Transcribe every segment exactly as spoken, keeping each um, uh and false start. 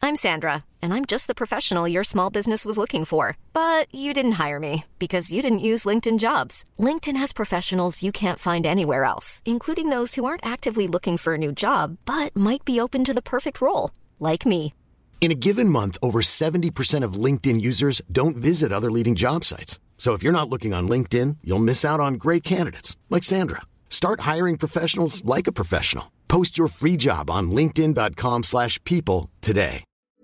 I'm Sandra, and I'm just the professional your small business was looking for. But you didn't hire me because you didn't use LinkedIn Jobs. LinkedIn has professionals you can't find anywhere else, including those who aren't actively looking for a new job, but might be open to the perfect role, like me. In a given month, over seventy percent of LinkedIn users don't visit other leading job sites. So if you're not looking on LinkedIn, you'll miss out on great candidates like Sandra. Start hiring professionals like a professional. Post your free job on linkedin dot com slash people today.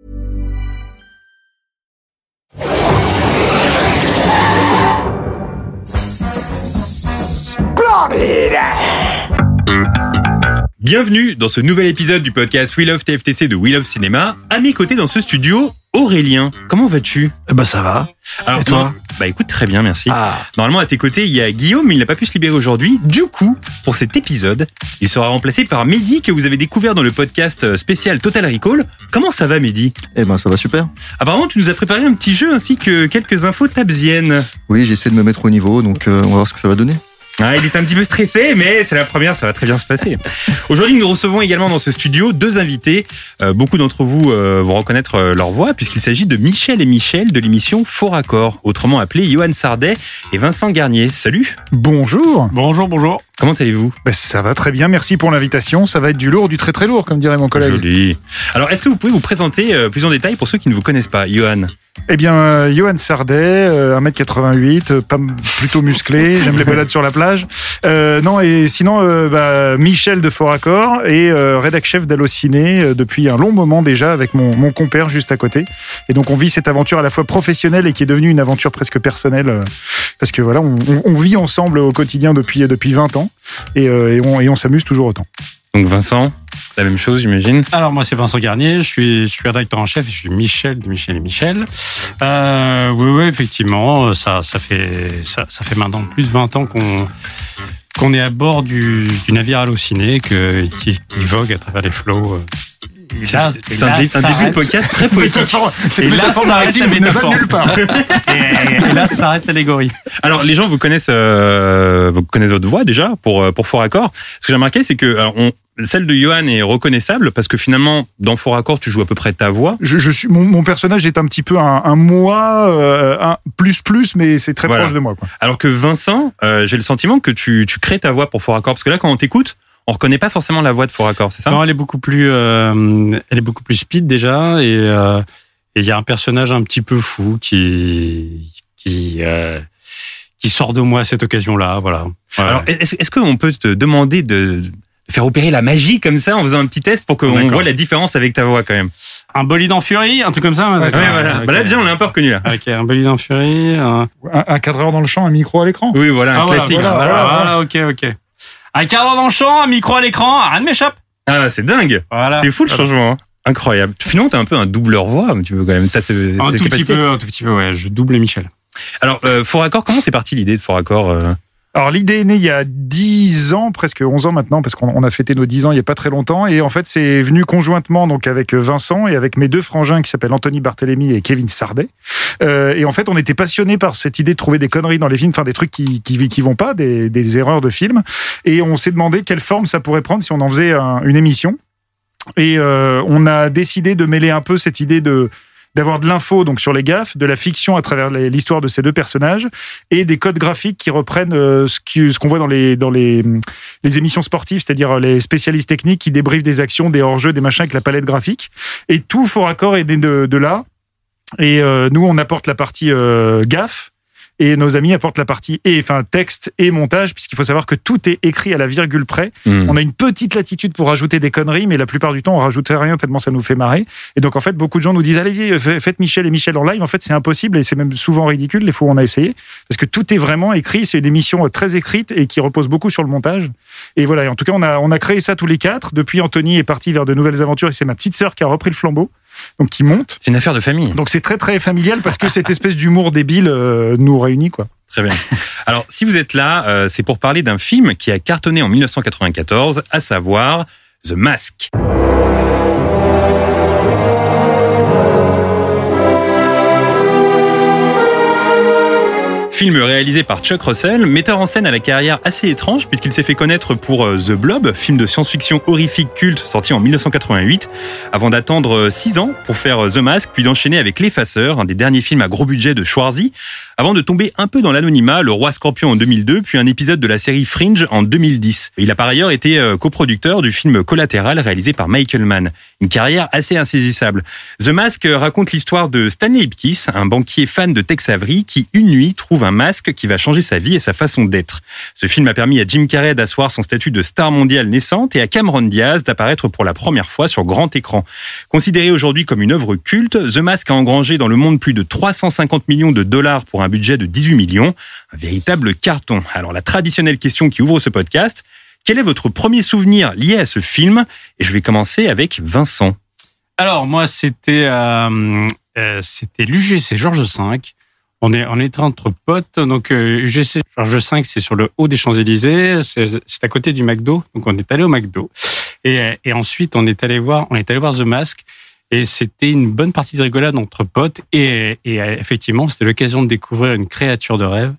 Splendid! Bienvenue dans ce nouvel épisode du podcast We Love T F T C de We Love Cinéma. À mes côtés dans ce studio, Aurélien. Comment vas-tu ? Eh ben ça va. Alors et toi ? Bah écoute, très bien, merci. Ah. Normalement à tes côtés, il y a Guillaume, mais il n'a pas pu se libérer aujourd'hui. Du coup, pour cet épisode, il sera remplacé par Mehdi, que vous avez découvert dans le podcast spécial Total Recall. Comment ça va, Mehdi ? Eh ben ça va super. Apparemment, tu nous as préparé un petit jeu ainsi que quelques infos tabziennes. Oui, j'essaie de me mettre au niveau, donc euh, on va voir ce que ça va donner. Ah, il est un petit peu stressé, mais c'est la première, ça va très bien se passer. Aujourd'hui, nous recevons également dans ce studio deux invités. Euh, beaucoup d'entre vous euh, vont reconnaître euh, leur voix, puisqu'il s'agit de Michel et Michel de l'émission Faux Raccord, autrement appelé Johan Sardet et Vincent Garnier. Salut. Bonjour. Bonjour, bonjour. Comment allez-vous ? Ben, ça va très bien, merci pour l'invitation. Ça va être du lourd, du très très lourd, comme dirait mon collègue. Joli. Alors, est-ce que vous pouvez vous présenter euh, plus en détail pour ceux qui ne vous connaissent pas, Johan ? Eh bien, euh, Johan Sardet, euh, un mètre quatre-vingt-huit, euh, pas m- plutôt musclé, j'aime les balades sur la plage. Euh, non, et sinon, euh, bah, Michel de Faux Raccord et euh, rédac chef d'Allociné euh, depuis un long moment déjà avec mon, mon compère juste à côté. Et donc, on vit cette aventure à la fois professionnelle et qui est devenue une aventure presque personnelle euh, parce que voilà, on, on, on vit ensemble au quotidien depuis, depuis vingt ans et, euh, et, on, et on s'amuse toujours autant. Donc Vincent, la même chose, j'imagine. Alors moi c'est Vincent Garnier, je suis je suis rédacteur en chef, je suis Michel de Michel et Michel. Euh, oui oui effectivement, ça ça fait ça ça fait maintenant plus de vingt ans qu'on qu'on est à bord du, du navire Allociné que qui, qui vogue à travers les flots. Et là, C'est et un, là, dé- un début s'arrête- de podcast très poétique. C'est Et une là, métaphore s'arrête maritime la qui ne va métaphore. nulle part. et, et là s'arrête l'allégorie. Alors les gens vous connaissent, euh, vous connaissent votre voix déjà pour pour Faux Raccord. Ce que j'ai remarqué, c'est que alors, on, celle de Johan est reconnaissable parce que finalement dans Faux Raccord tu joues à peu près ta voix. Je, je suis, mon, mon personnage est un petit peu un, un moi, euh, un plus plus, mais c'est très Voilà. proche de moi, quoi. Alors que Vincent, euh, j'ai le sentiment que tu tu crées ta voix pour Faux Raccord parce que là quand on t'écoute, on reconnaît pas forcément la voix de Faux Raccord, c'est ça ? Non, elle est beaucoup plus, euh, elle est beaucoup plus speed déjà, et euh, et il y a un personnage un petit peu fou qui qui euh, qui sort de moi à cette occasion-là, voilà. Ouais. Alors est-ce, est-ce qu'on peut te demander de, de faire opérer la magie comme ça en faisant un petit test pour qu'on D'accord. voit la différence avec ta voix quand même ? Un bolide en furie, un truc comme ça. Ouais, Ouais, d'accord. voilà. Ok. Bah là déjà on l'a un peu reconnu là. Ok, un bolide en furie. Un... Un, un cadreur dans le champ, un micro à l'écran. Oui voilà, un Ah, voilà, classique. Voilà, voilà, Voilà, voilà, ok, ok. Un cadre dans le champ, un micro à l'écran, rien ne m'échappe. Ah c'est dingue. Voilà. C'est fou le changement. Hein. Incroyable. Finalement t'es un peu un doubleur voix, mais tu peux quand même. T'as ce, Un cette tout petit capacité. peu, un tout petit peu, ouais. Je double Michel. Alors euh, Faux Raccord, comment c'est parti l'idée de Faux Raccord euh Alors l'idée est née il y a dix ans, presque onze ans maintenant, parce qu'on on a fêté nos dix ans il y a pas très longtemps, et en fait c'est venu conjointement donc avec Vincent et avec mes deux frangins qui s'appellent Anthony Barthélémy et Kevin Sardet. Euh, et en fait on était passionnés par cette idée de trouver des conneries dans les films, enfin des trucs qui qui, qui vont pas, des, des erreurs de films, et on s'est demandé quelle forme ça pourrait prendre si on en faisait un- une émission. Et euh, on a décidé de mêler un peu cette idée de d'avoir de l'info donc sur les gaffes, de la fiction à travers les- l'histoire de ces deux personnages et des codes graphiques qui reprennent euh, ce qui- ce qu'on voit dans les dans les les émissions sportives, c'est-à-dire les spécialistes techniques qui débriefent des actions, des hors-jeux, des machins avec la palette graphique. Et tout Faux Raccord est né de, de là. Et euh, nous on apporte la partie euh, gaffe. Et nos amis apportent la partie et, enfin, texte et montage, puisqu'il faut savoir que tout est écrit à la virgule près. Hmm. On a une petite latitude pour rajouter des conneries, mais la plupart du temps, on rajoute rien tellement ça nous fait marrer. Et donc, en fait, beaucoup de gens nous disent, allez-y, faites Michel et Michel en live. En fait, c'est impossible et c'est même souvent ridicule les fois où on a essayé. Parce que tout est vraiment écrit. C'est une émission très écrite et qui repose beaucoup sur le montage. Et voilà. Et en tout cas, on a, on a créé ça tous les quatre. Depuis, Anthony est parti vers de nouvelles aventures et c'est ma petite sœur qui a repris le flambeau. Donc, qui monte. C'est une affaire de famille. Donc, c'est très, très familial parce que cette espèce d'humour débile euh, nous réunit, quoi. Très bien. Alors, si vous êtes là, euh, c'est pour parler d'un film qui a cartonné en dix-neuf cent quatre-vingt-quatorze, à savoir The Mask. Film réalisé par Chuck Russell, metteur en scène à la carrière assez étrange puisqu'il s'est fait connaître pour The Blob, film de science-fiction horrifique culte sorti en dix-neuf cent quatre-vingt-huit, avant d'attendre six ans pour faire The Mask, puis d'enchaîner avec L'Effaceur, un des derniers films à gros budget de Schwarzy, avant de tomber un peu dans l'anonymat, Le Roi Scorpion en deux mille deux, puis un épisode de la série Fringe en deux mille dix. Il a par ailleurs été coproducteur du film Collatéral réalisé par Michael Mann. Une carrière assez insaisissable. The Mask raconte l'histoire de Stanley Ipkiss, un banquier fan de Tex Avery qui, une nuit, trouve un masque qui va changer sa vie et sa façon d'être. Ce film a permis à Jim Carrey d'asseoir son statut de star mondiale naissante et à Cameron Diaz d'apparaître pour la première fois sur grand écran. Considéré aujourd'hui comme une œuvre culte, The Mask a engrangé dans le monde plus de trois cent cinquante millions de dollars pour un budget de dix-huit millions. Un véritable carton. Alors la traditionnelle question qui ouvre ce podcast, quel est votre premier souvenir lié à ce film ? Et je vais commencer avec Vincent. Alors moi c'était euh, euh, c'était l'U G C Georges cinq. On est on est entre potes, donc euh, U G C Georges cinq c'est sur le haut des Champs-Élysées, c'est, c'est à côté du McDo, donc on est allé au McDo et et ensuite on est allé voir on est allé voir The Mask et c'était une bonne partie de rigolade entre potes et et effectivement c'était l'occasion de découvrir une créature de rêve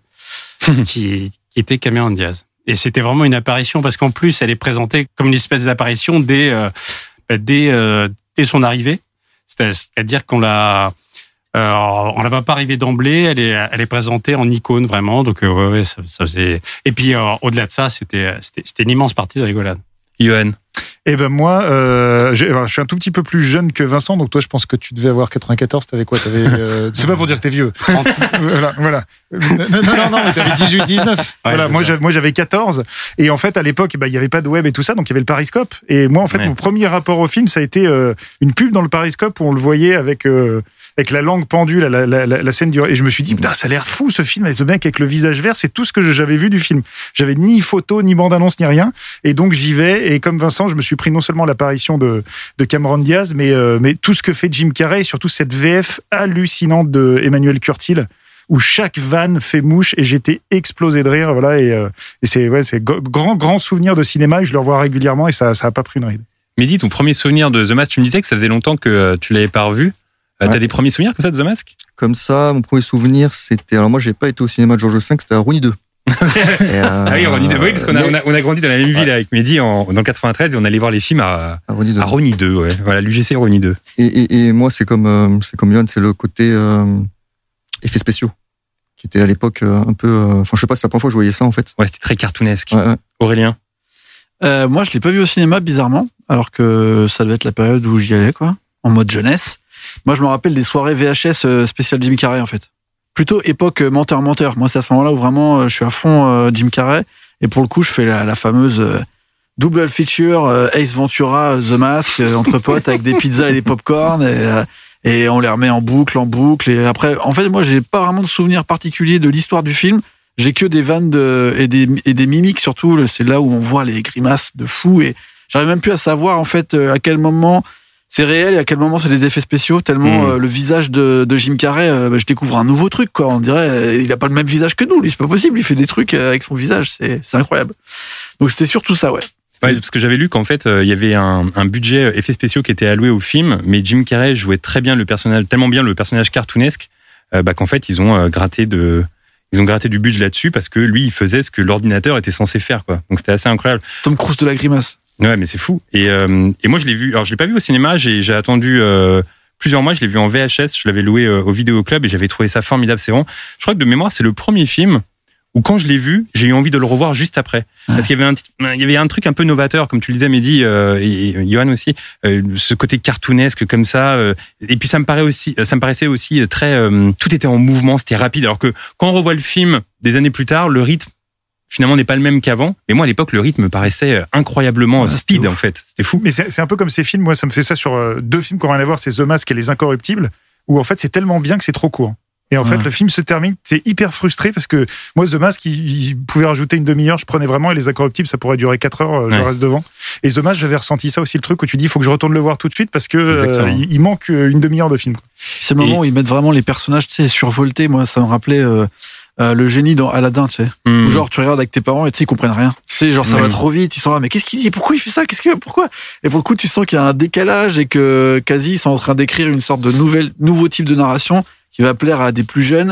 qui qui était Cameron Diaz. Et c'était vraiment une apparition parce qu'en plus, elle est présentée comme une espèce d'apparition dès euh, dès, euh, dès son arrivée. C'est-à-dire qu'on l'a euh, on la voit pas arriver d'emblée. Elle est elle est présentée en icône vraiment. Donc euh, ouais, ouais ça, ça faisait. Et puis euh, au-delà de ça, c'était c'était c'était une immense partie de rigolade. Johan. Eh ben moi, euh, je suis un tout petit peu plus jeune que Vincent, donc toi je pense que tu devais avoir quatre-vingt-quatorze, t'avais quoi t'avais, euh, c'est pas pour dire que t'es vieux. voilà, voilà. Non, non, non, mais t'avais dix-huit, dix-neuf. Ouais, voilà, moi, j'avais, moi j'avais quatorze, et en fait à l'époque, bah, il y avait pas de web et tout ça, donc il y avait le Pariscope. Et moi en fait, ouais. Mon premier rapport au film, ça a été euh, une pub dans le Pariscope où on le voyait avec... Euh, avec la langue pendue, la, la, la, la scène du... Et je me suis dit, putain, ça a l'air fou ce film, avec ce mec avec le visage vert, c'est tout ce que j'avais vu du film. J'avais ni photo, ni bande-annonce, ni rien. Et donc j'y vais, et comme Vincent, je me suis pris non seulement l'apparition de, de Cameron Diaz, mais, euh, mais tout ce que fait Jim Carrey, et surtout cette V F hallucinante de Emmanuel Curtil, où chaque vanne fait mouche, et j'étais explosé de rire, voilà, et, euh, et c'est, ouais, c'est grand, grand souvenir de cinéma, et je le revois régulièrement, et ça, ça a pas pris une ride. Mehdi, ton premier souvenir de The Mask, tu me disais que ça faisait longtemps que tu l'avais pas revu. Ouais. T'as des premiers souvenirs comme ça de The Mask ? Comme ça, mon premier souvenir, c'était... Alors moi, j'ai pas été au cinéma de Georges cinq, c'était à Ronny deux. et euh... Ah oui, Ronny deux, oui, parce qu'on a, on a, on a grandi dans la même ville ouais. avec Mehdi en, dans le quatre-vingt-treize et on allait voir les films à, à Ronny deux. À Ronny deux, ouais. Voilà, l'U G C Ronny deux. Et, et, et moi, c'est comme, euh, c'est comme Johan, c'est le côté euh, effets spéciaux, qui était à l'époque euh, un peu... Enfin, euh, je sais pas, c'est la première fois que je voyais ça, en fait. Ouais, c'était très cartoonesque. Ouais, ouais. Aurélien ? euh, Moi, je l'ai pas vu au cinéma, bizarrement, alors que ça devait être la période où j'y allais, quoi, en mode jeunesse. Moi, je me rappelle des soirées V H S spéciales Jim Carrey, en fait. Plutôt époque menteur-menteur. Moi, c'est à ce moment-là où vraiment je suis à fond Jim Carrey. Et pour le coup, je fais la, la fameuse double feature Ace Ventura, The Mask, entre potes, avec des pizzas et des pop-corn. Et, et on les remet en boucle, en boucle. Et après, en fait, moi, j'ai pas vraiment de souvenir particulier de l'histoire du film. J'ai que des vannes de, et, des, et des mimiques, surtout. C'est là où on voit les grimaces de fou. Et j'arrive même plus à savoir, en fait, à quel moment... c'est réel et à quel moment c'est des effets spéciaux, tellement mmh. euh, le visage de, de Jim Carrey, euh, bah, je découvre un nouveau truc, quoi. On dirait, euh, il a pas le même visage que nous, lui, c'est pas possible, il fait des trucs euh, avec son visage, c'est, c'est incroyable. Donc c'était surtout ça, ouais. Ouais, parce que j'avais lu qu'en fait, il euh, y avait un, un budget effets spéciaux qui était alloué au film, mais Jim Carrey jouait très bien le personnage, tellement bien le personnage cartoonesque, euh, bah, qu'en fait, ils ont euh, gratté de, ils ont gratté du budget là-dessus parce que lui, il faisait ce que l'ordinateur était censé faire, quoi. Donc c'était assez incroyable. Tom Cruise de la grimace. Ouais, mais c'est fou. Et, euh, et moi, je l'ai vu. Alors, je l'ai pas vu au cinéma. J'ai, j'ai attendu euh, plusieurs mois. Je l'ai vu en V H S. Je l'avais loué euh, au vidéoclub et j'avais trouvé ça formidable. C'est vraiment. Je crois que de mémoire, c'est le premier film où quand je l'ai vu, j'ai eu envie de le revoir juste après. Ouais. Parce qu'il y avait un, il y avait un truc un peu novateur, comme tu le disais, Mehdi euh, et, et Johan aussi, euh, ce côté cartoonesque comme ça. Euh, et puis ça me paraît aussi, ça me paraissait aussi très. Euh, tout était en mouvement, c'était rapide. Alors que quand on revoit le film des années plus tard, le rythme finalement n'est pas le même qu'avant. Mais moi, à l'époque, le rythme me paraissait incroyablement ouais, speed, en fait. C'était fou. Mais c'est, c'est un peu comme ces films. Moi, ça me fait ça sur euh, deux films qui n'ont rien à voir. C'est The Mask et Les Incorruptibles, où en fait, c'est tellement bien que c'est trop court. Et en ouais. fait, le film se termine, t'es hyper frustré parce que moi, The Mask, il, il pouvait rajouter une demi-heure, je prenais vraiment, et Les Incorruptibles, ça pourrait durer quatre heures, je ouais. reste devant. Et The Mask, j'avais ressenti ça aussi, le truc où tu dis, il faut que je retourne le voir tout de suite parce que euh, il, il manque une demi-heure de film. Quoi. C'est le moment et... où ils mettent vraiment les personnages, tu sais, survoltés. Moi, ça me rappelait euh, euh, le génie dans Aladdin, tu sais. Mm. Où genre, tu regardes avec tes parents et tu sais, ils comprennent rien. Tu sais, genre, ça mm. va trop vite, ils sont là, mais qu'est-ce qu'il dit? Pourquoi il fait ça? Qu'est-ce que, pourquoi? Et pour le coup, tu sens qu'il y a un décalage et que quasi, ils sont en train d'écrire une sorte de nouvelle, nouveau type de narration qui va plaire à des plus jeunes,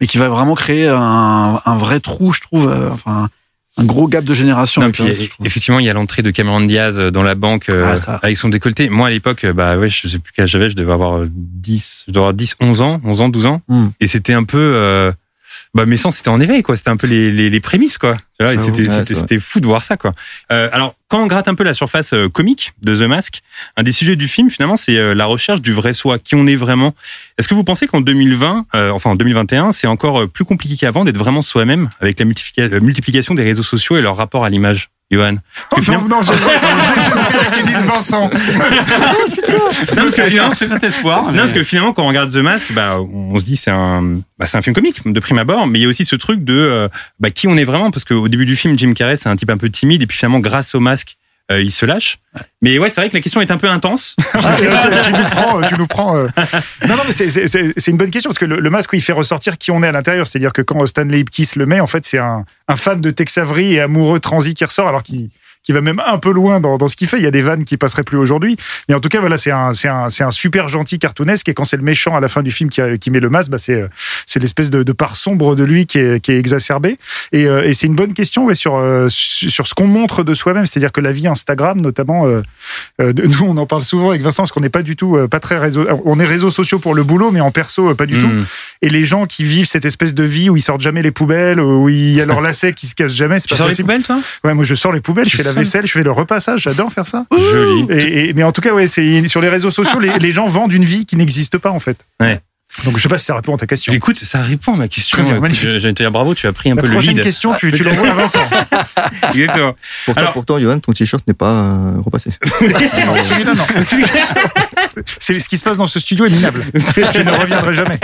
et qui va vraiment créer un, un vrai trou, je trouve, euh, enfin un gros gap de génération. Non, avec puis, le reste, je trouve. effectivement, il y a l'entrée de Cameron Diaz dans la banque euh, Ah, ça. avec son décolleté. Moi, à l'époque, bah ouais, je sais plus quel âge j'avais, je devais avoir dix, je devais avoir dix, onze ans, onze ans, douze ans. Mm. Et c'était un peu, euh, bah, mes sens, c'était en éveil, quoi. C'était un peu les, les, les prémices, quoi. Tu vois, et Ah, c'était, ouais, c'était, c'est c'était fou de voir ça, quoi. Euh, alors, quand on gratte un peu la surface euh, comique de The Mask, un des sujets du film, finalement, c'est euh, la recherche du vrai soi, qui on est vraiment. Est-ce que vous pensez qu'en deux mille vingt, euh, enfin en deux mille vingt et un, c'est encore euh, plus compliqué qu'avant d'être vraiment soi-même avec la multiplica- euh, multiplication des réseaux sociaux et leur rapport à l'image, Johan? Oh, non, non, j'espère que tu dises Vincent. Non, parce que Il y a un finalement, secret espoir. non, parce que finalement, quand on regarde The Mask, bah, on se dit c'est un, bah, c'est un film comique de prime abord, mais il y a aussi ce truc de, euh, bah, qui on est vraiment, parce qu'au début du film, Jim Carrey, c'est un type un peu timide, et puis finalement, grâce au masque, euh, il se lâche. Mais ouais, c'est vrai que la question est un peu intense. Ah, tu, tu nous prends, tu nous prends. euh. Non, non, mais c'est, c'est, c'est c'est une bonne question parce que le, le masque, il fait ressortir qui on est à l'intérieur. C'est-à-dire que quand Stanley Ipkiss le met, en fait, c'est un, un fan de Tex Avery et amoureux transi qui ressort, alors qu'il qui va même un peu loin dans, dans ce qu'il fait. Il y a des vannes qui passeraient plus aujourd'hui. Mais en tout cas, voilà, c'est un, c'est un, c'est un super gentil cartoonesque. Et quand c'est le méchant à la fin du film qui, a, qui met le masque, bah c'est, c'est l'espèce de, de part sombre de lui qui est, qui est exacerbée. Et, euh, et c'est une bonne question ouais, sur, euh, sur ce qu'on montre de soi-même. C'est-à-dire que la vie Instagram, notamment, euh, euh, nous, on en parle souvent avec Vincent, parce qu'on n'est pas du tout, euh, pas très réseau. On est réseaux sociaux pour le boulot, mais en perso, euh, pas du Mm. tout. Et les gens qui vivent cette espèce de vie où ils sortent jamais les poubelles, où il y a leur lacet qui se casse jamais, c'est Tu pas sors les possible. poubelles, toi? Ouais, moi je sors les poubelles, je Tu fais la sors vaisselle, je fais le repassage, j'adore faire ça. Joli. Et, et- mais en tout cas, ouais, c'est sur les réseaux sociaux, les, les gens vendent une vie qui n'existe pas en fait. Ouais. Donc je sais pas si ça répond à ta question. Écoute, ça répond à ma question. Très bien, Écoute, magnifique. je- J'allais te dire bravo, tu as pris un La peu le prochaine lead. question, tu, tu l'envoies à Vincent. Exactement. Pourtant, Alors- pourtant, Johan, ton t-shirt n'est pas euh, repassé. Non, celui-là, non. C'est ce qui se passe dans ce studio est minable. Je ne reviendrai jamais.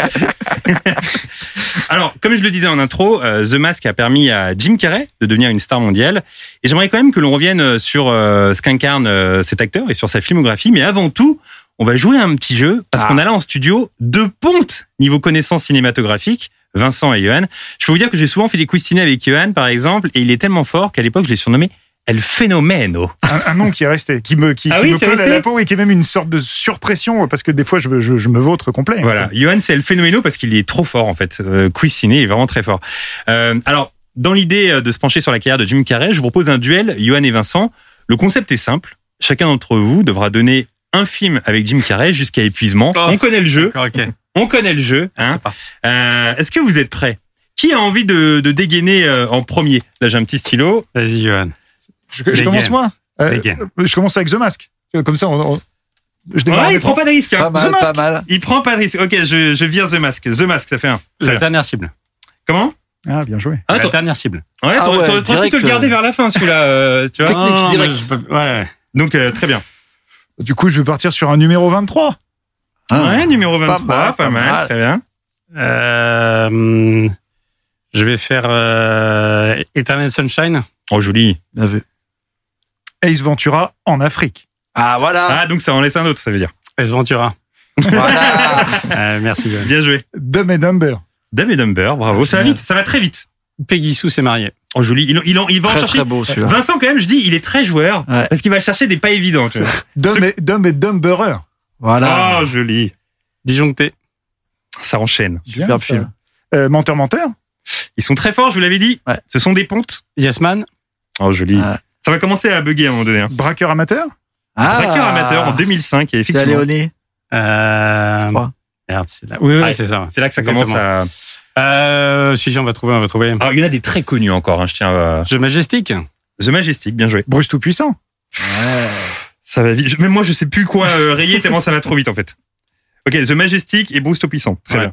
Alors, comme je le disais en intro, euh, The Mask a permis à Jim Carrey de devenir une star mondiale. Et j'aimerais quand même que l'on revienne sur euh, ce qu'incarne euh, cet acteur et sur sa filmographie. Mais avant tout, on va jouer à un petit jeu parce Ah. qu'on a là en studio deux pontes niveau connaissances cinématographiques, Vincent et Johan. Je peux vous dire que j'ai souvent fait des quiz ciné avec Johan, par exemple, et il est tellement fort qu'à l'époque, je l'ai surnommé El Fenomeno. Un, un nom qui est resté, qui me, qui, Ah qui oui, me c'est colle à resté la peau et qui est même une sorte de surpression parce que des fois je, je, je me vautre complet. Voilà, Johan, c'est El Fenomeno parce qu'il est trop fort en fait. Euh, quiz ciné, il est vraiment très fort. Euh, alors, dans l'idée de se pencher sur la carrière de Jim Carrey, je vous propose un duel, Johan et Vincent. Le concept est simple. Chacun d'entre vous devra donner un film avec Jim Carrey jusqu'à épuisement. Oh. On connaît le jeu. D'accord, ok. On connaît le jeu. Hein. C'est parti. Euh, Est-ce que vous êtes prêts? Qui a envie de, de dégainer euh, en premier? Là, j'ai un petit stylo. Vas-y, Johan. Je, je Dégaine. commence moi. Euh, Dégaine. je commence avec The Mask. Comme ça, on, on- je démarre. Ouais, en il prend étant- pas de risque. Hein. Pas mal, The Mask. pas mal. Il prend pas de risque. Ok, je, je vire The Mask. The Mask, ça fait un. Très La bien. dernière cible. Comment? Ah, bien joué. Ah, La t'aurais- dernière cible. ouais, Ah t'aurais ouais, t'aurais- t'aurais pu direct, te le garder euh. vers la fin, celui-là. euh, tu vois. Technique Non, non, directe. mais je peux- Ouais. Donc, euh, très bien. Du coup, je vais partir sur un numéro vingt-trois. Ah. Ouais, numéro vingt-trois, pas mal, mal, pas mal. très bien. Euh, je vais faire euh, Eternal Sunshine. Oh, joli. Bien vu. Ace Ventura en Afrique. Ah voilà. Ah, donc ça en laisse un autre, ça veut dire. Ace Ventura. Voilà. Euh, merci, Johan. Bien joué. Dumb and Dumber. Dumb et Dumber, bravo. Ça va Génial. vite, ça va très vite. Peggy Sue s'est mariée. Oh, joli. Il, il, en- il va en Très chercher. très beau celui-là. Vincent, quand même, je dis, il est très joueur. Ouais. Parce qu'il va chercher des pas évidents. tu vois. Dumb et, Dumb et Dumberer. Voilà. Oh, joli. Disjoncté. Ça enchaîne. Bien, Superbe ça. film. Euh, Menteur, menteur. Ils sont très forts, je vous l'avais dit. Ouais. Ce sont des pontes. Yes Man. Oh, joli. Ouais. Ça va commencer à bugger à un moment donné. Hein. Braqueur amateur. Ah. Braqueur amateur en deux mille cinq, et C'est effectivement. Léoné. Euh... Je crois. Merde, c'est là. Oui, oui, Ouais. c'est ça. C'est là que ça Exactement. commence à. Euh, si, si, on va trouver, on va trouver. Alors, il y en a des très connus encore, hein, je tiens à. The Majestic. The Majestic, bien joué. Bruce Tout-Puissant. Ouais. Ça va vite. Je- Même moi, je sais plus quoi euh, rayer tellement ça va trop vite, en fait. Ok, The Majestic et Bruce Tout-Puissant. Très Ouais. bien.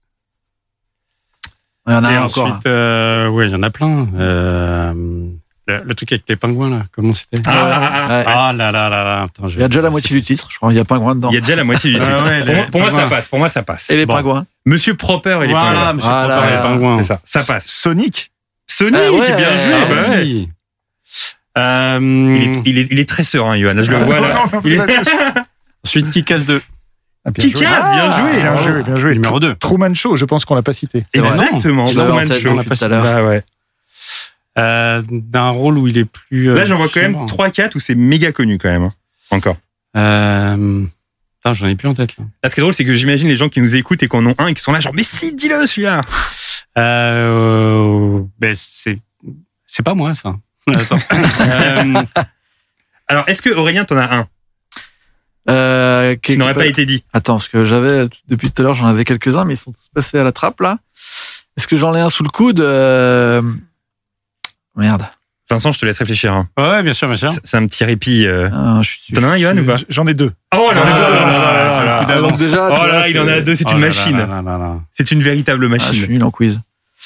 Il y en a Et un encore. ensuite, euh, ouais, il y en a plein. Euh, le, le truc avec les pingouins, là, comment c'était? Ah, ah, ah, ah. Ouais. Ah là là là là. Putain, je- Il y a déjà la moitié du titre, je crois. Il y a pingouin dedans. Il y a déjà la moitié du titre. Ah ouais, pour, les moi, pour moi, ça pingouins. passe. Pour moi, ça passe. Et les Bon. pingouins. Monsieur Proper et les Voilà, pingouins. monsieur Voilà. Proper et les pingouins. C'est ça. Ça passe. Sonic. Sonic, Ah ouais. bien joué. Ah bah ouais. Oui. Euh, Il est, il est, il est très serein, Johan. Là, je le vois là. Non, non, Il est... Ensuite, Kick-Ass deux. Ah, bien joué. Kick-Ass, bien joué. Bien joué, bien joué. Numéro deux. Truman Show, je pense qu'on l'a pas cité. Exactement. Je l'avais en Truman tête Show. depuis tout à l'heure. Bah ouais. Euh, d'un rôle où il est plus. euh, Là, j'en vois quand même sombre. trois quatre où c'est méga connu quand même. hein. Encore. Euh, putain, j'en ai plus en tête, là. Là, ce qui est drôle, c'est que j'imagine les gens qui nous écoutent et qui en ont un et qui sont là, genre, mais si, dis-le celui-là. Euh, ben c'est c'est pas moi ça. Attends. euh, Alors, est-ce que Aurélien, t'en as un Euh, qui n'aurait pas été dit? Attends, parce que j'avais, depuis tout à l'heure, j'en avais quelques-uns, mais ils sont tous passés à la trappe, là. Est-ce que j'en ai un sous le coude? euh... Merde. Vincent, je te laisse réfléchir. Hein. Ouais, bien sûr, bien sûr. C'est, c'est un petit répit. Euh... Ah, je suis, T'en as un, Johan, ou pas? J'en ai deux. Oh là là, Ah, là, là, ah, là, ah, donc déjà, oh tu là, vois, il en a deux, c'est Oh une là machine. là là là là. C'est une véritable Ah, je machine. suis nul en quiz.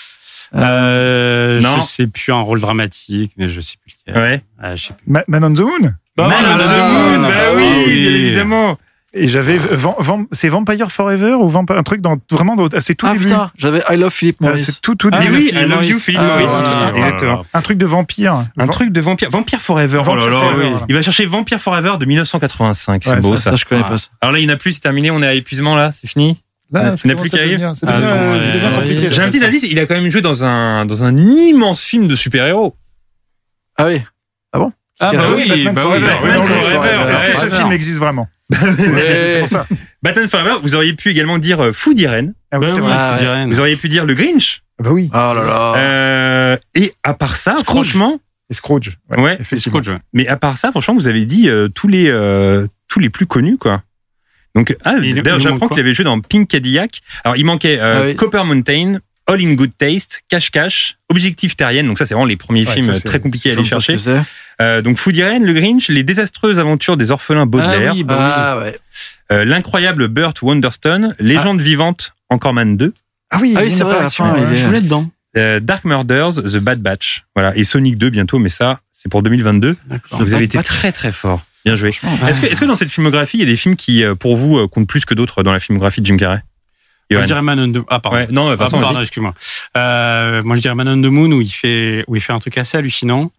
Euh, Non. je sais plus un rôle dramatique, mais je sais plus lequel. Ouais. Euh, je sais plus. Ma- Man on the Moon. Man Man on on the the Moon, Moon, bah bah oui, oui. bien évidemment. Et j'avais Vam- Vam- c'est Vampire Forever ou Vamp- un truc dans vraiment dans, c'est tout Ah début. putain, j'avais I Love Philip Ah, Morris. c'est tout tout Ah, début. Mais oui, Philippe I love you, Morris. Philippe Ah, Morris. ouais, ouais, Exactement. ouais. Un truc de vampire. Un Vam- truc de vampire. Vampire Forever. Vampire oh là là. Forever, oui. voilà. Il va chercher Vampire Forever de dix-neuf cent quatre-vingt-cinq. C'est Ouais, beau, ça, ça. ça, je connais Ah. pas ça. Alors là, il n'y en a plus, c'est terminé. On est à épuisement, là. C'est fini. Là, Il ça n'y en a commence plus qui à arrive. devenir- ça Ah, devient, attends, euh, ouais, ça devient ouais, compliqué. ouais. J'ai un petit indice. Il a quand même joué dans un, dans un immense film de super-héros. Ah oui. Ah bah oui, Batman bah Forever. oui, Batman Oui, Forever. Forever. Est-ce que ce Forever. film existe vraiment? C'est- C'est c'est pour ça. Batman Forever, vous auriez pu également dire euh, Fou d'Irène. Ah oui, Bah c'est oui, vrai. Ah, je ouais. dirais, non. Vous auriez pu dire le Grinch. Ah bah oui. Oh là là. Euh, et à part ça, Scrooge. franchement, Et Scrooge. Ouais, Ouais, effectivement. Scrooge, ouais. mais à part ça, franchement, vous avez dit euh, tous les euh, tous les plus connus, quoi. Donc, ah, Il- d'ailleurs, il j'apprends manque qu'il avait joué dans Pink Cadillac. Alors, il manquait euh, Ah oui. Copper Mountain, All in Good Taste, Cash Cash, Objectif Terrienne. Donc ça, c'est vraiment les premiers Ouais, films ça, euh, c'est- très compliqués à Je aller sais pas ce chercher. que c'est. Euh, donc, Fou d'Irène, le Grinch, Les désastreuses aventures des orphelins Baudelaire, Ah oui, bah oui. Ah ouais. euh, L'incroyable Burt Wonderstone, Légende vivante, Encore Man deux, Ah oui, Ah oui, il y a c'est une vrai, à la apparition, fin, ouais. il est- Je voulais dedans. euh, Dark Murders, The Bad Batch. Voilà. Et Sonic deux bientôt, mais ça, c'est pour deux mille vingt-deux. D'accord. Vous avez été Bad Batch. très très fort. Bien joué. Franchement, Est-ce que, est-ce que dans cette filmographie, il y a des films qui, euh, pour vous, euh, comptent plus que d'autres dans la filmographie de Jim Carrey? Moi, Johan. je dirais Man on the Ah, pardon. Ouais, non, Ah, Vincent, pardon, vas-y. excuse-moi. Euh, moi, je dirais Man on the Moon où il fait, où il fait un truc assez hallucinant,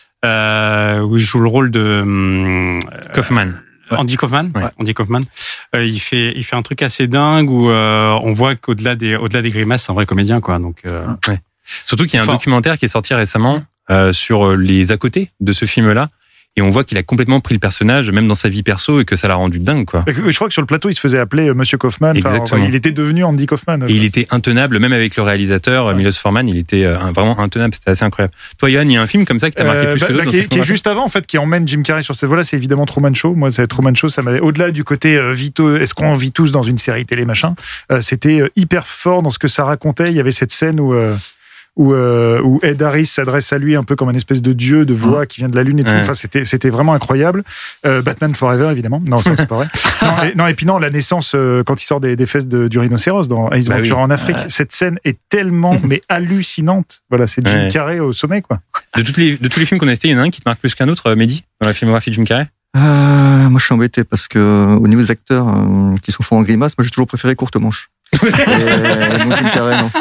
euh, où il joue le rôle de hum, Kaufman. Andy Kaufman. Ouais. Andy Kaufman. Euh, il fait, il fait un truc assez dingue où euh, on voit qu'au-delà des, au-delà des grimaces, c'est un vrai comédien, quoi. Donc, euh, Surtout qu'il y a un Fort. documentaire qui est sorti récemment euh, sur les à côté de ce film-là. Et on voit qu'il a complètement pris le personnage, même dans sa vie perso, et que ça l'a rendu dingue, quoi. Je crois que sur le plateau, il se faisait appeler euh, Monsieur Kaufman. Enfin, Exactement. il était devenu Andy Kaufman. Et il était intenable, même avec le réalisateur, ouais. Milos Forman, il était euh, vraiment intenable, c'était assez incroyable. Toi, Yann, il y a un film comme ça qui t'a marqué Euh, plus bah, que d'autres bah, dans qui, cette est, qui est filmographie juste avant en fait, qui emmène Jim Carrey sur cette voie-là, c'est évidemment Truman Show. Moi, c'est Truman Show, ça m'avait au-delà du côté euh, vito, est-ce qu'on vit tous dans une série télé machin. Euh, c'était euh, hyper fort dans ce que ça racontait. Il y avait cette scène où euh, où, euh, où Ed Harris s'adresse à lui un peu comme un espèce de dieu de voix qui vient de la lune et tout. Ouais. Enfin, c'était c'était vraiment incroyable. Euh, Batman Forever évidemment. Non, ça, c'est pas vrai. non, et, non, et puis non, la naissance euh, quand il sort des, des fesses de, du rhinocéros dans Ace Bah Ventura oui. en Afrique. Ouais. Cette scène est tellement mais hallucinante. Voilà, c'est Jim Ouais. Carrey au sommet quoi. De, toutes les, de tous les films qu'on a cités, il y en a un qui te marque plus qu'un autre, euh, Mehdi, dans la filmographie de Jim Carrey? Euh, moi, je suis embêté parce que euh, au niveau des acteurs euh, qui sont forts en grimace, moi, j'ai toujours préféré Courte Manche. Et, euh, donc, Jim Carrey, non.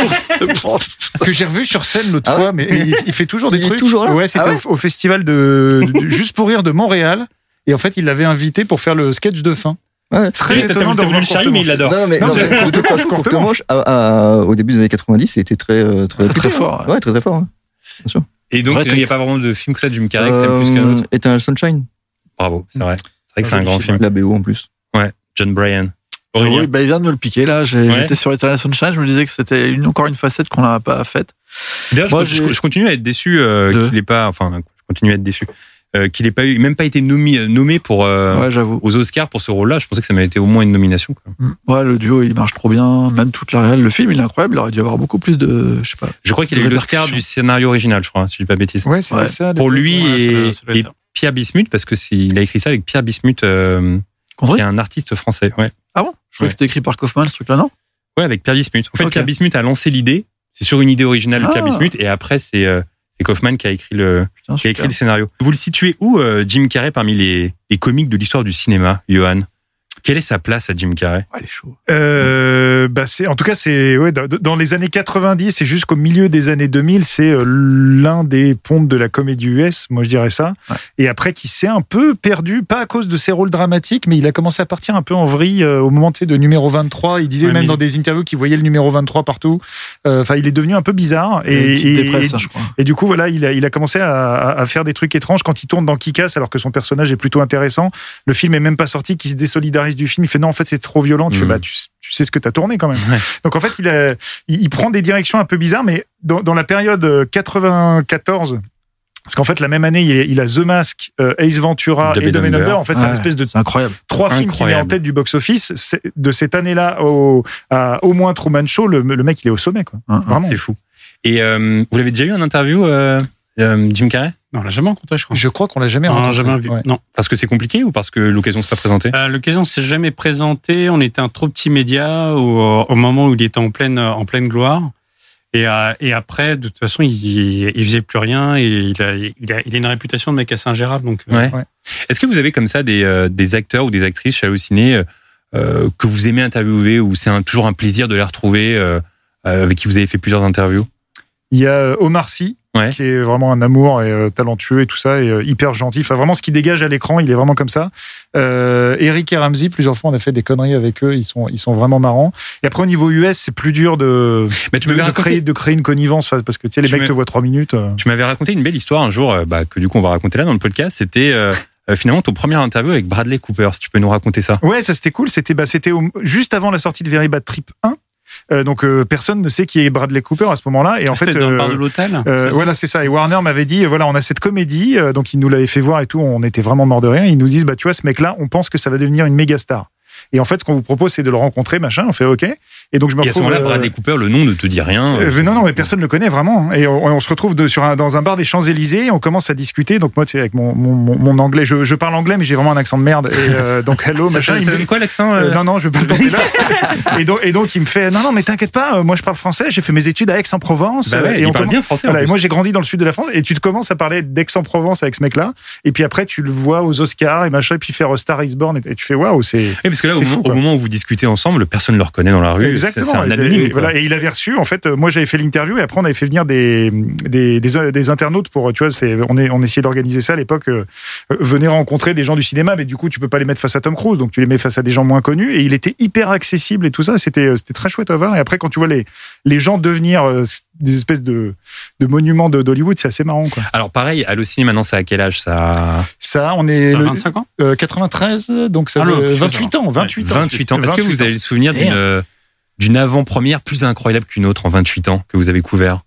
Que j'ai revu sur scène l'autre Ah ouais fois, mais il, il fait toujours des Il est trucs. toujours là Ouais, c'était Ah ouais au, au festival de, de- Juste pour rire de Montréal. Et en fait, il l'avait invité pour faire le sketch de fin. Ouais. Très Lui, t'as- étonnant t'as de voulu revoir le charrier, Courte mais il Manche. l'adore. Non, mais, Non, non, mais- mais de toute façon, Courte Courte Manche, à- à- au début des années quatre-vingt-dix, c'était très, euh, très, Très réputé, fort, hein. Ouais, très, très fort. hein. Bien sûr. Et donc, Ouais, il n'y a t'as- pas vraiment de film que ça de Jim Carrey que t'aimes plus qu'un Euh, autre. Eternal Sunshine, Bravo, c'est vrai. C'est vrai que c'est Ah, un grand joli film. la B O en plus. Ouais, John Bryan. Ah Aurélien. oui, bah, il vient de me le piquer là. J'ai- Ouais. J'étais sur Eternal Sunshine, je me disais que c'était une, encore une facette qu'on n'a pas faite. D'ailleurs, Moi, je, j'ai- je- je continue à être déçu euh, De- qu'il ait pas, enfin, je continue à être déçu euh, qu'il ait pas eu, même pas été nommé, nommé pour euh, Ouais, j'avoue. aux Oscars pour ce rôle-là. Je pensais que ça m'avait été au moins une nomination. Quoi. Mm. Ouais, le duo, il marche trop bien. Même toute la réelle, le film, il est incroyable. Il aurait dû avoir beaucoup plus de, je sais pas. Je crois qu'il a eu l'Oscar Répercussions. du scénario original, je crois, si je dis pas de bêtises. Ouais, c'est Ouais. ça. Pour l'époque. lui Ouais, ça et, doit- ça doit être et ça. Pierre Bismuth, parce que c'est, il a écrit ça avec Pierre Bismuth, euh, Condry qui est un artiste français. Ouais. Ah bon? Je crois Ouais. que c'était écrit par Kaufman, ce truc-là, non? Ouais, avec Pierre Bismuth. En fait, Ok. Pierre Bismuth a lancé l'idée. C'est sur une idée originale de Pierre Ah. Bismuth, et après c'est, euh, c'est Kaufman qui a écrit le, Putain, qui a écrit super. le scénario. Vous le situez où, euh, Jim Carrey, parmi les, les comiques de l'histoire du cinéma, Johan? Quelle est sa place à Jim Carrey? Ouais, il est chaud. Euh, bah c'est, en tout cas, c'est ouais, dans, dans les années quatre-vingt-dix et jusqu'au milieu des années deux mille, c'est euh, l'un des pontes de la comédie U S, moi je dirais ça. Ouais. Et après, qui s'est un peu perdu, pas à cause de ses rôles dramatiques, mais il a commencé à partir un peu en vrille euh, au moment tu sais, de numéro vingt-trois. Il disait Ouais, même mais- dans des interviews qu'il voyait le numéro vingt-trois partout. Euh, Enfin, il est devenu un peu bizarre. Il y a une Et, petite et, dépresse, et- hein, je crois. et du coup, voilà, il a, il a commencé à, à faire des trucs étranges quand il tourne dans Kick-Ass, alors que son personnage est plutôt intéressant. Le film est même pas sorti, qu'il se désolidarise contexte du film. Il fait non, en fait, c'est trop violent. Tu Mmh. fais bah, tu, tu sais ce que t'as tourné quand même. Ouais. Donc en fait, il, a, il, il prend des directions un peu bizarres, mais dans, dans la période quatre-vingt-quatorze. Parce qu'en fait, la même année, il, il a The Mask, euh, Ace Ventura Dumb et and Dumb and Dumber. Dumber. En fait, c'est Ouais, une espèce de c'est incroyable. trois films qui met en Incroyable. tête du box-office. C'est- De cette année-là au, à, au moins Truman Show, le, le mec, il est au sommet, quoi. Hein, hein. Vraiment. C'est fou. Et euh, vous l'avez déjà eu en interview, euh, euh, Jim Carrey? Non, on l'a jamais rencontré, je crois. Je crois qu'on l'a jamais Non, on l'a rencontré. jamais vu. Ouais. Non. Parce que c'est compliqué ou parce que l'occasion s'est pas présentée? Euh, L'occasion s'est jamais présentée. On était un trop petit média au, au moment où il était en pleine, en pleine gloire. Et, euh, et après, de toute façon, il, il faisait plus rien et il a, il a, il a une réputation de mec assez ingérable. Donc, euh, Ouais. Ouais. Est-ce que vous avez comme ça des, euh, des acteurs ou des actrices chez Allociné euh, que vous aimez interviewer ou c'est un, toujours un plaisir de les retrouver euh, euh, avec qui vous avez fait plusieurs interviews? Il y a euh, Omar Sy, Ouais. qui est vraiment un amour et euh, talentueux et tout ça, et euh, hyper gentil. Enfin, vraiment, ce qui dégage à l'écran, il est vraiment comme ça. Euh, Eric et Ramsey, plusieurs fois, on a fait des conneries avec eux. Ils sont, ils sont vraiment marrants. Et après, au niveau U S, c'est plus dur de, Mais tu de, m'avais de raconté, créer, de créer une connivence, parce que tu sais, les Tu mecs m'as- te voient trois minutes. euh. tu m'avais raconté une belle histoire un jour euh, bah, que du coup on va raconter là dans le podcast. C'était euh, euh, finalement ton première interview avec Bradley Cooper. Si tu peux nous raconter ça. Ouais, ça c'était cool. C'était, bah, c'était au- juste avant la sortie de Very Bad Trip un. Euh, donc, euh, personne ne sait qui est Bradley Cooper à ce moment-là. Et en fait, c'était dans le euh, bar de l'hôtel. Euh, c'est ça voilà, c'est ça. Et Warner m'avait dit, euh, voilà, on a cette comédie, euh, donc ils nous l'avaient fait voir et tout, on était vraiment morts de rire. Ils nous disent, bah tu vois, ce mec-là, on pense que ça va devenir une méga star. Et en fait, ce qu'on vous propose, c'est de le rencontrer, machin. On fait OK. Et donc je me Et à ce retrouve. moment-là, euh, Bradley Cooper, le nom ne te dit rien. euh, non, non, mais personne ne le connaît vraiment. Et on, on se retrouve de, sur un, dans un bar des Champs-Élysées, on commence à discuter. Donc moi, tu sais, avec mon, mon, mon, mon anglais, je, je parle anglais, mais j'ai vraiment un accent de merde. Et euh, donc hello, ça, machin. ça, il ça me- donne quoi l'accent Euh, euh non, non, je vais pas le tenter là. et, donc, et donc, il me fait, non, non, mais t'inquiète pas, euh, moi je parle français, j'ai fait mes études à Aix-en-Provence. Bah ouais, euh, et il on parle commence- bien français. en Voilà, et plus. moi j'ai grandi dans le sud de la France, et tu te commences à parler d'Aix-en-Provence avec ce mec-là, et puis après tu le vois aux Oscars et machin, et puis faire Star is Born, et, et tu fais waouh, c'est. Oui, parce que là, au, c'est moment- fou, au quoi. moment où vous discutez ensemble, personne ne le reconnaît dans la rue. Exactement. C'est, c'est un Et- anonyme. et, quoi. voilà, et il avait reçu, en fait, euh, moi j'avais fait l'interview, et après on avait fait venir des, des, des, des internautes pour, tu vois, c'est, on, est, on essayait d'organiser ça à l'époque, euh, euh, venir rencontrer des gens du cinéma, mais du coup tu peux pas les mettre face à Tom Cruise, donc tu les mets face à des gens moins connus, et il était hyper accessible et tout ça, c'était, c'était très chouette à voir. Et après, quand tu vois les, les gens devenir euh, des espèces de, de monuments de, d'Hollywood, c'est assez marrant, quoi. Alors pareil, Allociné, maintenant, c'est à quel âge ça? Ça, on est Ça a le, vingt-cinq ans euh, quatre-vingt-treize, donc ça Ah non, fait plus vingt-huit ça. ans, vingt-huit ans. vingt-huit ans. Est-ce que vous vingt-huit avez le souvenir d'une, euh, d'une avant-première plus incroyable qu'une autre en vingt-huit ans que vous avez couvert?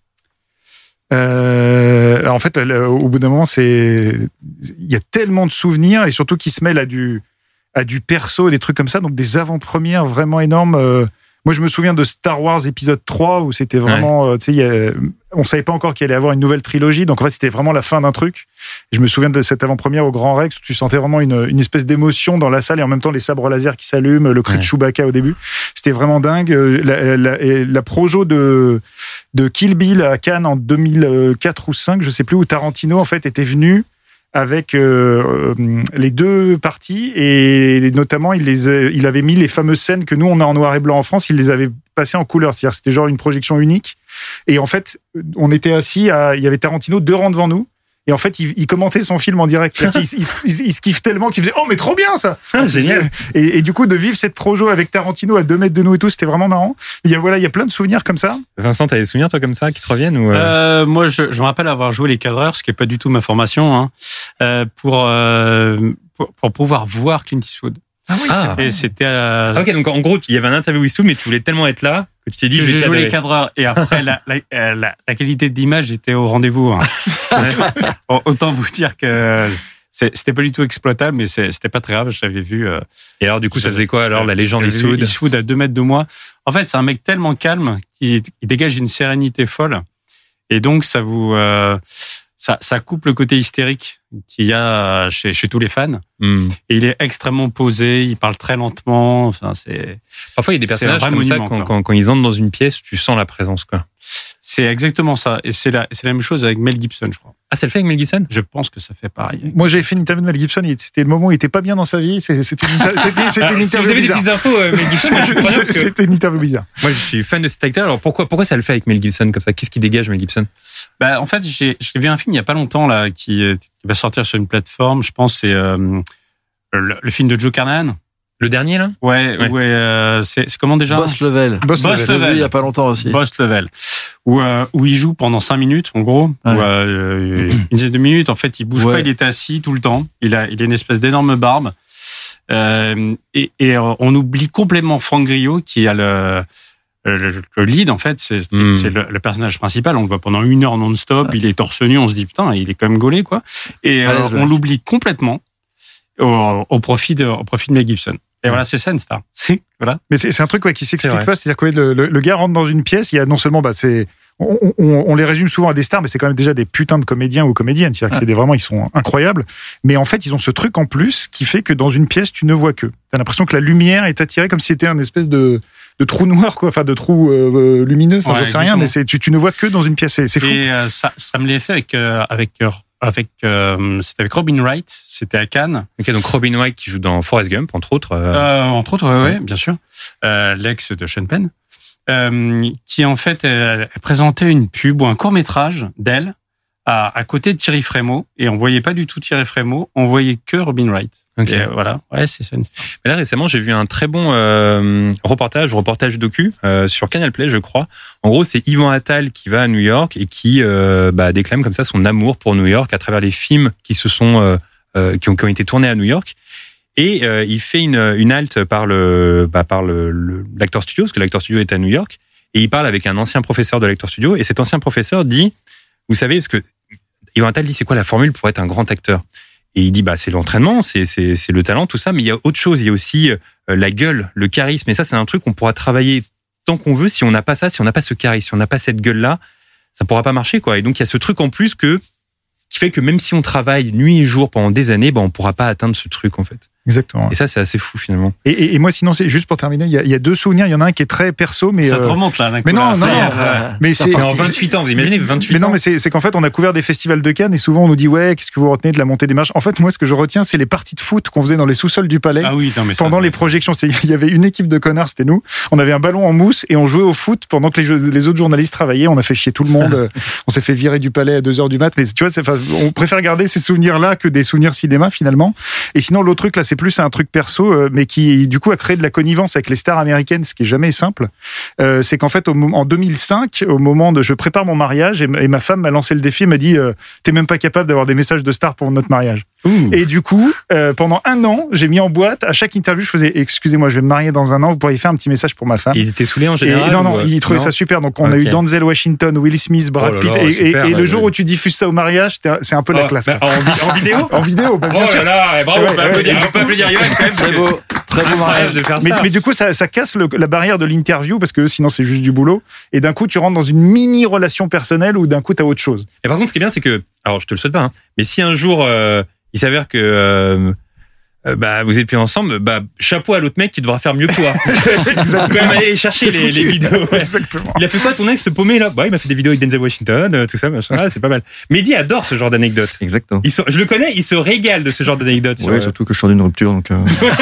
Euh, en fait, elle, au bout d'un moment, c'est, il y a tellement de souvenirs, et surtout qui se mêlent à du, à du perso, des trucs comme ça, donc des avant-premières vraiment énormes. Euh, moi, je me souviens de Star Wars épisode trois, où c'était vraiment, euh, tu sais, il y a- on savait pas encore qu'il allait y avoir une nouvelle trilogie, donc en fait, c'était vraiment la fin d'un truc. Et je me souviens de cette avant-première au Grand Rex, où tu sentais vraiment une, une espèce d'émotion dans la salle, et en même temps, les sabres laser qui s'allument, le cri de Ouais. Chewbacca au début. C'était vraiment dingue. Euh, La, la, et la projo de, de Kill Bill à Cannes en deux mille quatre ou cinq, je sais plus, où Tarantino, en fait, était venu avec euh, euh, les deux parties, et notamment il les a- il avait mis les fameuses scènes que nous on a en noir et blanc en France, il les avait passées en couleur, c'est-à-dire c'était genre une projection unique, et en fait on était assis à, il y avait Tarantino deux rangs devant nous, et en fait il, il commentait son film en direct, c'est-à-dire qu'il- il, il, il se kiffe tellement qu'il faisait oh mais trop bien ça. Génial. Et, et du coup de vivre cette projo avec Tarantino à deux mètres de nous et tout, c'était vraiment marrant. Il y a voilà, il y a plein de souvenirs comme ça. Vincent, t'as des souvenirs, toi, comme ça, qui te reviennent ou, euh... Euh, moi, je, je me rappelle avoir joué les cadreurs, ce qui est pas du tout ma formation, hein, euh, pour, euh, pour pour pouvoir voir Clint Eastwood. Ah oui, Ah. Et c'était euh, Ah, ok, donc en gros, il y avait un interview Eastwood, mais tu voulais tellement être là que tu t'es dit, que je vais j'ai joué cadrer. les cadreurs et après la, la, euh, la, la qualité d'image était au rendez-vous. Hein. Autant vous dire que c'est- c'était pas du tout exploitable, mais c'est- c'était pas très grave. Je l'avais vu. euh, Et alors, du coup, ça faisait quoi, alors, la légende j'avais vu Eastwood? Eastwood à deux mètres de moi. En fait, c'est un mec tellement calme qui il dégage une sérénité folle. Et donc, ça vous, euh, ça, ça coupe le côté hystérique qu'il y a chez, chez tous les fans. Hmm. Et il est extrêmement posé, il parle très lentement. Enfin, c'est, Parfois, il y a des C'est un personnages vrai comme ça, monument, quand, quoi. quand, quand ils entrent dans une pièce, tu sens la présence, quoi. c'est exactement ça. Et c'est la, c'est la même chose avec Mel Gibson, je crois. Ah, ça le fait avec Mel Gibson? Je pense que ça fait pareil. Moi j'avais fait une interview de Mel Gibson, et c'était le moment où il était pas bien dans sa vie, c'est- c'était une, inter- c'était, c'était Ah, une si vous interview avez des bizarre. petites infos, euh, Mel Gibson, je suis preneur, parce que C'était une interview bizarre. moi, je suis fan de cet acteur. Alors, pourquoi, pourquoi ça le fait avec Mel Gibson comme ça? Qu'est-ce qui dégage Mel Gibson? Bah, en fait, j'ai, j'ai vu un film il y a pas longtemps là qui, euh, qui va sortir sur une plateforme. Je pense c'est euh, le, le film de Joe Carnahan. Le dernier, là? Ouais, Ouais. ouais. euh, c'est, c'est comment déjà? Boss Level. Boss Boss Je l'ai vu Level. il y a pas longtemps aussi. Boss Level. Où, euh, où il joue pendant cinq minutes, en gros. Ouais. Où, euh, une dizaine de minutes. En fait, il bouge Ouais. pas, il est assis tout le temps. Il a, il a une espèce d'énorme barbe. Euh, et, et on oublie complètement Franck Griot qui a le, le, le lead, en fait, c'est, mmh. c'est le, le personnage principal. On le voit pendant une heure non-stop, ouais. il est torse nu, on se dit putain, il est quand même gaulé, quoi. Et euh, on l'oublie complètement au, au, profit de, au profit de Mel Gibson. Et mmh. voilà, c'est ça une star. C'est, voilà. Mais c'est, c'est un truc ouais, qui s'explique pas, c'est-à-dire que le, le, le gars rentre dans une pièce, il y a non seulement, bah, c'est, on, on, on les résume souvent à des stars, mais c'est quand même déjà des putains de comédiens ou comédiennes. C'est-à-dire que c'est des, vraiment, ils sont incroyables. Mais en fait, ils ont ce truc en plus qui fait que dans une pièce, tu ne vois que. T'as l'impression que la lumière est attirée comme si c'était un espèce de, de trou noir, quoi. Enfin, de trou euh, lumineux. Enfin, ouais, j'en sais rien, mais c'est, tu, tu ne vois que dans une pièce. C'est, c'est fou. Et euh, ça, ça me l'a fait avec, euh, avec, euh, avec, euh, c'était avec Robin Wright. C'était à Cannes. Ok, donc Robin Wright qui joue dans Forrest Gump, entre autres. Euh... Euh, entre autres, ouais, ouais, bien sûr. Euh, l'ex de Sean Penn. Euh, qui en fait elle, elle présentait une pub ou un court métrage d'elle à, à côté de Thierry Frémaux et on voyait pas du tout Thierry Frémaux, on voyait que Robin Wright. Okay. Et voilà, ouais, c'est ça. Mais là récemment j'ai vu un très bon euh, reportage, reportage docu euh, sur Canal Play, je crois. En gros c'est Yvan Attal qui va à New York et qui euh, bah, déclame comme ça son amour pour New York à travers les films qui se sont euh, euh, qui, ont, qui ont été tournés à New York. Et euh, il fait une, une halte par le, bah, par le, le, l'acteur studio, parce que l'acteur studio est à New York, et il parle avec un ancien professeur de l'acteur studio, et cet ancien professeur dit, vous savez, parce que Yvan Attal dit, c'est quoi la formule pour être un grand acteur? Et il dit, bah, c'est l'entraînement, c'est, c'est, c'est le talent, tout ça, mais il y a autre chose, il y a aussi euh, la gueule, le charisme, et ça, c'est un truc qu'on pourra travailler tant qu'on veut. Si on n'a pas ça, si on n'a pas ce charisme, si on n'a pas cette gueule-là, ça pourra pas marcher, quoi. Et donc, il y a ce truc en plus que, qui fait que même si on travaille nuit et jour pendant des années, bah, on pourra pas atteindre ce truc, en fait. Exactement. Et ça, c'est assez fou, finalement. Et, et, et moi, sinon, c'est juste pour terminer, il y a, il y a deux souvenirs. Il y en a un qui est très perso, mais. Ça euh... te remonte, là, d'un coup. Mais non, là, non, non. euh, mais c'est. En vingt-huit ans, vous imaginez, vingt-huit ans. Mais non, mais c'est, c'est qu'en fait, on a couvert des festivals de Cannes et souvent, on nous dit, ouais, qu'est-ce que vous retenez de la montée des marches? En fait, moi, ce que je retiens, c'est les parties de foot qu'on faisait dans les sous-sols du palais. Ah oui, non, mais ça, pendant ça, les ça. projections. C'est, il y avait une équipe de connards, c'était nous. On avait un ballon en mousse et on jouait au foot pendant que les, jeux, les autres journalistes travaillaient. On a fait chier tout le monde. On s'est fait virer du palais à deux heures du mat. Mais tu vois, c'est, on préfère garder ces souvenirs-là que des souvenirs cinéma, finalement. Et sinon, l'autre truc, là, c'est plus un truc perso, mais qui, du coup, a créé de la connivence avec les stars américaines, ce qui est jamais simple. Euh, c'est qu'en fait, au, en deux mille cinq, au moment de je prépare mon mariage, et, et ma femme m'a lancé le défi, elle m'a dit, euh, t'es même pas capable d'avoir des messages de stars pour notre mariage. Ouh. Et du coup, euh, pendant un an, j'ai mis en boîte, à chaque interview, je faisais, excusez-moi, je vais me marier dans un an, vous pourriez faire un petit message pour ma femme. Ils étaient saoulés en général? Et, non, non, ils trouvaient non. ça super. Donc, on okay. a eu Denzel Washington, Will Smith, Brad oh Pitt. Là là, et, super, et, et le jour où tu diffuses ça au mariage, c'est un peu oh, la classe. Bah, en, en vidéo? En vidéo, bah, bien oh sûr. là là, bravo, on peut applaudir, on peut applaudir Yoann quand même. Très beau, très beau mariage de faire mais, ça. Mais du coup, ça, ça casse le, la barrière de l'interview parce que sinon, c'est juste du boulot. Et d'un coup, tu rentres dans une mini relation personnelle où d'un coup, t'as autre chose. Et par contre, ce qui est bien, c'est que, alors, je te le souhaite pas, hein, mais si un jour, euh, il s'avère que, euh, euh, bah, vous êtes plus ensemble, bah, chapeau à l'autre mec qui devra faire mieux que toi. Exactement. Quand même aller chercher les, les vidéos. Exactement. Il a fait quoi, ton ex, ce paumé, là? Bah, il m'a fait des vidéos avec Denzel Washington, euh, tout ça, machin. Ah, c'est pas mal. Mehdi adore ce genre d'anecdotes. Exactement. Il se, je le connais, il se régale de ce genre d'anecdotes. Ouais, sur, surtout que je sors d'une rupture, donc, euh...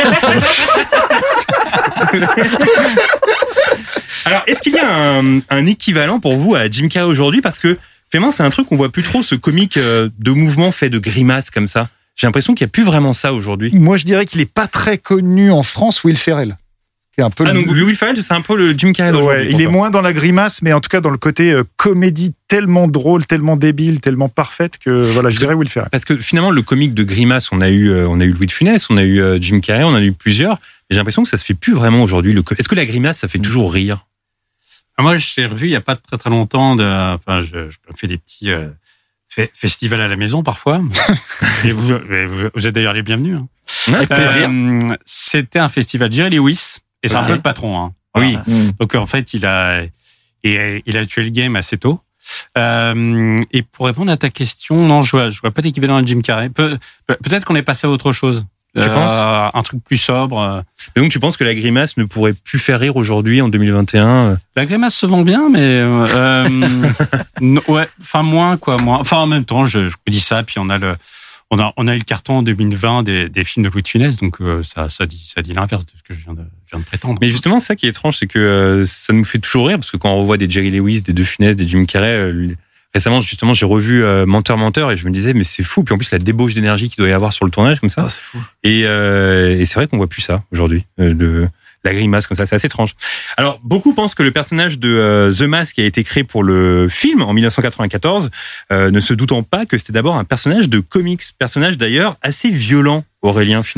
Alors, est-ce qu'il y a un, un équivalent pour vous à Jim Carrey aujourd'hui? Parce que, finalement, c'est un truc qu'on voit plus trop, ce comique de mouvement fait de grimaces comme ça. J'ai l'impression qu'il n'y a plus vraiment ça aujourd'hui. Moi, je dirais qu'il n'est pas très connu en France, Will Ferrell. Qui est un peu ah, le... donc Will Ferrell, c'est un peu le Jim Carrey d'aujourd'hui. Ouais, il est moins dans la grimace, mais en tout cas dans le côté euh, comédie tellement drôle, tellement débile, tellement parfaite que voilà, je dirais Will Ferrell. Parce que finalement, le comique de grimace, on a eu, euh, on a eu Louis de Funès, on a eu euh, Jim Carrey, on en a eu plusieurs. J'ai l'impression que ça se fait plus vraiment aujourd'hui. Le... Est-ce que la grimace, ça fait toujours rire? Moi, je l'ai revu il y a pas très très longtemps. De... Enfin, je, je fais des petits euh, festivals à la maison parfois. Et vous, vous, vous êtes d'ailleurs les bienvenus. Hein. Ouais, avec plaisir. Euh, c'était un festival Jerry Lewis et c'est okay. un peu le patron. Hein. Voilà. Oui. Mmh. Donc en fait, il a et, il a tué le game assez tôt. Euh, et pour répondre à ta question, non, je vois, je vois pas d'équivalent à Jim Carrey. Pe, peut-être qu'on est passé à autre chose. Tu euh, penses un truc plus sobre. Mais donc tu penses que la grimace ne pourrait plus faire rire aujourd'hui en deux mille vingt et un? La grimace se vend bien, mais euh, non, ouais, enfin moins quoi, moins. Enfin en même temps, je, je dis ça, puis on a le, on a, on a eu le carton en deux mille vingt des, des films de Louis de Funès, donc euh, ça, ça dit, ça dit l'inverse de ce que je viens de, je viens de prétendre. Mais justement, ça qui est étrange, c'est que euh, ça nous fait toujours rire parce que quand on revoit des Jerry Lewis, des De Funès, des Jim Carrey. Euh, Récemment, justement, j'ai revu euh, Menteur, Menteur et je me disais, mais c'est fou. Puis en plus, la débauche d'énergie qu'il doit y avoir sur le tournage, comme ça. Ah, c'est fou. Et, euh, et c'est vrai qu'on voit plus ça aujourd'hui. Euh, de, la grimace, comme ça. C'est assez étrange. Alors, beaucoup pensent que le personnage de euh, The Mask a été créé pour le film en dix-neuf cent quatre-vingt-quatorze, euh, ne se doutant pas que c'était d'abord un personnage de comics. Personnage d'ailleurs assez violent, Aurélien, finalement.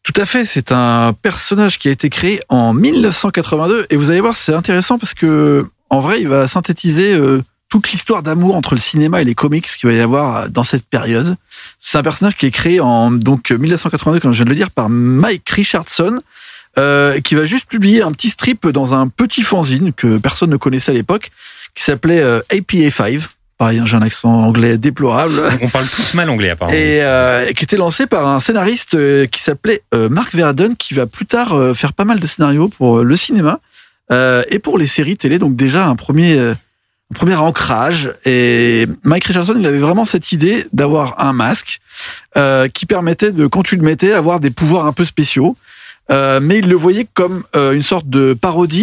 Tout à fait, c'est un personnage qui a été créé en dix-neuf cent quatre-vingt-deux et vous allez voir, c'est intéressant parce que en vrai, il va synthétiser euh, toute l'histoire d'amour entre le cinéma et les comics qu'il va y avoir dans cette période. C'est un personnage qui est créé en donc dix-neuf cent quatre-vingt-deux, comme je viens de le dire, par Mike Richardson, euh, qui va juste publier un petit strip dans un petit fanzine que personne ne connaissait à l'époque, qui s'appelait euh, A P A cinq. Pareil, j'ai un accent anglais déplorable. On parle tous mal anglais, apparemment. Et euh, qui était lancé par un scénariste euh, qui s'appelait euh, Mark Verden, qui va plus tard euh, faire pas mal de scénarios pour euh, le cinéma euh, et pour les séries télé. Donc déjà un premier, euh, un premier ancrage. Et Mike Richardson, il avait vraiment cette idée d'avoir un masque euh, qui permettait de, quand tu le mettais, avoir des pouvoirs un peu spéciaux. Euh, mais il le voyait comme euh, une sorte de parodie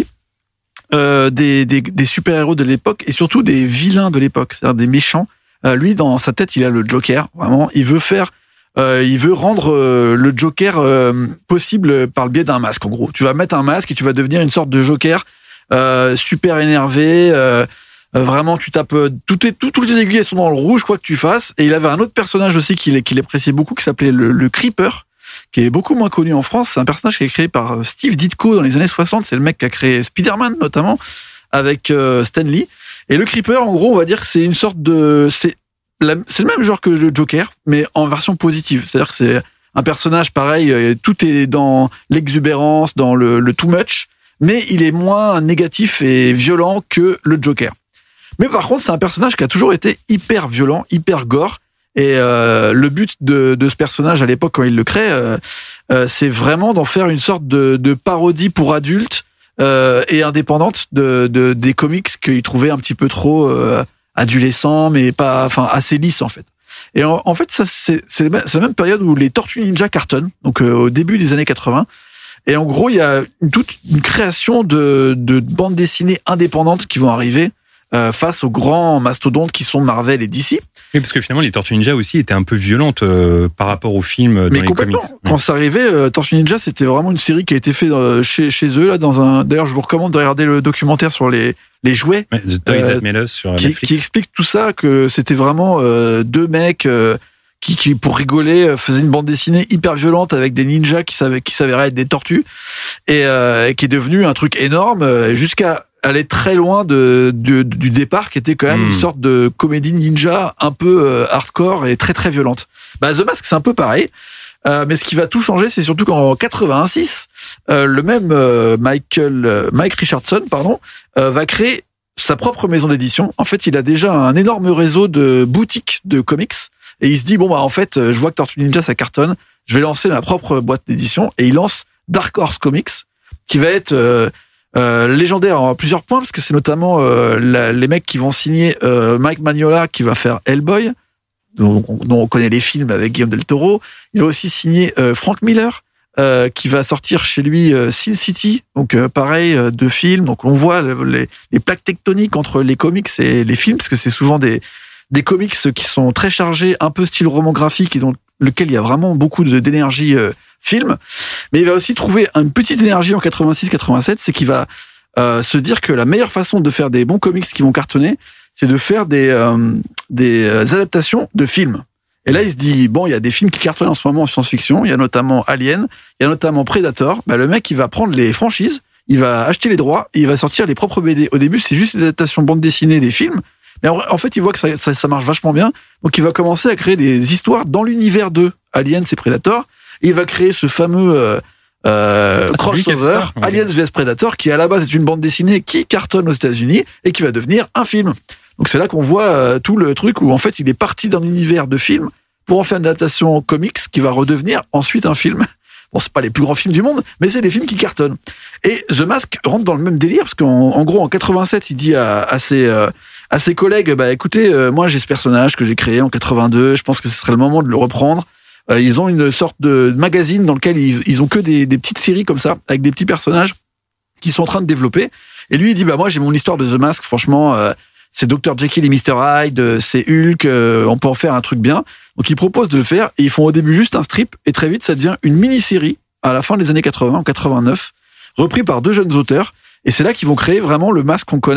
Euh, des, des, des super-héros de l'époque et surtout des vilains de l'époque, c'est-à-dire des méchants. Euh, lui, dans sa tête, il a le Joker, vraiment. Il veut faire, euh, il veut rendre euh, le Joker euh, possible par le biais d'un masque, en gros. Tu vas mettre un masque et tu vas devenir une sorte de Joker euh, super énervé. Euh, euh, vraiment, tu tapes toutes les, tout, toutes les aiguilles sont dans le rouge, quoi que tu fasses. Et il avait un autre personnage aussi qu'il qu'il appréciait beaucoup, qui s'appelait le, le Creeper, qui est beaucoup moins connu en France. C'est un personnage qui est créé par Steve Ditko dans les années soixante. C'est le mec qui a créé Spider-Man, notamment, avec euh, Stan Lee. Et le Creeper, en gros, on va dire que c'est une sorte de... C'est, la, c'est le même genre que le Joker, mais en version positive. C'est-à-dire que c'est un personnage pareil, tout est dans l'exubérance, dans le, le too much, mais il est moins négatif et violent que le Joker. Mais par contre, c'est un personnage qui a toujours été hyper violent, hyper gore. Et euh, le but de, de ce personnage à l'époque, quand il le crée, euh, euh, c'est vraiment d'en faire une sorte de, de parodie pour adultes euh, et indépendante de, de des comics qu'il trouvait un petit peu trop euh, adolescents, mais pas, enfin assez lisses en fait. Et en, en fait, ça c'est c'est la même période où les Tortues Ninja cartonnent, donc euh, au début des années quatre-vingts. Et en gros, il y a une, toute une création de, de bandes dessinées indépendantes qui vont arriver euh, face aux grands mastodontes qui sont Marvel et D C. Oui, parce que finalement, les Tortues Ninja aussi étaient un peu violentes euh, par rapport aux films dans mais les complètement. comics. Quand ça arrivait, euh, Tortues Ninja, c'était vraiment une série qui a été faite euh, chez, chez eux. Là, dans un. D'ailleurs, je vous recommande de regarder le documentaire sur les, les jouets. Ouais, The Toys euh, That Made Us sur qui, Netflix. qui explique tout ça, que c'était vraiment euh, deux mecs euh, qui, qui, pour rigoler, faisaient une bande dessinée hyper violente avec des ninjas qui savaient qui s'avéraient être des tortues et, euh, et qui est devenu un truc énorme euh, jusqu'à aller très loin de, de du départ, qui était quand même mmh. une sorte de comédie ninja un peu euh, hardcore et très très violente. Bah, The Mask, c'est un peu pareil. Euh, mais ce qui va tout changer, c'est surtout qu'en quatre-vingt-six, euh, le même euh, Michael, euh, Mike Richardson, pardon, euh, va créer sa propre maison d'édition. En fait, il a déjà un énorme réseau de boutiques de comics et il se dit bon bah en fait, je vois que Tortue Ninja ça cartonne, je vais lancer ma propre boîte d'édition et il lance Dark Horse Comics, qui va être euh, euh, légendaire en plusieurs points parce que c'est notamment euh, la, les mecs qui vont signer euh, Mike Mignola qui va faire Hellboy, dont, dont on connaît les films avec Guillaume Del Toro. Il va aussi signer euh, Frank Miller, euh, qui va sortir chez lui euh, Sin City, donc euh, pareil, euh, deux films. Donc on voit les, les plaques tectoniques entre les comics et les films, parce que c'est souvent des, des comics qui sont très chargés, un peu style roman graphique, et dans lequel il y a vraiment beaucoup de, d'énergie euh, film. Mais il va aussi trouver une petite énergie en quatre-vingt-six quatre-vingt-sept, c'est qu'il va euh, se dire que la meilleure façon de faire des bons comics qui vont cartonner, c'est de faire des, euh, des adaptations de films. Et là, il se dit, bon, il y a des films qui cartonnent en ce moment en science-fiction, il y a notamment Alien, il y a notamment Predator. Bah, le mec, il va prendre les franchises, il va acheter les droits, et il va sortir les propres B D. Au début, c'est juste des adaptations bande dessinée des films, mais en, en fait, il voit que ça, ça, ça marche vachement bien, donc il va commencer à créer des histoires dans l'univers de Alien, c'est Predator, et il va créer ce fameux euh, euh, ah, crossover, ça, Aliens vs Predator, qui à la base est une bande dessinée qui cartonne aux États-Unis et qui va devenir un film. Donc c'est là qu'on voit euh, tout le truc où en fait il est parti d'un univers de film pour en faire une adaptation comics qui va redevenir ensuite un film. Bon, c'est pas les plus grands films du monde, mais c'est des films qui cartonnent. Et The Mask rentre dans le même délire, parce qu'en en gros, en quatre-vingt-sept, il dit à, à, ses, euh, à ses collègues, bah écoutez, euh, moi j'ai ce personnage que j'ai créé en quatre-vingt-deux, je pense que ce serait le moment de le reprendre. Euh, ils ont une sorte de magazine dans lequel ils, ils ont que des, des petites séries comme ça, avec des petits personnages qui sont en train de développer. Et lui, il dit, bah moi j'ai mon histoire de The Mask, franchement... Euh, c'est docteur Jekyll et mister Hyde, c'est Hulk, euh, on peut en faire un truc bien. Donc ils proposent de le faire, et ils font au début juste un strip, et très vite ça devient une mini-série, à la fin des années quatre-vingts, en quatre-vingt-neuf, repris par deux jeunes auteurs, et c'est là qu'ils vont créer vraiment le Masque qu'on connaît,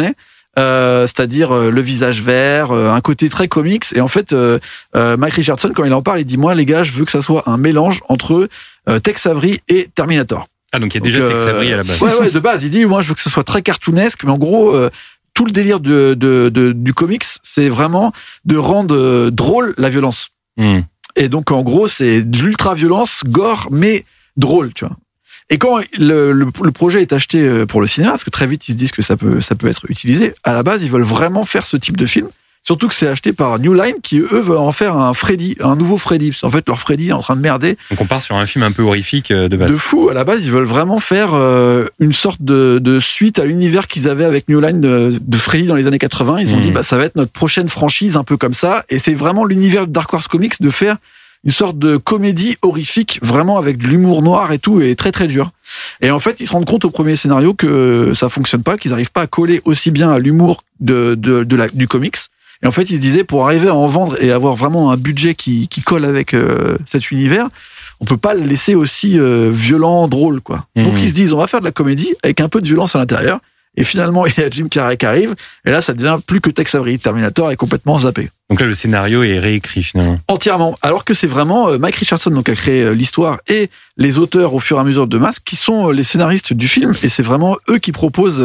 Euh, c'est-à-dire euh, le visage vert, euh, un côté très comics. Et en fait, euh, euh, Mike Richardson, quand il en parle, il dit moi les gars, je veux que ça soit un mélange entre euh, Tex Avery et Terminator. Ah donc il y a déjà donc, Tex euh, Avery à la base. Ouais ouais, de base, il dit moi je veux que ça soit très cartoonesque, mais en gros euh, tout le délire de, de, de du comics, c'est vraiment de rendre euh, drôle la violence. Mmh. Et donc en gros, c'est de l'ultra violence, gore, mais drôle, tu vois. Et quand le, le, le projet est acheté pour le cinéma, parce que très vite ils se disent que ça peut, ça peut être utilisé, à la base ils veulent vraiment faire ce type de film, surtout que c'est acheté par New Line qui eux veulent en faire un Freddy, un nouveau Freddy. En fait leur Freddy est en train de merder. Donc on part sur un film un peu horrifique de base. De fou, à la base ils veulent vraiment faire euh, une sorte de, de suite à l'univers qu'ils avaient avec New Line de, de Freddy dans les années quatre-vingts. Ils ont mmh. dit bah ça va être notre prochaine franchise un peu comme ça, et c'est vraiment l'univers de Dark Horse Comics de faire une sorte de comédie horrifique, vraiment avec de l'humour noir et tout, et très très dur. Et en fait, ils se rendent compte au premier scénario que ça fonctionne pas, qu'ils n'arrivent pas à coller aussi bien à l'humour de, de, de la, du comics. Et en fait, ils se disaient, pour arriver à en vendre et avoir vraiment un budget qui, qui colle avec euh, cet univers, on peut pas le laisser aussi euh, violent, drôle, quoi. Mmh. Donc ils se disent, on va faire de la comédie avec un peu de violence à l'intérieur. Et finalement, il y a Jim Carrey qui arrive, et là, ça devient plus que Tex Avery. Terminator est complètement zappé. Donc là, le scénario est réécrit finalement. Entièrement. Alors que c'est vraiment Mike Richardson donc, qui a créé l'histoire et les auteurs au fur et à mesure de Mask qui sont les scénaristes du film, et c'est vraiment eux qui proposent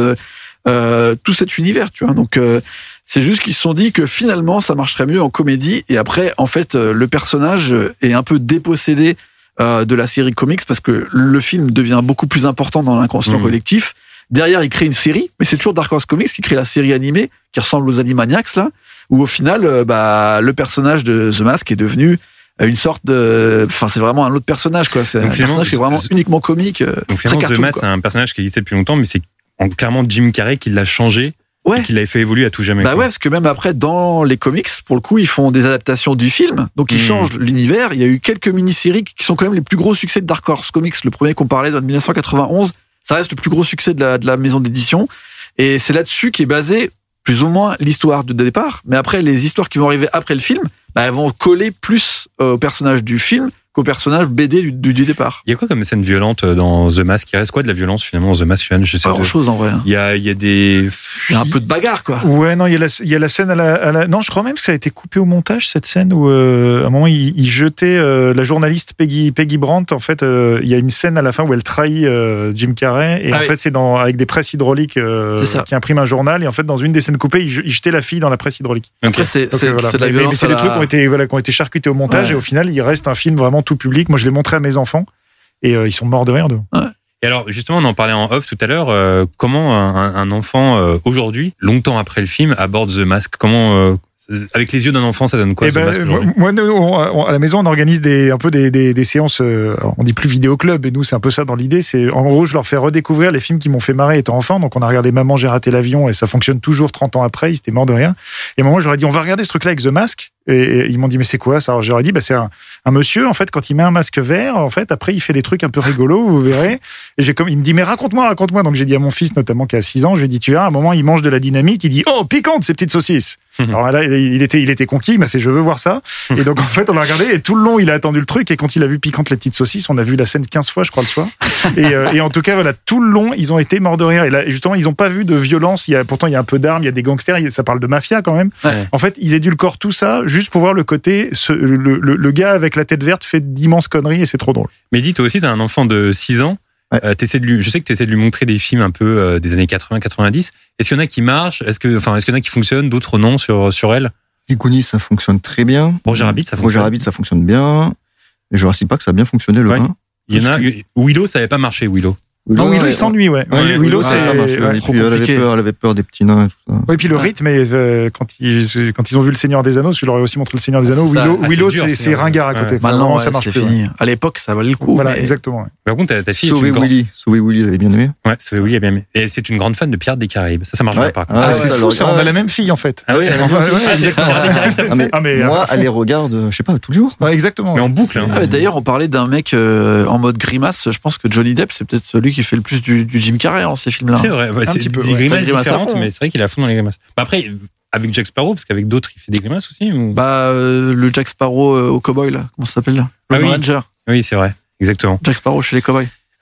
euh, tout cet univers, tu vois. Donc euh, c'est juste qu'ils se sont dit que finalement, ça marcherait mieux en comédie, et après, en fait, le personnage est un peu dépossédé euh, de la série comics parce que le film devient beaucoup plus important dans l'inconscient mmh. collectif. Derrière, il crée une série, mais c'est toujours Dark Horse Comics qui crée la série animée qui ressemble aux Animaniacs, là, où au final, bah, le personnage de The Mask est devenu une sorte de... Enfin, c'est vraiment un autre personnage, quoi. C'est donc, un personnage qui est vraiment uniquement comique. Donc finalement, cartoon, The Mask, c'est un personnage qui existait depuis longtemps, mais c'est clairement Jim Carrey qui l'a changé. Ouais. Et qui l'avait fait évoluer à tout jamais. Bah quoi. ouais, parce que même après, dans les comics, pour le coup, ils font des adaptations du film, donc ils mmh. changent l'univers. Il y a eu quelques mini-séries qui sont quand même les plus gros succès de Dark Horse Comics. Le premier qu'on parlait, en dix-neuf cent quatre-vingt-onze, ça reste le plus gros succès de la, de la maison d'édition. Et c'est là-dessus qu'est basée plus ou moins l'histoire de départ. Mais après, les histoires qui vont arriver après le film, bah, elles vont coller plus au personnage du film qu'au personnage B D du, du, du départ. Il y a quoi comme scène violente dans The Mask? Il reste quoi de la violence finalement dans The Mask? Je sais pas grand-chose en vrai. Il y a, il y a des... Il y a un peu de bagarre, quoi. Ouais, non, il y a la, il y a la scène à la, à la... Non, je crois même que ça a été coupé au montage, cette scène où, euh, à un moment, il, il jetait euh, la journaliste Peggy, Peggy Brandt. En fait, euh, il y a une scène à la fin où elle trahit euh, Jim Carrey. Et ah en oui. fait, c'est dans, avec des presses hydrauliques euh, qui impriment un journal. Et en fait, dans une des scènes coupées, il, il jetait la fille dans la presse hydraulique. Après, okay. c'est, c'est, voilà. c'est de la violence. Mais, mais c'est la... des trucs qui ont été, voilà, qui ont été charcutés au montage. Ouais. Et au final, il reste un film vraiment tout public. Moi, je l'ai montré à mes enfants et euh, ils sont morts de rire. De... Ouais. Et alors, justement, on en parlait en off tout à l'heure. Euh, comment un, un enfant, euh, aujourd'hui, longtemps après le film, aborde The Mask? Comment, euh, avec les yeux d'un enfant, ça donne quoi, eh The ben, Mask aujourd'hui? Moi, nous, on, on, à la maison, on organise des, un peu des, des, des séances, euh, on dit plus vidéoclub, et nous, c'est un peu ça dans l'idée. C'est, en gros, je leur fais redécouvrir les films qui m'ont fait marrer étant enfant. Donc, on a regardé Maman, j'ai raté l'avion, et ça fonctionne toujours trente ans après. Ils étaient morts de rire. Et à un moment, je leur ai dit, on va regarder ce truc-là avec The Mask. Et, et ils m'ont dit, mais c'est quoi ça? Alors, je leur ai dit, bah, c'est un, un monsieur, en fait, quand il met un masque vert, en fait, après, il fait des trucs un peu rigolos, vous verrez. Et j'ai comme, il me dit, mais raconte-moi, raconte-moi. Donc, j'ai dit à mon fils, notamment, qui a six ans, je lui ai dit, tu verras, à un moment, il mange de la dynamite, il dit, oh, piquante, ces petites saucisses. Alors là, il était, il était conquis, il m'a fait, je veux voir ça. Et donc, en fait, on l'a regardé, et tout le long, il a attendu le truc, et quand il a vu piquante les petites saucisses, on a vu la scène quinze fois, je crois, le soir. Et, euh, et en tout cas, voilà, tout le long, ils ont été morts de rire. Et là, justement, ils ont pas vu de violence. Il y a, pourtant, il y a un peu d'armes, il y a des gangsters, ça parle de mafia quand même. Ouais. En fait, ils édulcorent tout ça, juste pour voir le côté, ce, le, le, le gars avec la tête verte fait d'immenses conneries, et c'est trop drôle. Mais dis, toi aussi, t'as un enfant de six ans. Ouais. Euh, t'essaies de lui, je sais que tu essaies de lui montrer des films un peu euh, des années quatre-vingts quatre-vingt-dix. Est-ce qu'il y en a qui marchent? Est-ce que, enfin, est-ce qu'il y en a qui fonctionnent, d'autres non sur, sur elle? Les Goonies, ça fonctionne très bien. Roger Rabbit, ça fonctionne. Roger Rabbit, ça fonctionne bien. Et Jurassic Park, ça a bien fonctionné, le ouais. un. Il y en a, que... Willow, ça n'avait pas marché, Willow. Non, Willow, il s'ennuie, ouais. ouais. ouais Willow, ouais, c'est, ouais, ouais, trop elle avait peur, elle avait peur des petits nains et tout ça. Oui, et puis le rythme, euh, quand ils, quand ils ont vu le Seigneur des Anneaux, je leur ai aussi montré le Seigneur des Anneaux. C'est Willow, ah, Willow, c'est, dur, c'est, c'est ringard à côté. Ouais. Maintenant, ouais, ça marche c'est plus. fini. Ouais. À l'époque, ça valait le coup. Voilà, mais... exactement. Ouais. Par contre, ta, ta fille. Sauver Willy. Grande... Sauver Willy, elle avait bien aimé. Ouais, Sauver Willy, elle a bien aimé. Et c'est une grande fan de Pirates des Caraïbes. Ça, ça marche ouais. pas. Ah, c'est fou, ça. On a la même fille, en fait. Ah oui, exactement. Moi, elle les regarde, je sais pas, tous les jours. Ouais, exactement. Mais en boucle. D'ailleurs, on parlait d'un mec en mode grimace. Je pense que Johnny Depp, c'est peut-être celui qui fait le plus du Jim Carrey dans ces films-là. C'est vrai, ouais, un c'est petit peu. Des Ouais, grimaces grimace différentes, fond, mais c'est vrai qu'il est à fond dans les grimaces. Bah après, avec Jack Sparrow, parce qu'avec d'autres, il fait des grimaces aussi. Ou... Bah euh, le Jack Sparrow euh, au cowboy là, comment ça s'appelle là? Le ah oui. Ranger. Oui, c'est vrai, exactement. Jack Sparrow chez les cowboys.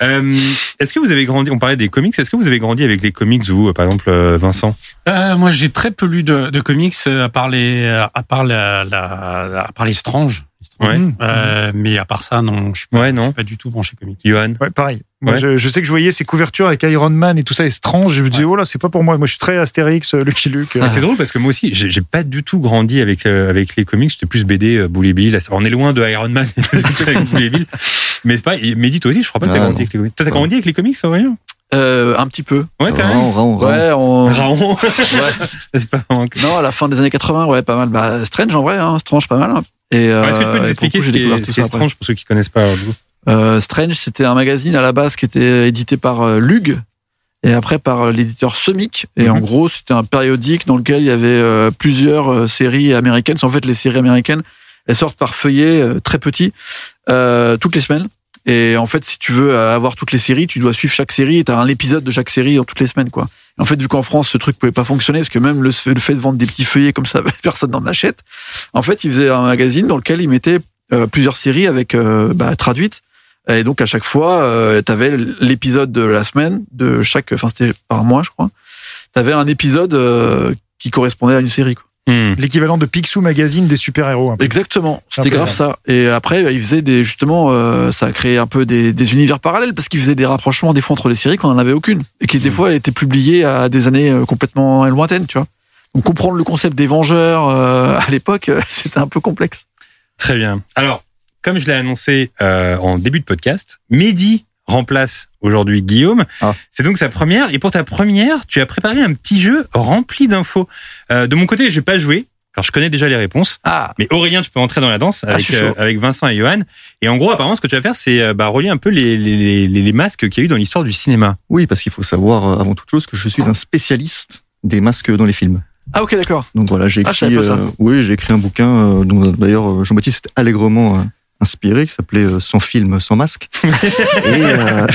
Euh, est-ce que vous avez grandi, on parlait des comics, est-ce que vous avez grandi avec les comics, vous, par exemple, Vincent? Euh, moi, j'ai très peu lu de, de comics, à part les, à part la, la, à part les Strange. Ouais. Euh, mais à part ça, non, je suis pas, Ouais, non. je suis pas du tout branché comics. Johan? Ouais, pareil. Moi, Ouais. je, je sais que je voyais ces couvertures avec Iron Man et tout ça, étrange. Je me disais, oh là, c'est pas pour moi. Moi, je suis très Astérix, Lucky Luke. Ah, c'est drôle parce que moi aussi, j'ai, j'ai pas du tout grandi avec euh, avec les comics. J'étais plus B D, euh, Bully Bill. On est loin de Iron Man avec Bully Bill. Mais c'est pas. Et Mehdi, toi aussi, je crois pas que t'as Ah, grandi non. avec les comics. Toi, t'as grandi avec les comics, Aurélien? Euh, un petit peu. Ouais, quand même. Raon, Raon, Raon. Ouais, on... Raon. ouais. C'est pas vraiment. Non, à la fin des années quatre-vingts, ouais, pas mal. Bah, Strange, en vrai, hein, Strange, pas mal. hein. Et, euh, Alors, est-ce que tu peux nous et expliquer pour ce le coup, j'ai qui est, découvert tout ce qui est ça après. Strange pour ceux qui connaissent pas? alors, du coup Euh, Strange, c'était un magazine à la base qui était édité par euh, Lug et après par euh, l'éditeur Semic. Et Mhm. en gros, c'était un périodique dans lequel il y avait euh, plusieurs euh, séries américaines. En fait, les séries américaines, elles sortent par feuillet euh, très petit euh, toutes les semaines. Et en fait, si tu veux avoir toutes les séries, tu dois suivre chaque série et t'as un épisode de chaque série dans toutes les semaines, quoi. Et en fait, vu qu'en France, ce truc pouvait pas fonctionner, parce que même le, le fait de vendre des petits feuillets comme ça, personne n'en achète. En fait, ils faisaient un magazine dans lequel ils mettaient euh, plusieurs séries avec euh, bah, traduites. Et donc, à chaque fois, euh, t'avais l'épisode de la semaine de chaque, enfin, c'était par mois, je crois. T'avais un épisode euh, qui correspondait à une série, quoi. Hmm. L'équivalent de Picsou Magazine des super-héros. un peu. Exactement, C'est un c'était peu grave ça. Et après, ils faisaient des, justement, euh, ça a créé un peu des, des univers parallèles parce qu'ils faisaient des rapprochements des fois entre les séries qu'on n'en avait aucune et qui des fois étaient publiées à des années euh, complètement lointaines, tu vois. Donc comprendre le concept des Vengeurs euh, à l'époque, euh, c'était un peu complexe. Très bien. Alors, comme je l'ai annoncé euh, en début de podcast, Mehdi remplace aujourd'hui Guillaume. Ah. C'est donc sa première. Et pour ta première, tu as préparé un petit jeu rempli d'infos. Euh, de mon côté, je vais pas jouer, car je connais déjà les réponses. Ah, Mais Aurélien, tu peux entrer dans la danse avec, je suis chaud. euh, avec Vincent et Johan. Et en gros, apparemment, ce que tu vas faire, c'est euh, bah, relier un peu les, les, les, les masques qu'il y a eu dans l'histoire du cinéma. Oui, parce qu'il faut savoir euh, avant toute chose que je suis un spécialiste des masques dans les films. ah ok, d'accord. Donc voilà, j'ai Ah, je écrit, savais pas ça. euh, oui, j'ai écrit un bouquin euh, dont d'ailleurs euh, Jean-Baptiste est allègrement euh, inspiré, qui s'appelait euh, Sans film, sans masque. Et euh,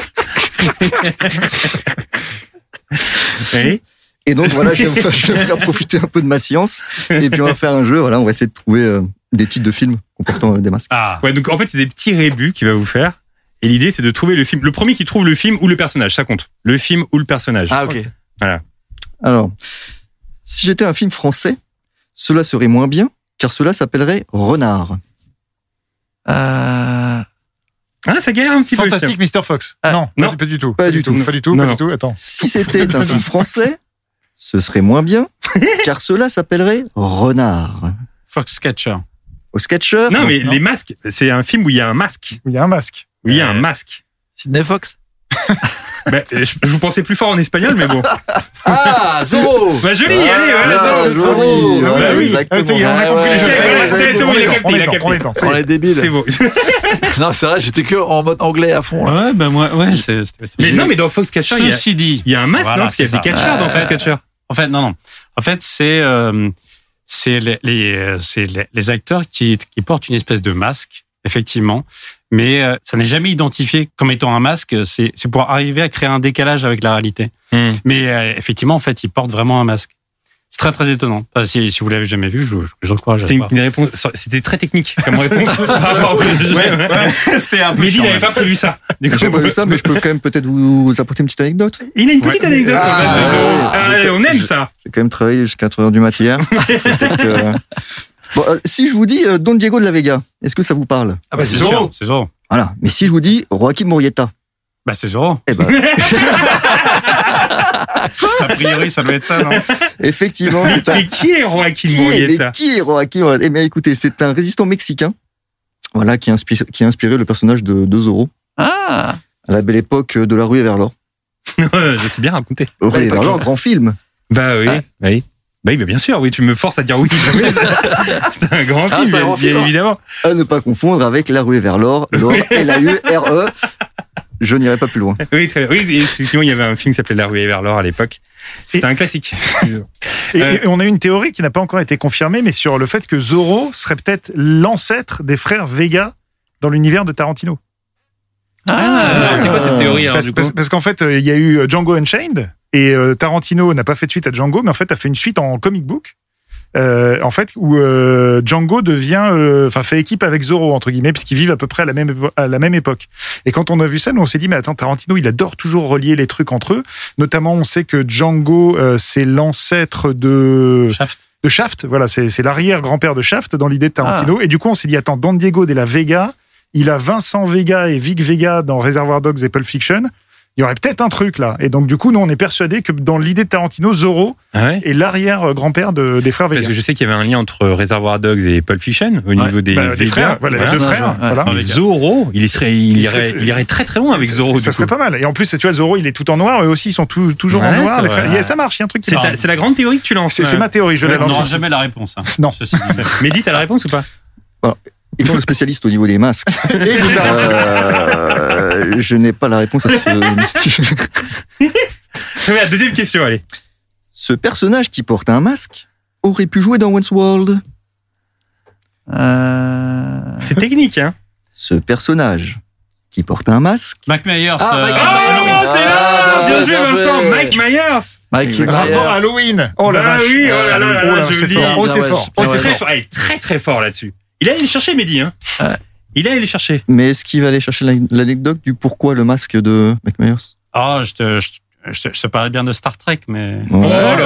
Oui. Et donc voilà, je vais, vous faire, je vais vous faire profiter un peu de ma science. Et puis on va faire un jeu. Voilà, on va essayer de trouver euh, des titres de films comportant euh, des masques. Ah, Ouais, donc en fait, c'est des petits rébus qu'il va vous faire. Et l'idée, c'est de trouver le film. Le premier qui trouve le film ou le personnage, ça compte. Le film ou le personnage. Ah ok. Alors, si j'étais un film français, cela serait moins bien, car cela s'appellerait Renard. Euh... Ah, ça galère un petit Fantastique Mister Fox. Ah, non, non. pas, pas du tout. Pas du tout. Pas du tout. Non, Pas non. du tout. Attends. Si c'était un film français, ce serait moins bien, car cela s'appellerait Renard. Foxcatcher. Au Sketcher. peu. Non, mais Non. les masques, c'est un film où il y a un masque. Il y a un masque. Où il y a un Euh, masque. Sidney Fox. Bah, je, je vous pensais plus fort en espagnol, mais bon. Ah, Zorro. Bah, joli, Ah, allez, voilà, ah, ça, c'est joli. bon. Ouais, Bah oui. exactement. Ah, ça y est, on a Ouais, compris ouais, les jeux. ouais, Ça y est, ouais, ça y est, ouais, c'est bon, ouais, on est ouais, dans, on est il a dans, capté. on est dans. Ça On y est. est débiles. C'est bon. Non, c'est vrai, j'étais que en mode anglais à fond. Là. Ouais, ben moi, ouais, c'est, c'est- Mais non, mais dans Foxcatcher, il y a, Ceci dit, il y a un masque, Voilà, non? Parce qu'il y a c'est des ça. catcheurs dans Ouais. Foxcatcher. en fait, non, non. En fait, c'est, euh, c'est les, les, c'est les, les acteurs qui, qui portent une espèce de masque, effectivement. Mais euh, ça n'est jamais identifié comme étant un masque. C'est, c'est pour arriver à créer un décalage avec la réalité. Hmm. Mais euh, effectivement, en fait, ils portent vraiment un masque. C'est très très étonnant. Enfin, si, si vous l'avez jamais vu, je, je vous encourage à C'était le une, voir. une réponse, c'était très technique comme réponse. par rapport au jeu. Ouais, ouais. C'était un peu Mehdi chiant, n'avait ouais. pas prévu ça. Du coup, J'ai pas vu ça, mais je peux quand même peut-être vous apporter une petite anecdote. il a une petite Ouais. anecdote sur le Ah, masque de jeu. ouais. Ah, allez, on aime ça. J'ai quand même travaillé jusqu'à quatre heures du matin hier. Peut-être que- Bon, euh, si je vous dis euh, Don Diego de la Vega, est-ce que ça vous parle? Ah bah c'est sûr, Zorro. c'est Zorro. Voilà. Mais si je vous dis Joaquin Murrieta, Bah, c'est Zorro. eh ben, A priori, ça doit être ça, non? effectivement, c'est un... Mais qui est Joaquin Qui est, Murrieta? mais qui est Joaquin Murrieta? Eh bien, écoutez, c'est un résistant mexicain, voilà, qui a inspiré, qui a inspiré le personnage de, de Zorro Ah. à la belle époque de La Rue vers l'or. Je sais bien raconter. Rue Belle vers l'or, époque. grand film. Bah oui, Ouais. bah oui. Bah oui, bah bien sûr, oui, tu me forces à dire oui. C'est un grand Ah, film, c'est un bien, grand film, bien hein. évidemment. À ne pas confondre avec La Rue vers l'or, l'or, L A U R E. Je n'irai pas plus loin. Oui, très bien. Oui, effectivement, il y avait un film qui s'appelait La Ruée vers l'or à l'époque. C'était un classique. Et, Euh, et on a une théorie qui n'a pas encore été confirmée, mais sur le fait que Zorro serait peut-être l'ancêtre des frères Vega dans l'univers de Tarantino. Ah. c'est quoi cette théorie alors, Parce, du parce- coup parce qu'en fait, euh, il y a eu Django Unchained et euh, Tarantino n'a pas fait de suite à Django, mais en fait a fait une suite en comic book Euh, en fait, où euh, Django devient, enfin, euh, fait équipe avec Zorro entre guillemets, puisqu'ils vivent à peu près à la même épo- à la même époque. Et quand on a vu ça, nous on s'est dit, mais attends, Tarantino, il adore toujours relier les trucs entre eux. Notamment, on sait que Django, euh, c'est l'ancêtre de Shaft. de Shaft. Voilà, c'est c'est l'arrière-grand-père de Shaft dans l'idée de Tarantino. Ah. Et du coup, on s'est dit, attends, Don Diego de la Vega, il a Vincent Vega et Vic Vega dans Reservoir Dogs et Pulp Fiction. Il y aurait peut-être un truc là. Et donc, du coup, nous, on est persuadés que dans l'idée de Tarantino, Zorro Ah ouais est l'arrière-grand-père de, des frères Vega. Parce que je sais qu'il y avait un lien entre Reservoir Dogs et Pulp Fiction au niveau ouais. des, bah, des frères. Voilà, voilà. les deux frères. Ouais. Voilà. Mais Zorro, il serait, il irait, il irait très très loin avec Zorro. Ça serait pas mal. Et en plus, tu vois, Zorro, il est tout en noir. Eux aussi, ils sont tout, toujours Ouais, en noir. Les vrai. frères. Yeah, ça marche. Il y a un truc qui C'est, marche. ta- c'est la grande théorie que tu lances. C'est, c'est ma théorie. Je Ouais, la on lance n'aura ici. jamais la réponse. Hein. Non. Ceci dit. Mehdi, t'as la réponse ou pas? Étant le spécialiste au niveau des masques, euh, je n'ai pas la réponse à ce. Mais la deuxième question, allez. Ce personnage qui porte un masque aurait pu jouer dans Westworld. Euh... C'est technique, hein. Ce personnage qui porte un masque. Mike Myers. Ah, euh, Mike Oh, Myers. c'est là. Ah, Bien bien joué, joué. Vincent. Mike Myers. Mike Exactement. Myers. Rapport à Halloween. Oh la Bah vache. oui, oh là là là Oh là, là, je c'est dis. fort. Oh, c'est Ouais, fort. je- Oh, Oh, c'est c'est fort. très fort. Il est très très fort là-dessus. Il allait le chercher, Mehdi, hein. Ouais. Il allait le chercher. Mais est-ce qu'il va aller chercher l'anecdote du pourquoi le masque de Mike Myers? Ah, je te, je, je, te- je te parlais bien de Star Trek, mais. Ouais. Oh là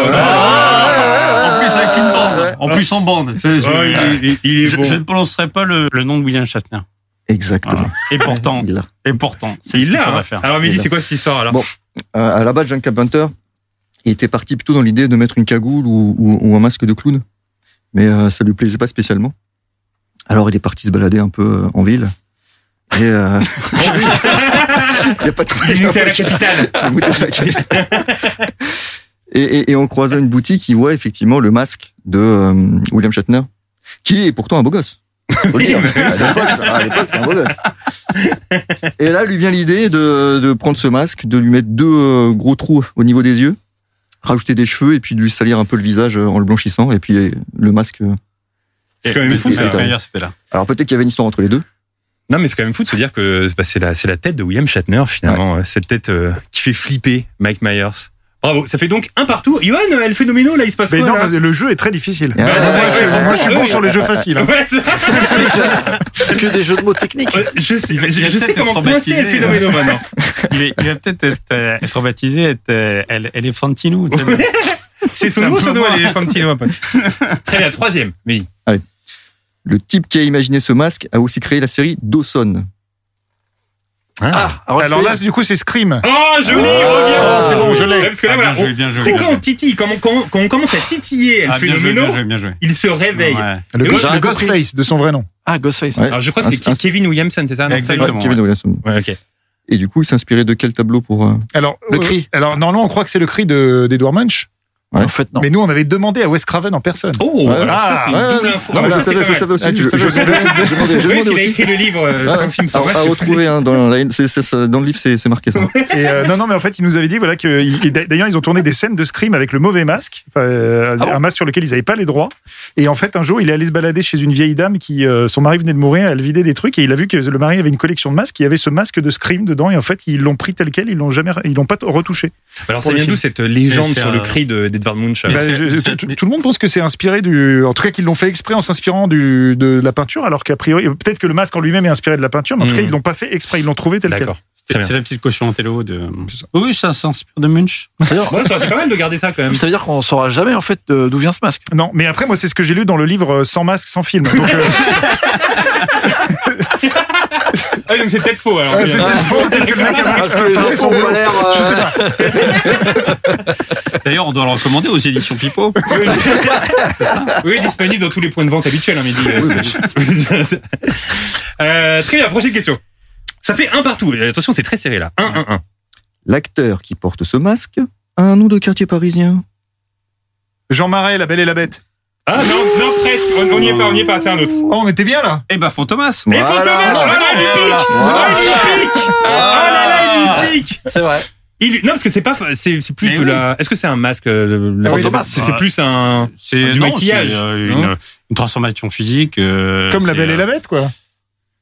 là. En plus avec une bande. En plus en bande. Tu sais, je, Oh, il est- il- il est je, bon. je ne prononcerai pas le, le nom de William Shatner. Exactement. Voilà. Et pourtant, Il l'a. et pourtant, c'est ce Il qu'il l'a. faudrait hein. faire. Alors, Mehdi, Il c'est quoi cette histoire alors? Bon. Euh, à la base, John Carpenter, il était parti plutôt dans l'idée de mettre une cagoule ou, ou, ou un masque de clown. Mais euh, ça lui plaisait pas spécialement. Alors il est parti se balader un peu euh, en ville. Et euh... il y a pas de Il est monté à la capitale. C'est monté à la capitale. et, et, et en croisant une boutique, il voit effectivement le masque de euh, William Shatner, qui est pourtant un beau gosse. Faut le dire. À l'époque, ça- à l'époque, c'est un beau gosse. Et là, lui vient l'idée de, de prendre ce masque, de lui mettre deux euh, gros trous au niveau des yeux, rajouter des cheveux et puis de lui salir un peu le visage euh, en le blanchissant. Et puis euh, le masque. euh, C'est quand même fou, ça. Mike Myers, c'était là. Alors peut-être qu'il y avait une histoire entre les deux. Non, mais c'est quand même fou de se dire que bah, c'est la, c'est la tête de William Shatner, finalement. euh, Cette tête euh, qui fait flipper Mike Myers. Bravo. Ça fait donc un partout. Johan, El Phénoméno, là, il se passe Mais quoi, non, là parce que le jeu est très difficile. Ah, Bah, ouais, moi, ouais, je, suis- ouais, moi, je suis ouais, bon ouais. sur les jeux faciles. hein. Ouais, c'est- C'est que des jeux de mots techniques. Ouais, je sais, Il va- je, il va je sais peut-être comment être coincer El traumatisé, Phénoméno maintenant. Il, est- il va peut-être être, euh, être baptisé, être euh, El- Elephantino. tu sais. C'est son nouveau surnom, les Fantino, un peu. Très bien, troisième. Mais Le type qui a imaginé ce masque a aussi créé la série Dawson. ah. alors, Alors là, du coup, c'est Scream. Oh, joli, Ah, reviens. c'est bon, je l'ai. Ouais, parce que là, Ah, voilà, bien joué, on- bien joué, c'est bien quand joué. on titille, quand on, quand, quand on commence à titiller El Ah, bien joué, Phénoméno, bien joué, bien joué. il se réveille. Ouais. Le, Et Ghost- moi, le j'ai compris. Ghostface de son vrai nom. Ah, Ghostface. Ouais. Alors, je crois que c'est Un- un- Kevin Williamson, c'est ça? non Exactement. Ouais, Kevin Williamson. Ouais, ok. Et du coup, il s'est inspiré de quel tableau pour euh, Alors, Le euh, cri. alors, normalement, on croit que c'est le cri de, d'Edward Munch. Ouais. En fait, non. Mais nous, on avait demandé à Wes Craven en personne. Oh, Ouais. alors ça, c'est une Ouais, double ouais. info. Non, mais Ah, je ça, savais, c'est je pas savais mal. aussi. Ah, tu je, savais je aussi. savais aussi. J'ai demandé, j'ai Oui, demandé parce qu'il a aussi. écrit le livre euh, Ah, sans film, sans à, masque. à retrouver hein, dans, la, c'est, c'est, ça- dans le livre, c'est, c'est marqué ça. Et euh, non, non, mais en fait, ils nous avaient dit voilà que il- et d'ailleurs, ils ont tourné des scènes de Scream avec le mauvais masque, enfin, euh, Ah bon un masque sur lequel ils n'avaient pas les droits. Et en fait, un jour, il est allé se balader chez une vieille dame qui, euh, son mari venait de mourir, elle vidait des trucs et il a vu que le mari avait une collection de masques. Il y avait ce masque de Scream dedans et en fait, ils l'ont pris tel quel, ils l'ont jamais, ils l'ont pas retouché. Alors, pour ça le vient d'où film. cette légende Mais c'est sur le un- cri de- d'Edvard Munch? Mais Bah, c'est- je- c'est- tout, tout le monde pense que c'est inspiré du, en tout cas qu'ils l'ont fait exprès en s'inspirant du de la peinture, alors qu'a priori peut-être que le masque en lui-même est inspiré de la peinture, mais en tout Mm. cas ils l'ont pas fait exprès, ils l'ont trouvé tel quel. D'accord. C'est Très c'est bien. la petite cochon intello de. Oui, ça s'inspire de Munch. Ça veut dire, Ouais, ça, c'est pas mal de garder ça quand même. ça veut dire qu'on saura jamais en fait de- d'où vient ce masque. Non, mais après moi c'est ce que j'ai lu dans le livre euh, Sans masque, sans film. Donc, euh, Ah, donc c'est peut-être faux alors. ouais, c'est peut-être faux, peut-être que le mec a Parce que les autres sont pas l'air. euh, Je sais pas. D'ailleurs, on doit le recommander aux éditions Pipo. Oui, disponible dans tous les points de vente habituels, hein, Mehdi. Euh, très bien, prochaine question. Ça fait un partout. Attention, c'est très serré là. Un, un, un. L'acteur qui porte ce masque a un nom de quartier parisien. Jean Marais, La Belle et la Bête. Ah non, non, presque. On on n'y est pas, on n'y est pas. C'est un autre. Oh, on était bien là. Eh ben, Fantomas. Et Fantomas, oh là là, il lui pique. Oh là, il lui pique. Oh là là, il lui pique. C'est vrai. Il lui- Non, parce que c'est pas, c'est c'est plus Mais de oui. la. Est-ce que c'est un masque euh, le Ah oui, Fantomas c'est- C'est c'est plus un. C'est Du non, maquillage, c'est, euh, non une, une transformation physique. euh, Comme La c'est, Belle et euh, la Bête quoi.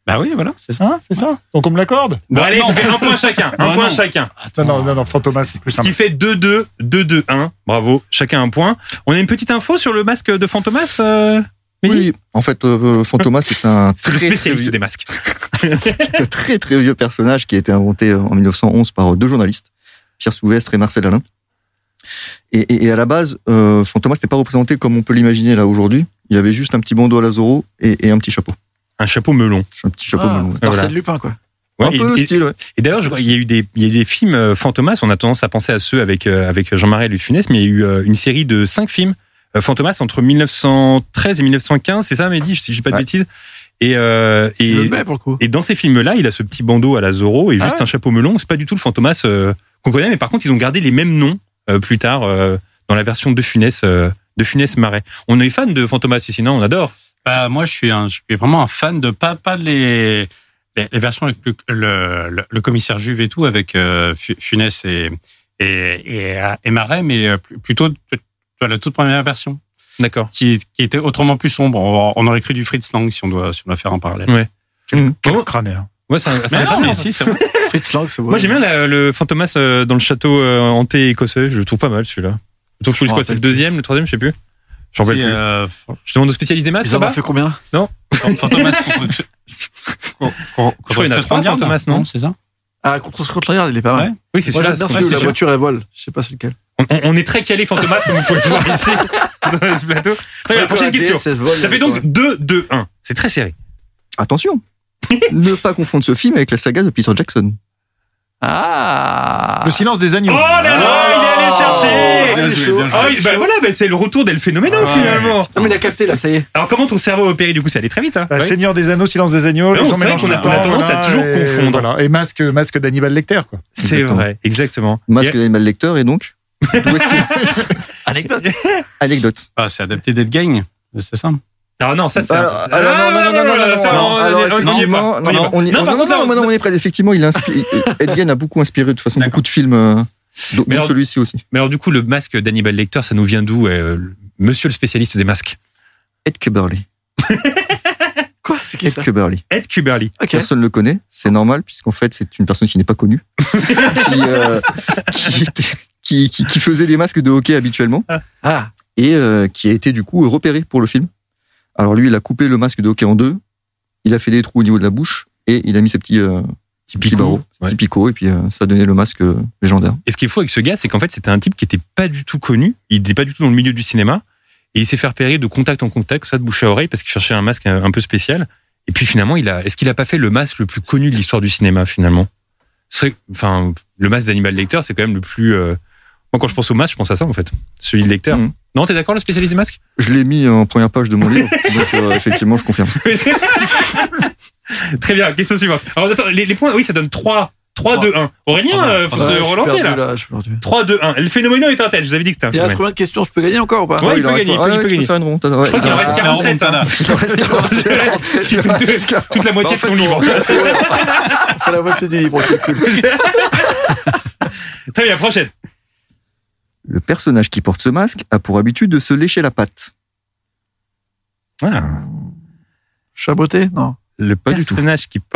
Bah oui, voilà, c'est ça. Hein, c'est ça. Donc on me l'accorde. Bon, allez, non. ça fait un point chacun. Un Non, point non. chacun. Non, non, non, non, Fantomas, c'est plus Ce qui simple. fait deux deux, deux deux un. Bravo, chacun un point. On a une petite info sur le masque de Fantomas, euh, Mehdi ? Oui, en fait, euh, Fantomas, c'est un C'est le très, très spécialiste vieux- des masques. c'est un très très vieux personnage qui a été inventé en mille neuf cent onze par deux journalistes, Pierre Souvestre et Marcel Alain. Et, et, et à la base, euh, Fantomas n'était pas représenté comme on peut l'imaginer là aujourd'hui. Il avait juste un petit bandeau à la Zorro et, et un petit chapeau. Un chapeau melon. Un petit chapeau Ah, melon. c'est Arsène Voilà. Lupin, quoi. Ouais, un et- peu le et- style, ouais. Et d'ailleurs, je crois qu'il y a eu des, il y a eu des films euh, Fantomas. On a tendance à penser à ceux avec euh, avec Jean-Marie et Louis de Funès, mais il y a eu euh, une série de cinq films euh, Fantomas entre mille neuf cent treize et mille neuf cent quinze. C'est ça, Mehdi, si je dis pas de Ouais. bêtises. Et euh, Et... le et met, pour le coup. et dans ces films-là, il a ce petit bandeau à la Zorro et Ah juste ouais. un chapeau melon. C'est pas du tout le Fantomas euh, qu'on connaît, mais par contre, ils ont gardé les mêmes noms euh, plus tard euh, dans la version de Funès, euh, de Funès Marais. On est fan de Fantomas ici, non ? On adore. Bah, moi, je suis, un, je suis vraiment un fan de pas, pas les, les, les versions avec le, le, le, le commissaire Juve et tout, avec euh, Fu- Funès et, et, et, et Marais, mais euh, plutôt de, de la toute première version, D'accord. qui, qui était autrement plus sombre. On, on aurait cru du Fritz Lang si on doit, si on doit faire un parallèle. Ouais. Mmh. Quel Oh. crâneur. Ouais, c'est un, c'est Mais un non, crâneur, mais ça. si, c'est vrai. Fritz Lang, c'est beau. Moi, j'aime bien la- le Fantomas euh, dans le château euh, hanté écossais. Je le trouve pas mal, celui-là. Je trouve que Je c'est m'en quoi, c'est le rappelle deuxième, le troisième, je sais plus. J'en rappelle Si, plus. euh, Je demande aux spécialisés masques, Ils ça en ont va fait combien Fantomas contre. Je crois qu'il y en a trois, Fantomas, non C'est ça? Ah, contre Scott Yard, il est pas mal. Ouais. Oui, c'est Moi, celui-là. j'aime bien c'est celui où celui-là. la voiture elle vole. Je sais pas c'est lequel. On, on- on est très calé Fantomas, comme vous pouvez le voir ici, dans ce plateau. Très bien, prochaine question. Ça fait donc deux deux un. C'est très serré. Attention, ne pas confondre ce film avec la saga de Peter Jackson. Ah Le silence des agneaux. Oh là là, il est allé chercher bien joué, bien joué. Ah oui, bah voilà, bah c'est le retour d'El Phénoméno, Ah, finalement. Non mais il a capté là, ça y est. Alors, comment ton cerveau a opéré, du coup, ça allait très vite, hein Bah, Ouais. Seigneur des Anneaux, Silence des Agneaux, Non, les gens c'est vrai mélangent qu'on a- tout le on a temps, tendance à toujours et, confondre. Voilà. Et masque, masque d'Hannibal Lecter, quoi. C'est Exactement. vrai, exactement. Masque Et- d'animal lecteur et donc d'où est-ce qu'il- Anecdote. Anecdote. Ah, c'est adapté d'Ed Gein, c'est ça? Ah non, ça c'est. Alors, un- alors, non, non, non, non, non, non, ça, non, on- alors, on- on y est pas, effectivement, on y non, est non, pas. on y- Non, non, par non, contre, non, là, non, on est prêt. Effectivement, il a inspiré, Ed Gein a beaucoup inspiré de toute façon D'accord. beaucoup de films, euh, dont Mais dont alors- celui-ci aussi. Mais alors, du coup, le masque d'Hannibal Lecter, ça nous vient d'où, euh, le- monsieur le spécialiste des masques? Ed Kuberly. Quoi C'est qui Ed ça Kuberly. Ed Kuberly. Ok. Personne ne le connaît, c'est normal, puisqu'en fait, c'est une personne qui n'est pas connue, qui, euh, qui, était- qui, qui, qui faisait des masques de hockey habituellement, Ah, et euh, qui a été du coup repéré pour le film. Alors lui, il a coupé le masque de hockey en deux, il a fait des trous au niveau de la bouche, et il a mis ses petits, euh, petits Typico. barreaux, Ouais. petits picots, et puis euh, ça a donné le masque euh, légendaire. Et ce qui est fou avec ce gars, c'est qu'en fait, c'était un type qui était pas du tout connu. Il n'était pas du tout dans le milieu du cinéma. Et il s'est fait repérer de contact en contact, ça de bouche à oreille, parce qu'il cherchait un masque un, un peu spécial. Et puis finalement, il a, est-ce qu'il a pas fait le masque le plus connu de l'histoire du cinéma, finalement? C'est, enfin, le masque d'Hannibal Lecter, c'est quand même le plus, euh, moi, quand je pense au masque, je pense à ça, en fait. Celui de Lecter. Mhm. Non, t'es d'accord, le spécialiste des masques? Je l'ai mis en première page de mon livre, donc euh, effectivement, je confirme. Très bien, question suivante. Alors, attends, les, les points, oui, ça donne trois, trois, deux, un. Aurélien, euh, faut Ouais, se je suis relancer, perdu, là. Je suis perdu. trois, deux, un. Le phénoménon est un tel, je vous avais dit que c'était un Il reste phénomène. combien de questions? Je peux gagner encore ou pas Ouais, il en peut reste gagner, pas- il peut- il ouais, peut tu gagner. faire une remontada, ouais. Je crois qu'il en reste Ah, quarante-sept. hein. il en reste quarante-sept. Il fait deux- toute la moitié de son livre. On fait la moitié du livre, c'est cool. Très bien, prochaine. Le personnage qui porte ce masque a pour habitude de se lécher la patte. Ah. Chaboté? Non. Le Pas du tout. personnage qui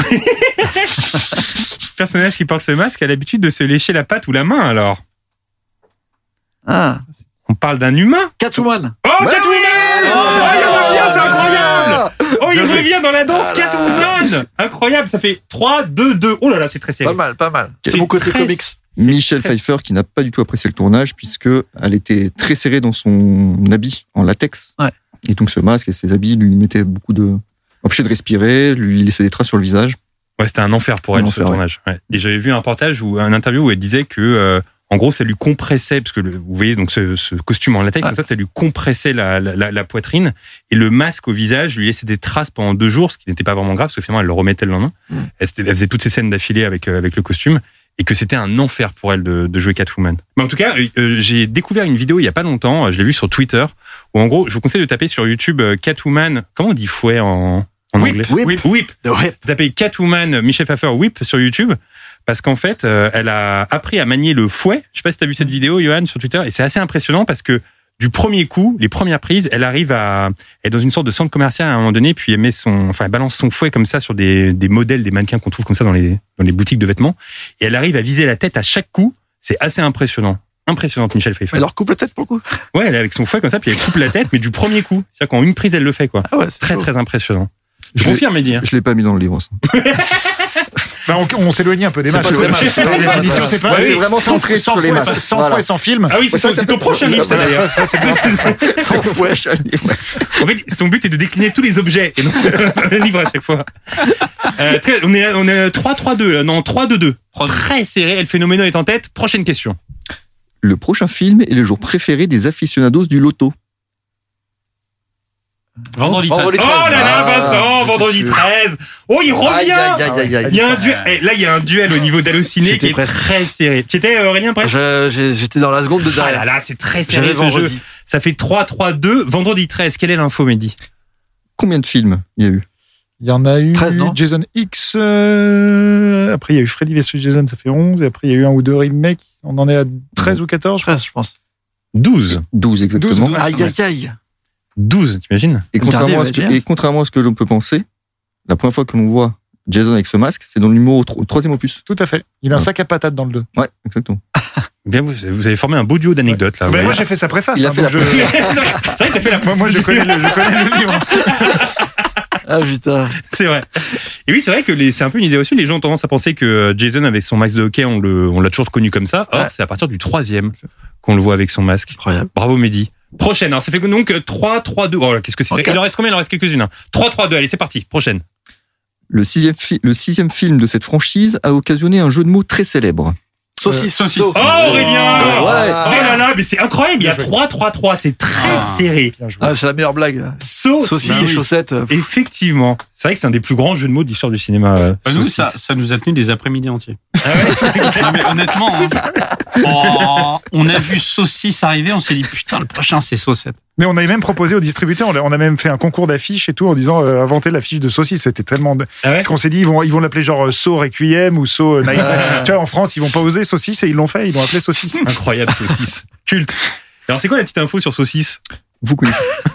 le personnage qui porte ce masque a l'habitude de se lécher la patte ou la main, alors. Ah. On parle d'un humain. Catwoman. Oh, Bah Catwoman oui Oh, il revient, c'est incroyable Oh, il Bien joué. revient dans la danse, Ah là. Catwoman Incroyable, ça fait trois, deux, deux. Oh là là, c'est très Pas serré. mal, pas mal. C'est C'est mon côté très- comics. Michel très- Pfeiffer qui n'a pas du tout apprécié le tournage puisque elle était très serrée dans son habit en latex. Ouais. Et donc ce masque et ses habits lui mettaient beaucoup de empêchaient de respirer, lui laissaient des traces sur le visage. Ouais, c'était un enfer pour Un elle, enfer, ce tournage. Ouais. Et j'avais vu un reportage ou un interview où elle disait que, euh, en gros, ça lui compressait, parce que le- vous voyez donc ce, ce costume en latex, Ouais. comme ça, ça lui compressait la, la, la, la poitrine, et le masque au visage lui laissait des traces pendant deux jours, ce qui n'était pas vraiment grave, parce que finalement, elle le remettait le lendemain. Mm. Elle, c'était- elle faisait toutes ces scènes d'affilée avec euh, avec le costume, et que c'était un enfer pour elle de, de jouer Catwoman. Mais en tout cas, euh, j'ai découvert une vidéo il y a pas longtemps, euh, je l'ai vue sur Twitter, où en gros, je vous conseille de taper sur YouTube euh, Catwoman. Comment on dit fouet en en Whip, anglais? whip. whip. Whip. Ouais. Vous tapez Catwoman Michel Pfeiffer Whip sur YouTube parce qu'en fait, euh, elle a appris à manier le fouet. Je sais pas si tu as vu cette vidéo, Johan, sur Twitter, et c'est assez impressionnant parce que du premier coup, les premières prises, elle arrive à être dans une sorte de centre commercial à un moment donné, puis elle met son, enfin, elle balance son fouet comme ça sur des, des modèles, des mannequins qu'on trouve comme ça dans les, dans les boutiques de vêtements, et elle arrive à viser la tête à chaque coup. C'est assez impressionnant. Impressionnante, Michel Pfeiffer. Elle leur coupe la tête pour le coup. Ouais, elle est avec son fouet comme ça, puis elle coupe la tête, mais du premier coup. C'est-à-dire qu'en une prise, elle le fait, quoi. Ah ouais, c'est très, chaud. très impressionnant. Je, Je confirme, Mehdi. Hein. Je l'ai pas mis dans le livre, ça. Bah, on, on s'éloigne un peu des C'est masques. pas très mal. C'est pas- La définition, c'est pas. Ouais, c'est vraiment sans- centré sans sur les fouet, masques. Sans Voilà. fouet, sans film. Ah oui, c'est Ça, son- ça c'est ton peut- prochain ça livre, peut- ça, d'ailleurs. Ça, ça, c'est bien. Sans fouet. En fait, son but est de décliner tous les objets et non un livre à chaque fois. Euh, très, on est on est trois trois deux là, non trois deux deux. Très serré, El Phénoméno est en tête. Prochaine question. Le prochain film est le jour préféré des aficionados du loto. Vendredi Vendredi treize. Oh là là, Ah, Vincent, vendredi treize. Oh, il revient. Aïe, aïe, aïe, aïe, Il y a un duel. eh, Là, il y a un duel au niveau d'Allociné J'étais qui est presque. très serré. Tu étais Aurélien presque? Je- j'ai- J'étais dans la seconde de Ah là derrière. là, c'est très serré J'avais ce jeu. vendredi. Ça fait trois trois deux. Vendredi treize. Quelle est l'info, Mehdi? Combien de films il y a eu? Il y en a eu treize, non Jason X. euh, Après, il y a eu Freddy versus Jason, ça fait onze. Et après, il y a eu un ou deux remakes. On en est à treize ou quatorze, je crois. treize, je pense. douze. douze exactement. douze. Aïe, aïe, aïe. douze, t'imagines? Et Le contrairement, dernier, à ce que, ouais, bien. et contrairement à ce que l'on peut penser, la première fois que l'on voit Jason avec ce masque, c'est dans le numéro tro- troisième opus. Tout à fait. Il a un Ouais. sac à patates dans le deux. Ouais, exactement. Bien, vous, vous avez formé un beau duo d'anecdotes là. Mais ouais. moi, j'ai fait sa préface. Il a hein, fait donc la je- C'est vrai que t'as fait la Moi, moi, je connais le, je connais le livre. Ah putain. C'est vrai. Et oui, c'est vrai que les, c'est un peu une idée aussi. Les gens ont tendance à penser que Jason avec son masque de hockey, on le, on l'a toujours connu comme ça. Or, Ouais. c'est à partir du troisième qu'on le voit avec son masque. Incroyable. Bravo, Mehdi. Prochaine. Alors, ça fait donc trois trois deux. Oh là, qu'est-ce que c'est? En Il quatre. en reste combien? Il en reste quelques-unes. hein. trois trois deux. Allez, c'est parti. Prochaine. Le sixième, fi- le sixième film de cette franchise a occasionné un jeu de mots très célèbre. Saucisse, saucisse. sauce. Oh, Aurélien! Ouais. Oh là là, mais c'est incroyable. Il y a Bien joué. trois trois trois. C'est très Ah. serré. Bien joué. Ah, c'est la meilleure blague. Sauce. Saucisse Bah et oui. chaussettes. euh, Effectivement. C'est vrai que c'est un des plus grands jeux de mots de l'histoire du cinéma. euh, Bah, nous, saucisse. ça, ça nous a tenu des après-midi entiers. Ah ouais Non, mais honnêtement, hein, oh, on a vu saucisse arriver, on s'est dit putain, le prochain c'est saucette. Mais on avait même proposé aux distributeurs, on a- on a même fait un concours d'affiches et tout en disant euh, inventer l'affiche de saucisse. C'était tellement. De... Ah ouais Parce qu'on s'est dit, ils vont, ils vont l'appeler genre euh, Saut Requiem ou Saut euh, Night. Tu vois, en France, ils vont pas oser saucisse et ils l'ont fait, ils l'ont appelé saucisse. Incroyable, saucisse. Culte. Alors, c'est quoi la petite info sur saucisse? Vous connaissez.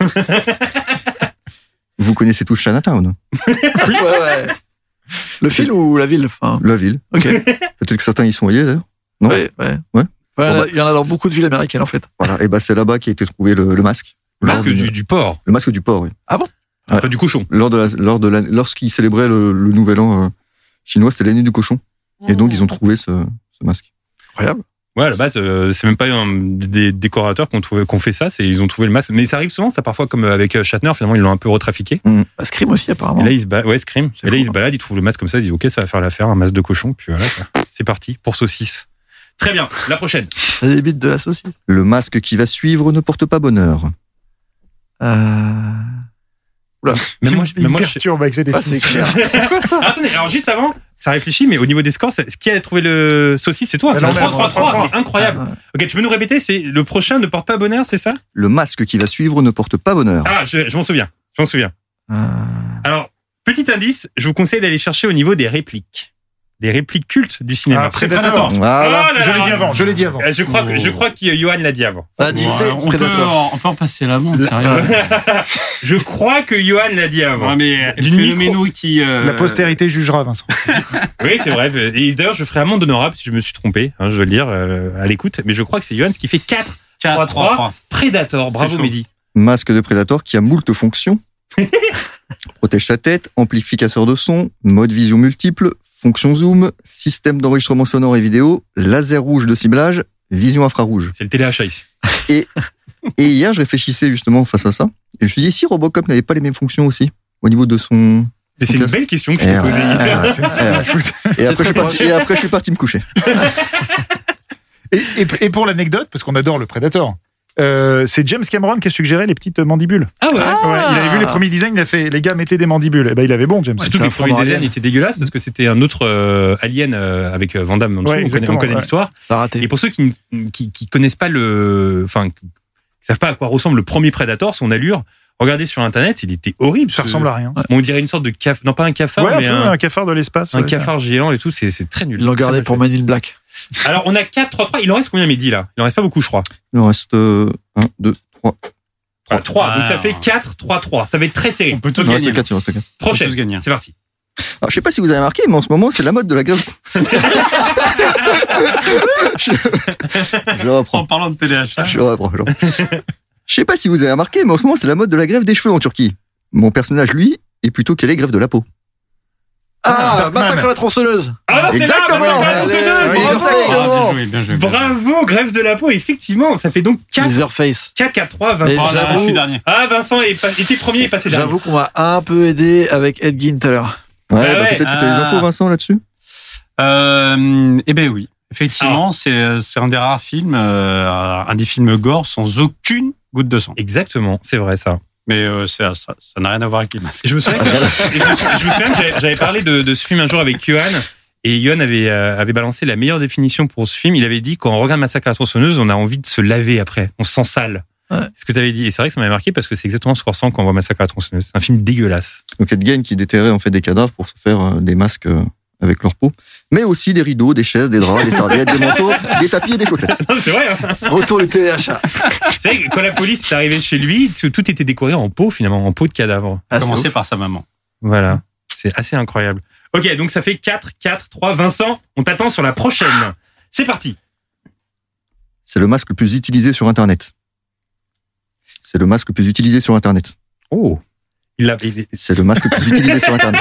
Vous connaissez tous Chinatown, Oui, ouais, ouais. Le film ou la ville enfin, la ville. Ok. Peut-être que certains y sont allés d'ailleurs. Non. Ouais, ouais. Ouais. Ouais, il y en a- bah. il y en a dans beaucoup de villes américaines en fait. Voilà. Et ben c'est là-bas qu'a été trouvé le, le masque. Le Lors masque d'une- du, du porc. Le masque du porc, oui. Ouais. Enfin, du cochon. Lors de la, lors de la, lorsqu'ils célébraient le, le nouvel an euh, chinois, c'était l'année du cochon. Et donc ils ont trouvé ce, ce masque. Incroyable. Ouais, à la base, euh, c'est même pas un, des décorateurs qu'on trouvé, qu'on fait ça, c'est ils ont trouvé le masque. Mais ça arrive souvent, ça parfois comme avec euh, Shatner, finalement ils l'ont un peu retrafiqué. Bah, Scream aussi apparemment. Et là ils se baladent, ouais, Scream. C'est Et là fou, ils se hein. baladent, ils trouvent le masque comme ça, ils disent ok, ça va faire l'affaire, un masque de cochon, puis voilà, quoi. C'est parti pour saucisse. Très bien, la prochaine. Ça débite de la saucisse. Le masque qui va suivre ne porte pas bonheur. Euh... Même moi, je- il même moi, je- perturbe avec ses Ah, c'est définitions. clair. C'est quoi ça? Ah, attendez, alors juste avant, ça réfléchit, mais au niveau des scores, c'est- qui a trouvé le saucisse, c'est toi. Ah C'est non, un mais trois trois trois, trois, c'est incroyable. Ah, ouais. Ok, tu peux nous répéter, c'est le prochain ne porte pas bonheur, c'est ça? Le masque qui va suivre ne porte pas bonheur. Ah, je, je m'en souviens, je m'en souviens. Euh, Alors, petit indice, je vous conseille d'aller chercher au niveau des répliques. Des répliques cultes du cinéma. Ah, C'est Predator. Predator. Voilà. Oh là Je là. l'ai dit avant, je l'ai dit avant. Euh, Je crois que, je crois que Johan l'a dit avant. Ça a dit c'est on, peut, Predator. on peut en passer la montre, Le- sérieux. Je crois que Johan l'a dit avant. Ouais, mais D'une le phénoméno qui. euh, La postérité jugera, Vincent. Oui, c'est vrai. Et d'ailleurs, je ferai amende honorable si je me suis trompé, hein, je veux le dire, euh, à l'écoute. Mais je crois que c'est Johan ce qui fait quatre trois trois. Predator. Bravo, chaud. Mehdi. Masque de Predator qui a moult fonctions. Protège sa tête, amplificateur de son, mode vision multiple, fonction zoom, système d'enregistrement sonore et vidéo, laser rouge de ciblage, vision infrarouge. C'est le téléachat ici. Et hier, je réfléchissais justement face à ça. Et je me suis dit, si Robocop n'avait pas les mêmes fonctions aussi, au niveau de son... Mais c'est son une casque. belle question que je Eh t'ai posée. ouais. hier. Eh, Et après, je suis parti, et après, je suis parti me coucher. Et, et, et pour l'anecdote, parce qu'on adore le Predator, euh, c'est James Cameron qui a suggéré les petites mandibules. Ah ouais. Ouais, il avait vu les premiers designs, il a fait les gars mettez des mandibules. Et ben il avait bon James. Surtout que un les premiers fond dans designs Alien. étaient dégueulasses parce que c'était un autre euh, Alien euh, avec euh, Van Damme en dessous. Ouais, on connaît, exactement, on connaît ouais. l'histoire. Ça a raté. Et pour ceux qui, ne- qui, qui connaissent pas le, enfin, qui savent pas à quoi ressemble le premier Predator, son allure, regardez sur internet, il était horrible. Ça Ce- ressemble à rien. On dirait une sorte de cafard, non pas un cafard, Ouais, un mais peu un, un cafard de l'espace. un ouais, cafard géant et tout, c'est, c'est très nul. Ils l'ont Très gardé mal pour fait. Man in Black. Alors on a quatre trois trois, il en reste combien Mehdi là? Il en reste pas beaucoup je crois. Il en reste un, deux, trois. trois. Donc ça Ah. fait quatre, trois, trois. Ça va être très serré. On peut tous Il reste gagner. quatre, il reste quatre. Prochaine. tous gagner. C'est parti. Alors, je sais pas si vous avez remarqué, mais en ce moment, c'est la mode de la grève. je, je reprends. En parlant de téléachat. Je reprends. Je reprends. Je sais pas si vous avez remarqué, mais en ce moment, c'est la mode de la grève des cheveux en Turquie. Mon personnage, lui, est plutôt calé grève de la peau. Ah, Darkman. Massacre à la tronçonneuse. Ah, c'est là, Exactement. Massacre à la tronçonneuse. Allez, Bravo. allez, Ah, bien joué, bien joué. bien joué. Bravo, grève de la peau, effectivement. Ça fait donc quatre, Leatherface. quatre, quatre, trois, Mais Vincent. Oh là là, j'avoue- je suis dernier. Ah, Vincent est pas- était premier et passé dernier. J'avoue qu'on m'a un peu aidé avec Edgin tout à l'heure. Ouais, Ah bah, ouais. peut-être que t'as des Ah. infos, Vincent, là-dessus. Euh, eh ben oui, effectivement, c'est c'est un des rares films, euh, un des films gore sans aucune goutte de sang. Exactement, c'est vrai ça. Mais euh, ça ça ça n'a rien à voir avec les masques. Je me souviens, que, et je, me souviens je me souviens que j'avais- j'avais parlé de, de ce film un jour avec Yohan. Et Yohan avait, euh, avait balancé la meilleure définition pour ce film. Il avait dit, quand on regarde Massacre à la tronçonneuse, on a envie de se laver après. On se sent sale. Ouais. C'est ce que tu avais dit. Et c'est vrai que ça m'avait marqué parce que c'est exactement ce qu'on ressent quand on voit Massacre à la tronçonneuse. C'est un film dégueulasse. Donc, Edgain qui déterrait en fait des cadavres pour se faire euh, des masques euh, avec leur peau. Mais aussi des rideaux, des chaises, des draps, des serviettes, des manteaux, des tapis et des chaussettes. c'est vrai, hein. Retour du téléachat. C'est vrai que quand la police est arrivée chez lui, tout tout était décoré en peau finalement, en peau de cadavre. Ah, c'est Commencer ouf. par sa maman. Voilà. C'est assez incroyable. Ok, donc ça fait quatre, quatre, trois. Vincent, on t'attend sur la prochaine. C'est parti. C'est le masque le plus utilisé sur Internet. C'est le masque le plus utilisé sur Internet. Oh. Il l'a. il- C'est le masque le plus utilisé sur Internet.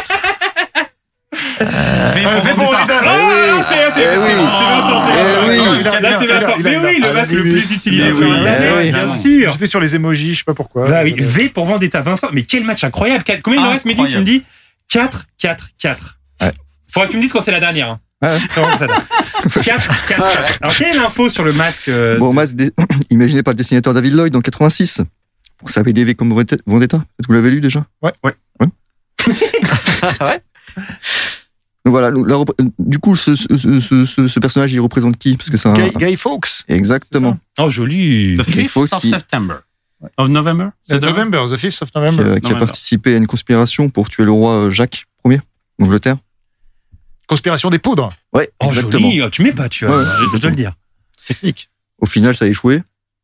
Euh, fait pour Vendetta. Ah, oui. c'est c'est Eh Vincent, oui. c'est Vincent, c'est Eh Vincent. oui. Il a- Là, c'est il a- Vincent. il a- Mais oui, il a- le masque le Anonymous. plus utilisé Bien sur sûr. Internet, Eh oui. bien sûr. J'étais sur les emojis, je sais pas pourquoi. Bah oui, V pour Vendetta, Vincent. Mais quel match incroyable. Quatre- Combien il en reste, Mehdi? Tu me Incroyable. dis quatre, quatre, quatre. Ouais. Faudra que tu me dises quand c'est la dernière. hein. Ouais. Comment ça donne quatre, quatre, quatre. Alors, quelle est l'info sur le masque euh, Bon, masque dé- imaginé par le dessinateur David Lloyd en quatre-vingt-six. Pour sa B D V comme Vendetta. Peut-être que vous l'avez lu déjà? Ouais. Ouais. Ouais. Ouais. Donc voilà, nous, la repr- du coup, ce, ce, ce, ce, ce personnage, il représente qui? Parce que c'est un... Guy, Guy Fawkes. Exactement. Oh, joli. The Il fifth faut of qu'il- September. Of November? C'est November, the fifth of Qui, November. euh, qui a November. participé à une conspiration pour tuer le roi euh, Jacques Ier d'Angleterre. Conspiration des poudres. Ouais, Oh, exactement. joli. Oh, tu mets pas, tu vois. Ouais. Je dois le dire. Technique. Au final, ça a échoué.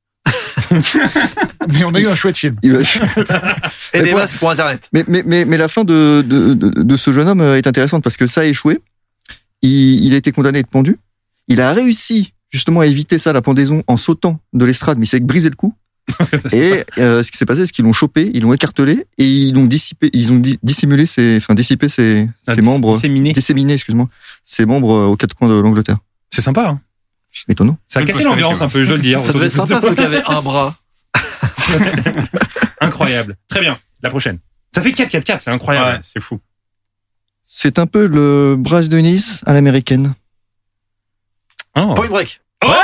Mais on a eu un chouette film. Il- Et Mais des pour- masques pour Internet. mais, mais, mais, mais la fin de, de, de, de ce jeune homme euh, est intéressante parce que ça a échoué. Il, il a été condamné à être pendu. Il a réussi justement à éviter ça, la pendaison, en sautant de l'estrade, mais il s'est brisé le cou. Et euh, ce qui s'est passé, c'est qu'ils l'ont chopé, ils l'ont écartelé et ils l'ont dissipé, ils ont di- dissimulé ses, enfin dissipé ses, Ah, ses membres, disséminé. disséminé, excuse-moi, ses membres euh, aux quatre coins de l'Angleterre. C'est sympa. Hein. Étonnant. Ça a Je le cassé poste l'ambiance avec un peu, je dois le dire. Ça devait être sympa ceux qui avaient un bras. Incroyable. Très bien. La prochaine. Ça fait quatre, quatre, quatre. C'est incroyable. Ouais, c'est fou. C'est un peu le Bryce de Nice à l'américaine. Oh. Point break. Oh là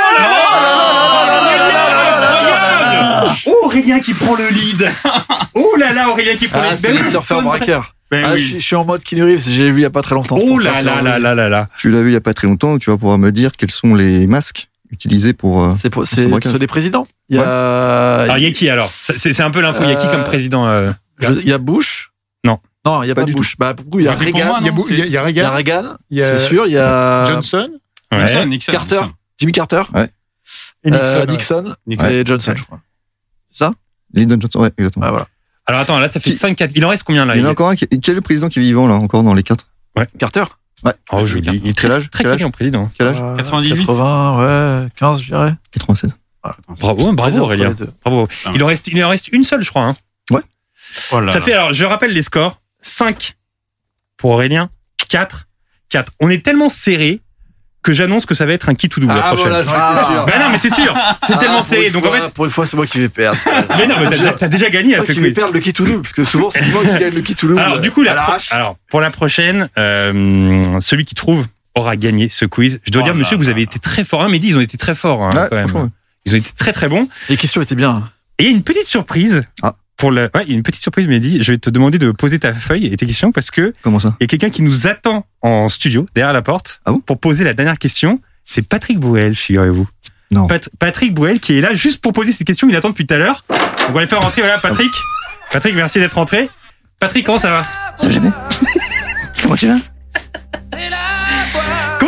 là. Incroyable. Aurélien qui prend le lead. Oh là là, Aurélien qui prend le Ah, lead. c'est Ben les oui, surfeurs bonne- braqueurs. Ben Ah, oui. je, suis- je suis en mode Keanu Reeves, j'ai vu il y a pas très longtemps. c'est Oh pour ça, là c'est là là là là là. Tu l'as vu il y a pas très longtemps, tu vas pouvoir me dire quels sont les masques utilisés pour. euh, C'est pour- C'est c'est braquage. c'est les présidents. Il y a, Alors, il y a qui alors? C'est c'est un peu l'info. Il y a qui comme président euh, je- il y a Bush. Non. Non, il y a Pas pas, du Bush. Bah, pour le coup, il y a Bah, pour Reagan. moi, Il y a, non, Bou- il y a- il y a Il y a Reagan, Reagan, il y a c'est sûr. Il y a Johnson ouais. Nixon, Nixon. Carter. Nixon. Jimmy Carter, et Nixon. euh, ouais. Nixon Nixon. et Johnson, Ouais. je crois. C'est ça? Lyndon Johnson, ouais, exactement. Ouais, voilà. Alors attends, là ça fait Qui- cinq quatre. Il en reste combien là? Il y en a encore un qui, quel est le président qui est vivant là, encore dans les quatre? Carter. Oh, je il est Quel très, âge très Quel âge en président. Quel âge? Euh, quatre-vingt-dix-huit. quatre-vingts, ouais, quinze, je dirais. quatre-vingt-seize. Bravo, bravo Aurélien. Entre les deux. Bravo. Il en reste, il en reste une seule, je crois. Hein. Oh là Ça là. fait, alors, je rappelle les scores. cinq pour Aurélien, quatre, quatre. On est tellement serré que j'annonce que ça va être un qui tout double la Ah, prochaine. voilà, j'en étais Ah. sûr. Bah non, mais c'est sûr. C'est Ah, tellement pour serré. une Donc en fois- fait, Pour une fois, c'est moi qui vais perdre. mais non, mais t'as, t'as déjà gagné à Moi ce qui vais quiz. perdre le qui tout double, parce que souvent, c'est moi qui gagne le qui tout double. Alors, du coup, la à pro- l'arrache. alors, pour la prochaine, euh, celui qui trouve aura gagné ce quiz. Je dois Oh dire, là monsieur, que vous là avez là. été très fort. Hein, Mehdi, ils ont été très forts, hein, Ouais, quand même. franchement, ouais. Ils ont été très très bons. Les questions étaient bien. Et il y a une petite surprise. Ah. Pour le, ouais, il y a une petite surprise, Mehdi. Je vais te demander de poser ta feuille et tes questions parce que Comment ça? il y a quelqu'un qui nous attend en studio, derrière la porte, Ah bon pour poser la dernière question. C'est Patrick Bouel, figurez-vous. Non. Pat- Patrick Bouel qui est là juste pour poser cette question. Il attend depuis tout à l'heure. Donc on va le faire rentrer. Voilà, Patrick. Patrick, merci d'être rentré. Patrick, comment ça va? Ça jamais? Comment tu vas? Comment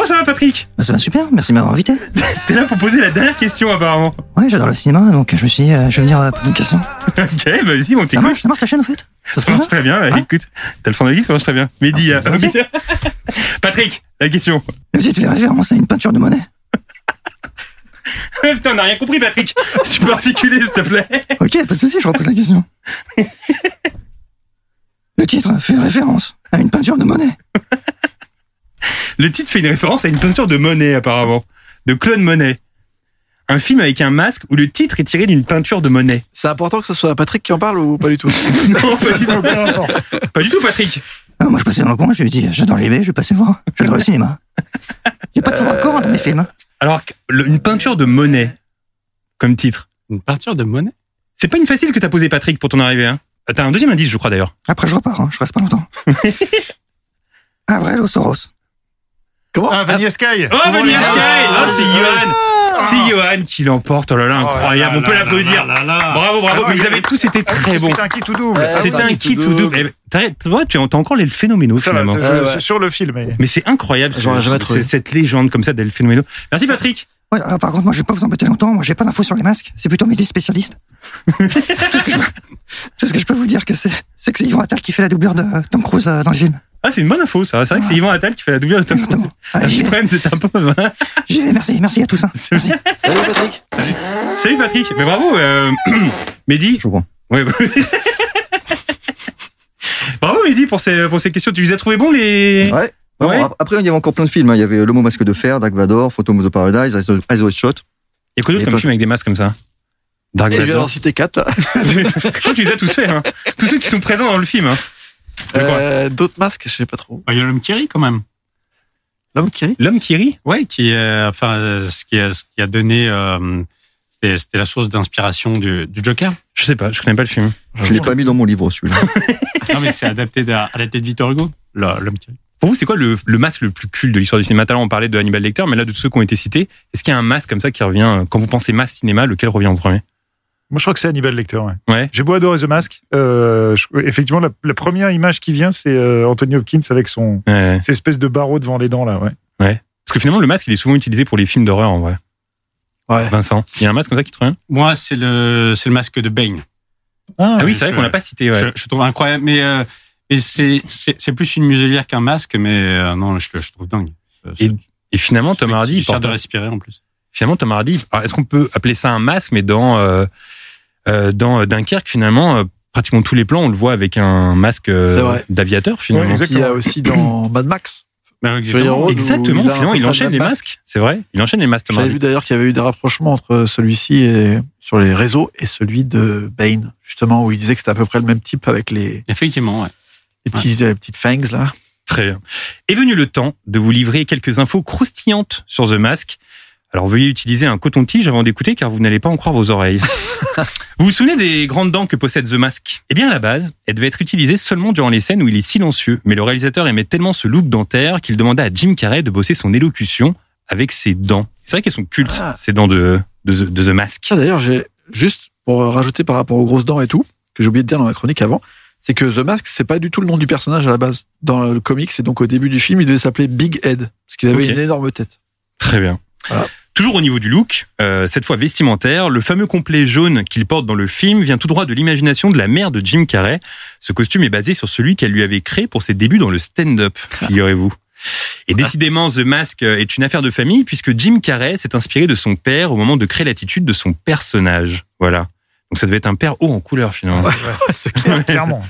ça va, Patrick? Bah, ça va super, merci de m'avoir invité. T'es là pour poser la dernière question, apparemment. Ouais, j'adore le cinéma, donc je me suis dit, euh, je vais venir euh, poser une question. Ok, bah vas-y, on Ça t'écoute. marche, ça marche ta chaîne, en fait? Ça se Ça passe marche bien? très bien, bah, Ouais. écoute. T'as le fond d'avis, ça marche très bien. Mehdi, Ah, euh, vas-y. Patrick, la question. Le titre fait référence à une peinture de Monet. Putain, on n'a rien compris, Patrick. Tu peux articuler, s'il te plaît. Ok, pas de souci, je repose la question. Le titre fait référence à une peinture de Monet. Le titre fait une référence à une peinture de Monet, apparemment. De Claude Monet. Un film avec un masque où le titre est tiré d'une peinture de Monet. C'est important que ce soit Patrick qui en parle ou pas du tout? Non, pas du tout. Pas du tout, Patrick. Euh, moi, je passais dans le coin, je lui ai dit, j'adore les V, je vais passer voir. J'adore le cinéma. Il n'y a pas de faux raccord dans mes films. Alors, le- une peinture de Monet, comme titre. Une peinture de Monet. C'est pas une facile que t'as posé, Patrick, pour ton arrivée, hein. T'as un deuxième indice, je crois, d'ailleurs. Après, je repars, hein, je reste pas longtemps. Avril Soros. Comment? Ah, Vanilla Sky. Oh, Vanilla Sky! Ah, Ah, c'est Johan! C'est Johan qui l'emporte. Oh là là, incroyable. On peut l'applaudir. Bravo, bravo. Mais vous avez tous été très bons. C'était un kit tout double. Ouais, C'était c'est un kit ou double. Eh ben, t'as- Tu vois, tu as encore les phénoménaux, Ça va, finalement. c'est- je- Ouais, ouais. sur le film. mais- Mais c'est incroyable, J'aurais ce- jamais c'est trouvé. cette légende comme ça d'El Phénoméno. Merci, Patrick. Ouais, alors par contre, moi, je vais pas vous embêter longtemps. Moi, j'ai pas d'infos sur les masques. C'est plutôt mes spécialistes. tout, ce que je, tout ce que je peux vous dire, que c'est, c'est que c'est Yvan Attal qui fait la doublure de Tom Cruise euh, dans le film. Ah, c'est une bonne info, ça. C'est vrai que c'est Yvan Attal qui fait la doublure de Tom Cruise. Exactement. Un Allez, j'y petit vais. problème, c'était un peu. J'y vais, merci, merci à tous. Hein. Merci. Salut Patrick. Salut, Patrick. Mais bravo, euh, Mehdi. Je comprends. Ouais. bah- Bravo, Mehdi, pour ces, pour ces questions. Tu les as trouvés bons, les. Ouais. Bon, Ouais. ap- Après, il y avait encore plein de films. hein. Il y avait Le mot masque de fer, Dark Vador, Phantom of the Paradise, Eyes of- Eyes of Shot. Il y a quoi d'autre Et comme toi- film avec des masques comme ça? Dark Et je viens d'en Vador. citer quatre, là. Je crois que tu les as tous faits, hein. Tous ceux qui sont présents dans le film, hein. De quoi Euh, D'autres masques, je sais pas trop. Il y a l'homme qui rit quand même. L'homme qui rit? L'homme qui rit? Ouais, qui euh, enfin euh, ce qui a, ce qui a donné euh, c'était, c'était la source d'inspiration du, du Joker. Je sais pas, je connais pas le film. Je l'ai pas mis dans mon livre, celui-là. Non mais c'est adapté de, adapté de Victor Hugo. Là, l'homme qui rit. Pour vous, c'est quoi le, le masque le plus culte de l'histoire du cinéma? Tout à l'heure, on parlait de Hannibal Lecter, mais là, de tous ceux qui ont été cités, est-ce qu'il y a un masque comme ça qui revient, euh, quand vous pensez masque cinéma, lequel revient en premier? Moi, je crois que c'est Hannibal Lecter. Ouais. Ouais. J'ai beau adorer The Mask. Euh, je- effectivement, la, la première image qui vient, c'est euh, Anthony Hopkins avec son Ouais. cette espèce de barreau devant les dents là. Ouais. Parce que finalement, le masque, il est souvent utilisé pour les films d'horreur, en vrai. Ouais. Vincent, il y a un masque comme ça qui te revient? Moi, c'est le c'est le masque de Bane. Ah oui, c'est vrai je- qu'on l'a pas cité, ouais. Je, je trouve incroyable, mais euh, mais c'est, c'est c'est plus une muselière qu'un masque, mais euh, non, je, je trouve dingue. Et, et finalement, Tom Hardy, il il sert porte de un- respirer en plus. finalement, Tom Hardy, alors, est-ce qu'on peut appeler ça un masque, mais dans, euh, euh, dans Dunkerque, finalement, euh, pratiquement tous les plans, on le voit avec un masque euh, C'est vrai. d'aviateur, finalement. Ouais, Il y exactement. a aussi dans Mad Max. Bah, exactement. Exactement, Où il a finalement, un il peu enchaîne le les même masques. C'est vrai, il enchaîne les masques, Tom J'avais Hardy. vu d'ailleurs qu'il y avait eu des rapprochements entre celui-ci et sur les réseaux et celui de Bane, justement, où il disait que c'était à peu près le même type avec les, Effectivement, ouais. les, petits, les petites fangs là. Très bien. Est venu le temps de vous livrer quelques infos croustillantes sur The Mask. Alors, veuillez utiliser un coton-tige avant d'écouter, car vous n'allez pas en croire vos oreilles. Vous vous souvenez des grandes dents que possède The Mask? Eh bien, à la base, elle devait être utilisée seulement durant les scènes où il est silencieux. Mais le réalisateur aimait tellement ce look dentaire qu'il demanda à Jim Carrey de bosser son élocution avec ses dents. C'est vrai qu'elles sont cultes, Ah. ces dents de, de, The- de The Mask. Ça d'ailleurs, j'ai juste pour rajouter par rapport aux grosses dents et tout, que j'ai oublié de dire dans la chronique avant, c'est que The Mask, c'est pas du tout le nom du personnage à la base. Dans le comics, et donc au début du film, il devait s'appeler Big Head, parce qu'il avait Ok. une énorme tête. Très bien. Voilà. Toujours au niveau du look, euh, cette fois vestimentaire, le fameux complet jaune qu'il porte dans le film vient tout droit de l'imagination de la mère de Jim Carrey. Ce costume est basé sur celui qu'elle lui avait créé pour ses débuts dans le stand-up, figurez-vous. Et décidément, The Mask est une affaire de famille puisque Jim Carrey s'est inspiré de son père au moment de créer l'attitude de son personnage. Voilà. Donc ça devait être un père haut en couleur finalement. Ouais, c'est clair, clairement.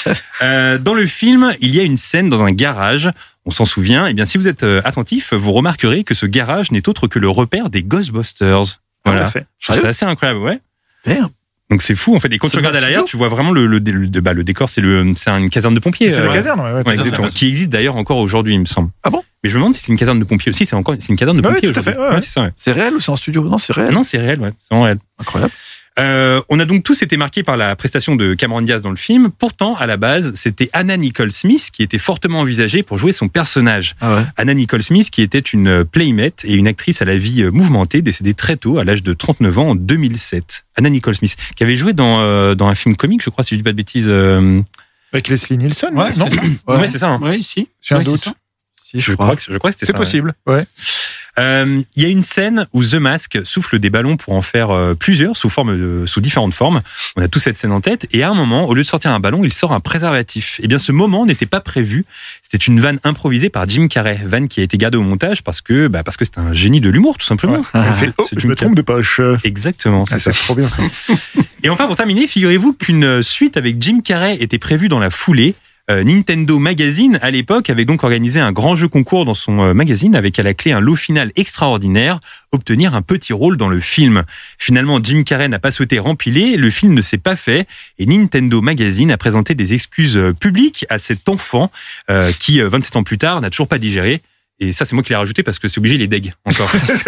Euh, dans le film, il y a une scène dans un garage. On s'en souvient. Eh bien, si vous êtes euh, attentif, vous remarquerez que ce garage n'est autre que le repère des Ghostbusters. Tout Voilà. à fait. Je trouve ça assez incroyable, ouais. Merde. Donc c'est fou en fait. Et quand C'est tu regardes le à l'arrière, studio tu vois vraiment le le, le, le- bah, le décor. C'est le c'est une caserne de pompiers. C'est euh, la caserne, ouais. ouais, ouais, tout à fait. exactement. fait. Qui existe d'ailleurs encore aujourd'hui, il me semble. Ah bon? Mais je me demande si c'est une caserne de pompiers aussi. C'est encore c'est une caserne de Ouais, pompiers tout à fait, aujourd'hui. ouais, ouais. c'est ça. Ouais. C'est réel ou c'est en studio? Non, c'est réel. Non, c'est réel. Ouais, c'est vraiment réel. Incroyable. Euh, on a donc tous été marqués par la prestation de Cameron Diaz dans le film. Pourtant, à la base, c'était Anna Nicole Smith qui était fortement envisagée pour jouer son personnage. Ah ouais. Anna Nicole Smith, qui était une playmate et une actrice à la vie mouvementée, décédée très tôt, à l'âge de trente-neuf ans, en deux mille sept. Anna Nicole Smith, qui avait joué dans, euh, dans un film comique, je crois, si je dis pas de bêtises. Euh... Avec Leslie Nielsen, Ouais, non c'est ça. Ouais, c'est ça. Hein. Oui, si. J'ai un Ouais, c'est doute. ça. Si, je, Je crois. crois que, je crois que c'était C'est ça. possible, ouais. Euh, Il y a une scène où The Mask souffle des ballons pour en faire euh, plusieurs sous forme de, sous différentes formes. On a tous cette scène en tête. Et à un moment, au lieu de sortir un ballon, il sort un préservatif. Eh bien, ce moment n'était pas prévu. C'était une vanne improvisée par Jim Carrey, vanne qui a été gardée au montage parce que, bah, parce que c'est un génie de l'humour, tout simplement. Ouais. Il fait, oh, C'est je Jim me trompe de page. Exactement, c'est Ah, ça. c'est trop bien ça. Et enfin, pour terminer, figurez-vous qu'une suite avec Jim Carrey était prévue dans la foulée. Euh, Nintendo Magazine, à l'époque, avait donc organisé un grand jeu concours dans son euh, magazine avec à la clé un lot final extraordinaire, obtenir un petit rôle dans le film. Finalement, Jim Carrey n'a pas souhaité rempiler, le film ne s'est pas fait et Nintendo Magazine a présenté des excuses euh, publiques à cet enfant euh, qui, euh, vingt-sept ans plus tard, n'a toujours pas digéré. Et ça, c'est moi qui l'ai rajouté parce que c'est obligé, il est deg encore.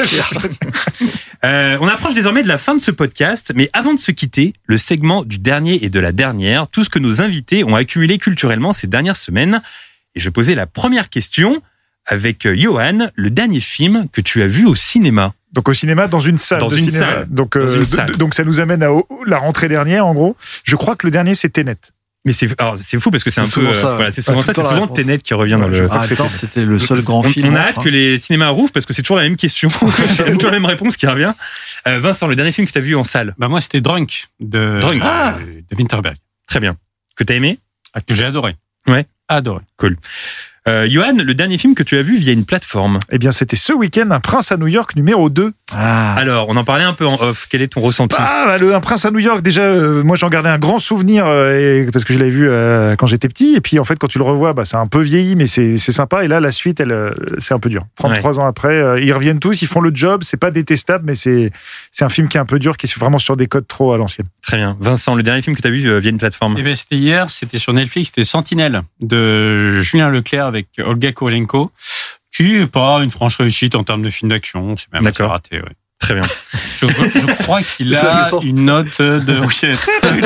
euh, on approche désormais de la fin de ce podcast, mais avant de se quitter, le segment du dernier et de la dernière, tout ce que nos invités ont accumulé culturellement ces dernières semaines. Et je posais la première question avec Johan, le dernier film que tu as vu au cinéma. Donc au cinéma, dans une salle Dans de une cinéma. salle. Donc, Dans euh, une de- salle. donc ça nous amène à au- la rentrée dernière, en gros. Je crois que le dernier, c'est Tenet. Mais c'est alors, c'est fou parce que c'est un C'est peu souvent ça, ouais. voilà, c'est souvent Ouais, ça, tout c'est le temps la souvent réponse. Tenet qui revient dans Ouais, je le crois Ah, que attends, c'était- c'était le seul grand on, film. on a entre, hâte hein. que les cinémas rouvrent parce que c'est toujours la même question. C'est toujours la même réponse qui revient. Euh, Vincent, le dernier film que tu as vu en salle. Bah moi, c'était Drunk de, Drunk. Ah. de Winterberg, Très bien. Que t'as aimé? ah, que j'ai adoré. Ouais. Adoré. Euh, Johan, le dernier film que tu as vu via une plateforme. Eh bien, c'était ce week-end, Un prince à New York numéro deux. Ah, Alors, on en parlait un peu en off. Quel est ton ressenti? Ah, bah, le Un prince à New York, déjà, euh, moi j'en gardais un grand souvenir euh, et- parce que je l'avais vu euh, quand j'étais petit. Et puis en fait, quand tu le revois, bah, c'est un peu vieilli, mais c'est c'est sympa. Et là, la suite, elle, euh, c'est un peu dur. trente-trois ans après, euh, ils reviennent tous, ils font le job. C'est pas détestable, mais c'est c'est un film qui est un peu dur, qui est vraiment sur des codes trop à l'ancienne. Très bien. Vincent, le dernier film que tu as vu euh, via une plateforme. Eh ben, c'était hier, c'était sur Netflix, c'était Sentinelle de Julien Leclerc avec Olga Kurylenko, qui est pas une franche réussite en termes de film d'action, c'est même assez D'accord. raté. Ouais. Très bien. Je, je crois qu'il Ça a descend. une note de, oui, c'est-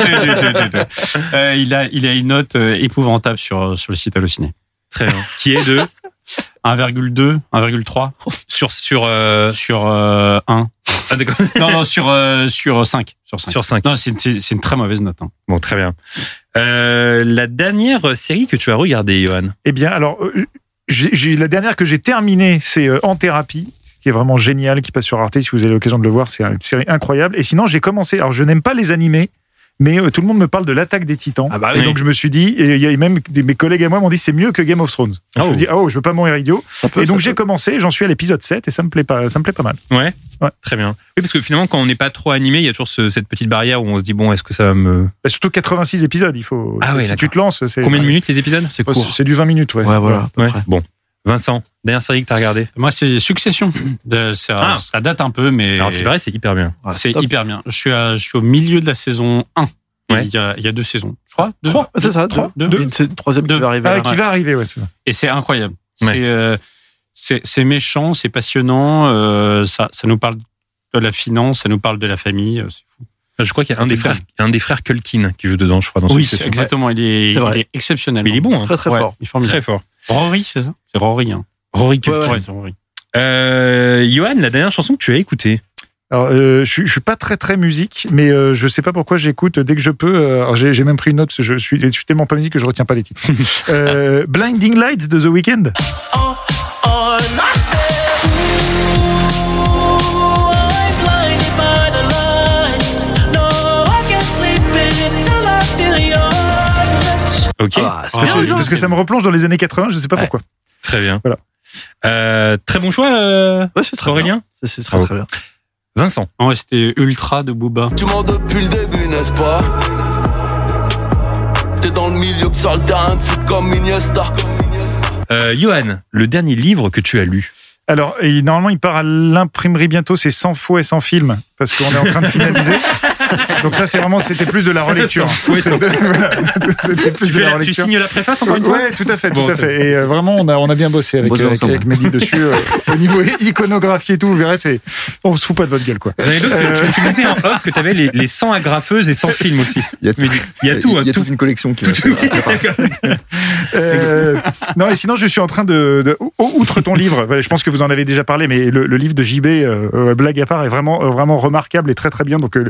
Euh, il a, il a une note euh, épouvantable sur sur le site Allociné. Très bien. Qui est de un virgule deux, un virgule trois sur sur euh... sur euh, un. ah, d'accord. Non, non, sur euh, sur cinq, sur cinq. Sur cinq. Non, c'est c'est c'est une très mauvaise note. Hein. Bon, très bien. Euh, la dernière série que tu as regardée, Johan. Eh bien, alors, euh, j'ai j'ai- la dernière que j'ai terminée, c'est euh, En thérapie, qui est vraiment génial, qui passe sur Arte. Si vous avez l'occasion de le voir, c'est une série incroyable. Et sinon, j'ai commencé. Alors, je n'aime pas les animés, mais euh, tout le monde me parle de l'Attaque des Titans. Ah bah et oui. donc, je me suis dit, et il y a même des, mes collègues à moi m'ont dit, c'est mieux que Game of Thrones. Oh. Je me suis dit, ah oh, je veux pas mourir idiot. ça peut, Et donc, ça j'ai peut. commencé, j'en suis à l'épisode sept, et ça me plaît pas, ça me plaît pas mal. Ouais. Ouais. Très bien. Oui, parce que finalement, quand on n'est pas trop animé, il y a toujours ce- cette petite barrière où on se dit bon, est-ce que ça va me. Bah, surtout quatre-vingt-six épisodes, il faut. Ah ouais, si d'accord. tu te lances, c'est. Combien de minutes les épisodes? C'est Oh, court. C'est du vingt minutes, ouais. Ouais, voilà. à peu Ouais. près. Bon. Vincent, dernière série que tu as regardée. Moi, c'est Succession. De, ça, Ah. ça date un peu, mais Alors, c'est pareil, c'est hyper bien. Ouais, c'est top. hyper bien. Je suis, à, je suis au milieu de la saison un. Et Ouais. Il, y a, il y a deux saisons, je crois. Deux, Trois, c'est ça, trois, deux. deux. Et C'est le troisième qui Deux. va arriver. Ah, là. qui va arriver, ouais, c'est ça. Et c'est incroyable. Ouais. C'est, euh, c'est, c'est méchant, c'est passionnant. Euh, ça, ça nous parle de la finance, ça nous parle de la famille. C'est fou. Je crois qu'il y a un des frères, un des frères Culkin qui joue dedans, je crois. Dans Oui, Succession. exactement. Il est, C'est vrai. il est exceptionnel. Mais il est bon, hein. Très très Ouais, fort. il est formidable. Très fort. Rory, c'est ça? C'est Rory. Hein. Rory Culkin. Ouais, ouais. Ouais, c'est Rory. Euh, Johan, la dernière chanson que tu as écoutée. Alors, euh, je, suis- je suis pas très très musique, mais euh, je sais pas pourquoi j'écoute dès que je peux. euh, alors j'ai, j'ai même pris une note. Je suis, je suis tellement pas musique que je retiens pas les titres. euh, Blinding Lights de The Weeknd. Ok. Ah, c'est Parce, bien, que, genre. parce que ça me replonge dans les années quatre-vingts. Je sais pas Ouais. pourquoi. Très bien. Voilà. Euh, très bon choix, euh, Ouais, c'est très Aurélien. bien. C'est- C'est très Bravo. très bien. Vincent. Ouais, c'était Ultra de Booba. Tu mens depuis le début, n'est-ce pas? T'es dans le milieu que sur le terrain de foot comme Iniesta. Euh, Johan, le dernier livre que tu as lu. Alors, et normalement, il part à l'imprimerie bientôt. C'est Sans fouet, sans film, parce qu'on est en train de finaliser. Donc ça, c'est vraiment, c'était plus de la relecture. Sans fouet, sans C'était voilà, c'était plus Tu, de fais la la- tu relecture. signes la préface encore une fois? Ouais, tout à fait, Bon, tout à très fait. Et euh, vraiment, on a, on a bien bossé avec, Bossé avec, ensemble. avec Mehdi dessus. euh, au niveau iconographie et tout, vous verrez, c'est, on se fout pas de votre gueule, quoi. J'en ai d'autres que Euh, tu, tu disais en off que tu avais les, les cent agrafeuses et cent films aussi. Il y a, Mais il y a tout, hein, il y a tout. toute une collection qui Tout- va Euh, non, et sinon, je suis en train de, de outre ton livre, voilà, je pense que vous en avez déjà parlé, mais le, le livre de J B, euh, euh, blague à part, est vraiment, euh, vraiment remarquable et très très bien. Donc, euh, Merci.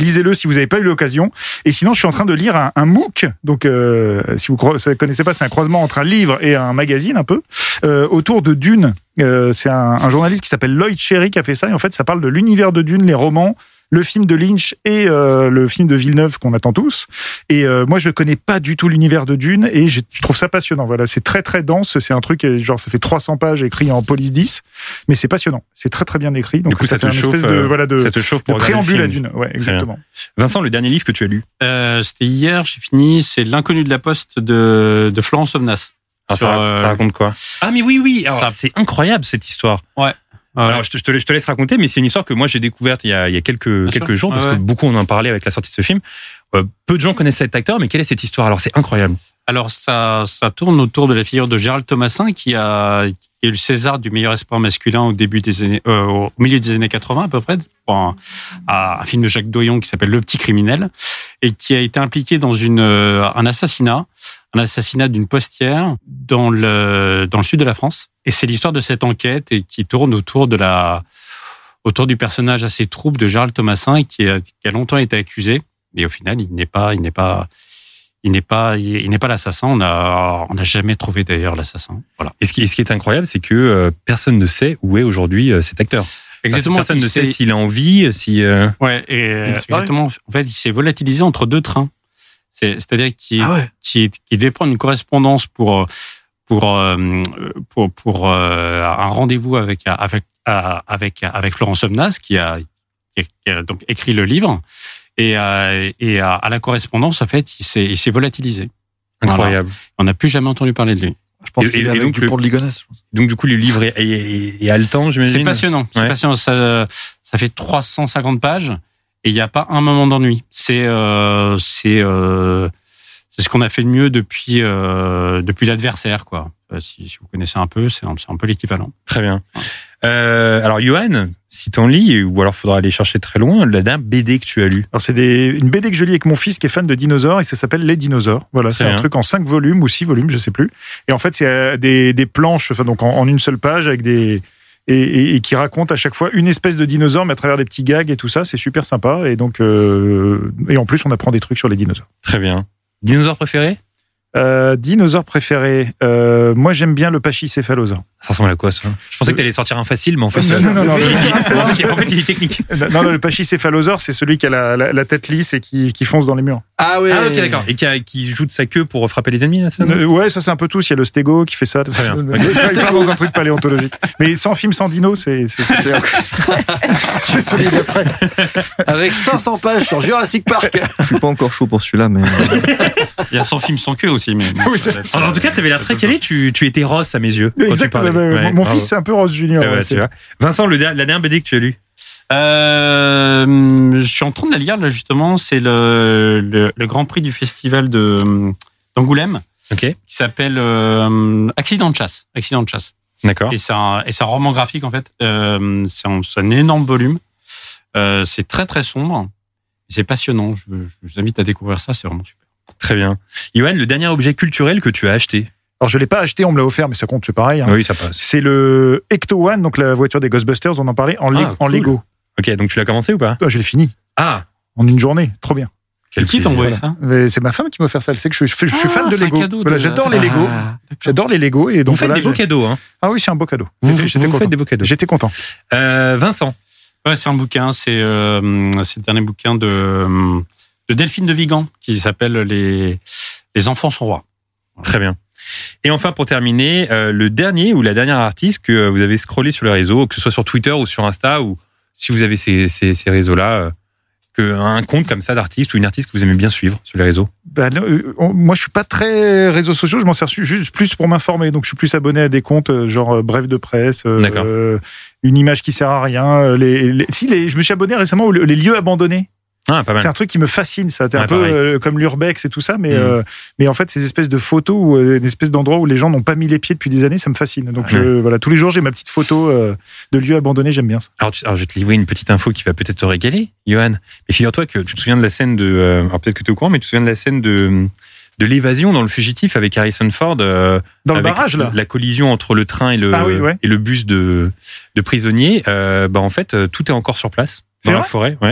lisez-le si vous n'avez pas eu l'occasion. Et sinon, je suis en train de lire un, un MOOC. Donc, euh, si vous ne connaissez pas, c'est un croisement entre un livre et un magazine un peu euh, autour de Dune. Euh, c'est un, un journaliste qui s'appelle Lloyd Cherry qui a fait ça. Et en fait, ça parle de l'univers de Dune, les romans, le film de Lynch et euh, le film de Villeneuve qu'on attend tous. Et euh, moi, je connais pas du tout l'univers de Dune et je trouve ça passionnant. Voilà, c'est très très dense. C'est un truc genre ça fait trois cents pages écrit en police dix, mais c'est passionnant. C'est très très bien écrit. Donc du coup, ça, ça fait te une chauffe. espèce de voilà de, ça te chauffe pour de préambule à Dune. Ouais, exactement. Vincent, le dernier livre que tu as lu. Euh, c'était hier, j'ai fini. C'est L'inconnu de la poste de, de Florence Somnas. Ah, Sur, ça, euh, ça raconte quoi? Ah mais oui oui. Alors, ça... c'est incroyable cette histoire. Ouais. Ouais. Alors, je te, je, te, je te laisse raconter, mais c'est une histoire que moi j'ai découverte il y a, il y a quelques, Bien quelques sûr. jours, parce ouais, ouais. que beaucoup en ont parlé avec la sortie de ce film. Euh, peu de gens connaissent cet acteur, mais quelle est cette histoire? Alors, c'est incroyable. Alors, ça, ça tourne autour de la figure de Gérald Thomasin, qui a, qui a eu le César du meilleur espoir masculin au début des années, euh, au milieu des années quatre-vingts à peu près, pour un, un film de Jacques Doyon qui s'appelle Le Petit Criminel, et qui a été impliqué dans une, un assassinat, un assassinat d'une postière dans le, dans le sud de la France. Et c'est l'histoire de cette enquête et qui tourne autour de la, autour du personnage assez trouble de Gérald Thomasin et qui a, qui a longtemps été accusé. Et au final, il n'est pas, il n'est pas, il n'est pas, il n'est pas l'assassin. On a, on n'a jamais trouvé d'ailleurs l'assassin. Voilà. Et ce qui, ce qui est incroyable, c'est que euh, personne ne sait où est aujourd'hui euh, cet acteur. Exactement. Personne il ne sait s'est- s'il a envie, si. Euh... Ouais, et euh, Il disparaît. exactement. En fait, il s'est volatilisé entre deux trains. C'est, c'est-à-dire qu'il, Ah ouais. qu'il, qu'il devait prendre une correspondance pour, pour, euh, pour, pour euh, un rendez-vous avec, avec, avec, avec Florence Somnas, qui a, qui a, qui a donc écrit le livre. Et, euh, et à, à la correspondance, en fait, il s'est, il s'est volatilisé. Incroyable. On n'a plus jamais entendu parler de lui. Je pense Et- qu'il et- est et avec donc du le- pont de Ligonnès. je pense. Donc du coup, le livre est, est, est, est haletant, j'imagine. C'est passionnant. C'est Ouais. passionnant. Ça, ça fait trois cent cinquante pages et il n'y a pas un moment d'ennui. C'est, euh, c'est, euh, c'est ce qu'on a fait de mieux depuis, euh, depuis l'adversaire, quoi. Euh, Si, si vous connaissez un peu, c'est un, c'est un peu l'équivalent. Très bien. Euh, alors, Johan, si t'en lis, ou alors faudra aller chercher très loin, la dernière B D que tu as lu. Alors c'est des, une B D que je lis avec mon fils qui est fan de dinosaures et ça s'appelle Les Dinosaures. Voilà, c'est Très un bien. truc en cinq volumes ou six volumes, je sais plus. Et en fait, c'est euh, des, des planches, enfin donc en, en une seule page avec des et, et, et qui raconte à chaque fois une espèce de dinosaure, mais à travers des petits gags et tout ça. C'est super sympa. Et donc euh, et en plus, on apprend des trucs sur les dinosaures. Très bien. Dinosaure préféré? Euh, dinosaure préféré. Euh, moi, j'aime bien le pachycéphalosaure. Ça ressemble à quoi, ça? Je pensais que t'allais sortir un facile, mais en fait, Non, non, non, non, il, il- en fait, il est technique. Non, non, le pachycéphalosaure, c'est celui qui a la, la, la tête lisse et qui, qui fonce dans les murs. Ah ouais. Ah, ok, d'accord. Et qui, a- qui joue de sa queue pour frapper les ennemis, là, ça? non Euh, ouais, ça c'est un peu tous. Il y a le stégo qui fait ça. Très bien. Ça, il part dans un truc paléontologique. Mais sans film, sans dino, c'est. c'est, c'est... C'est Je suis solide après. Avec cinq cents pages sur Jurassic Park. Je suis pas encore chaud pour celui-là, mais Il y a son film sans queue aussi, mais. Oui, c'est- Alors, en tout cas, t'avais l'air très calé. Tu, tu étais Ross à mes yeux. quand tu Exactement. parlais. Mon Ouais, mon bravo. fils, c'est un peu Rose Junior. Ah, ouais, ouais, c'est- tu vois. Vincent, le, der- la dernière B D que tu as lue? Euh, je suis en train de la lire là justement. C'est le, le, le Grand Prix du festival de d'Angoulême Ok. qui s'appelle euh, Accident de chasse. Accident de chasse. D'accord. Et c'est un et c'est un roman graphique en fait. Euh, c'est un, c'est un énorme volume. Euh, c'est très très sombre. Et c'est passionnant. Je, je vous invite à découvrir ça. C'est vraiment super. Très bien. Johan, le dernier objet culturel que tu as acheté? Alors, je l'ai pas acheté, on me l'a offert, mais ça compte, c'est pareil. hein. Oui, ça passe. C'est le Ecto One, donc la voiture des Ghostbusters, on en parlait, en, lé- Ah, en cool. Lego. Ok, donc tu l'as commencé ou pas? Ah, je l'ai fini. Ah, En une journée. Trop bien. quel Qui t'a plaisir. envoyé ça? Mais c'est ma femme qui m'a offert ça. Elle sait que je, suis- je suis fan Ah, de c'est un Lego. cadeau de- Voilà, j'adore les Lego. Ah, J'adore les Lego. Et donc, Vous faites voilà, des beaux j'ai- cadeaux, hein? Ah oui, c'est un beau cadeau. Vous, J'étais- vous j'étais faites content. des beaux cadeaux. J'étais content. Euh, Vincent. Ouais, c'est un bouquin. C'est euh, c'est le dernier bouquin de de Delphine de Vigan qui s'appelle les les enfants sont rois. Très bien. Et enfin, pour terminer, euh, le dernier ou la dernière artiste que euh, vous avez scrollé sur les réseaux, que ce soit sur Twitter ou sur Insta, ou si vous avez ces, ces, ces réseaux-là, euh, que un compte comme ça d'artiste ou une artiste que vous aimez bien suivre sur les réseaux. Bah, euh, on- moi, je suis pas très réseaux sociaux. Je m'en sers su- juste plus pour m'informer. Donc, je suis plus abonné à des comptes euh, genre euh, bref de presse, euh, D'accord. euh, une image qui sert à rien. euh, Les, les- si les, je me suis abonné récemment aux les lieux abandonnés. Ah, pas mal. C'est un truc qui me fascine, ça. C'est un Ouais, peu pareil. euh, comme l'urbex et tout ça, mais Mm. euh, mais en fait, ces espèces de photos ou euh, une espèce d'endroits où les gens n'ont pas mis les pieds depuis des années, ça me fascine. Donc, je, voilà, tous les jours, j'ai ma petite photo euh, de lieux abandonnés. J'aime bien ça. Alors, tu- alors, je vais te livrer une petite info qui va peut-être te régaler, Johan. Mais figure-toi que tu te souviens de la scène de... euh, alors peut-être que tu es au courant, mais tu te souviens de la scène de, de l'évasion dans Le Fugitif avec Harrison Ford. euh, Dans le avec barrage, là. La collision entre le train et le, Ah oui, ouais. et le bus de, de prisonniers. Euh, bah, en fait, euh, tout est encore sur place, dans C'est la vrai forêt. Ouais.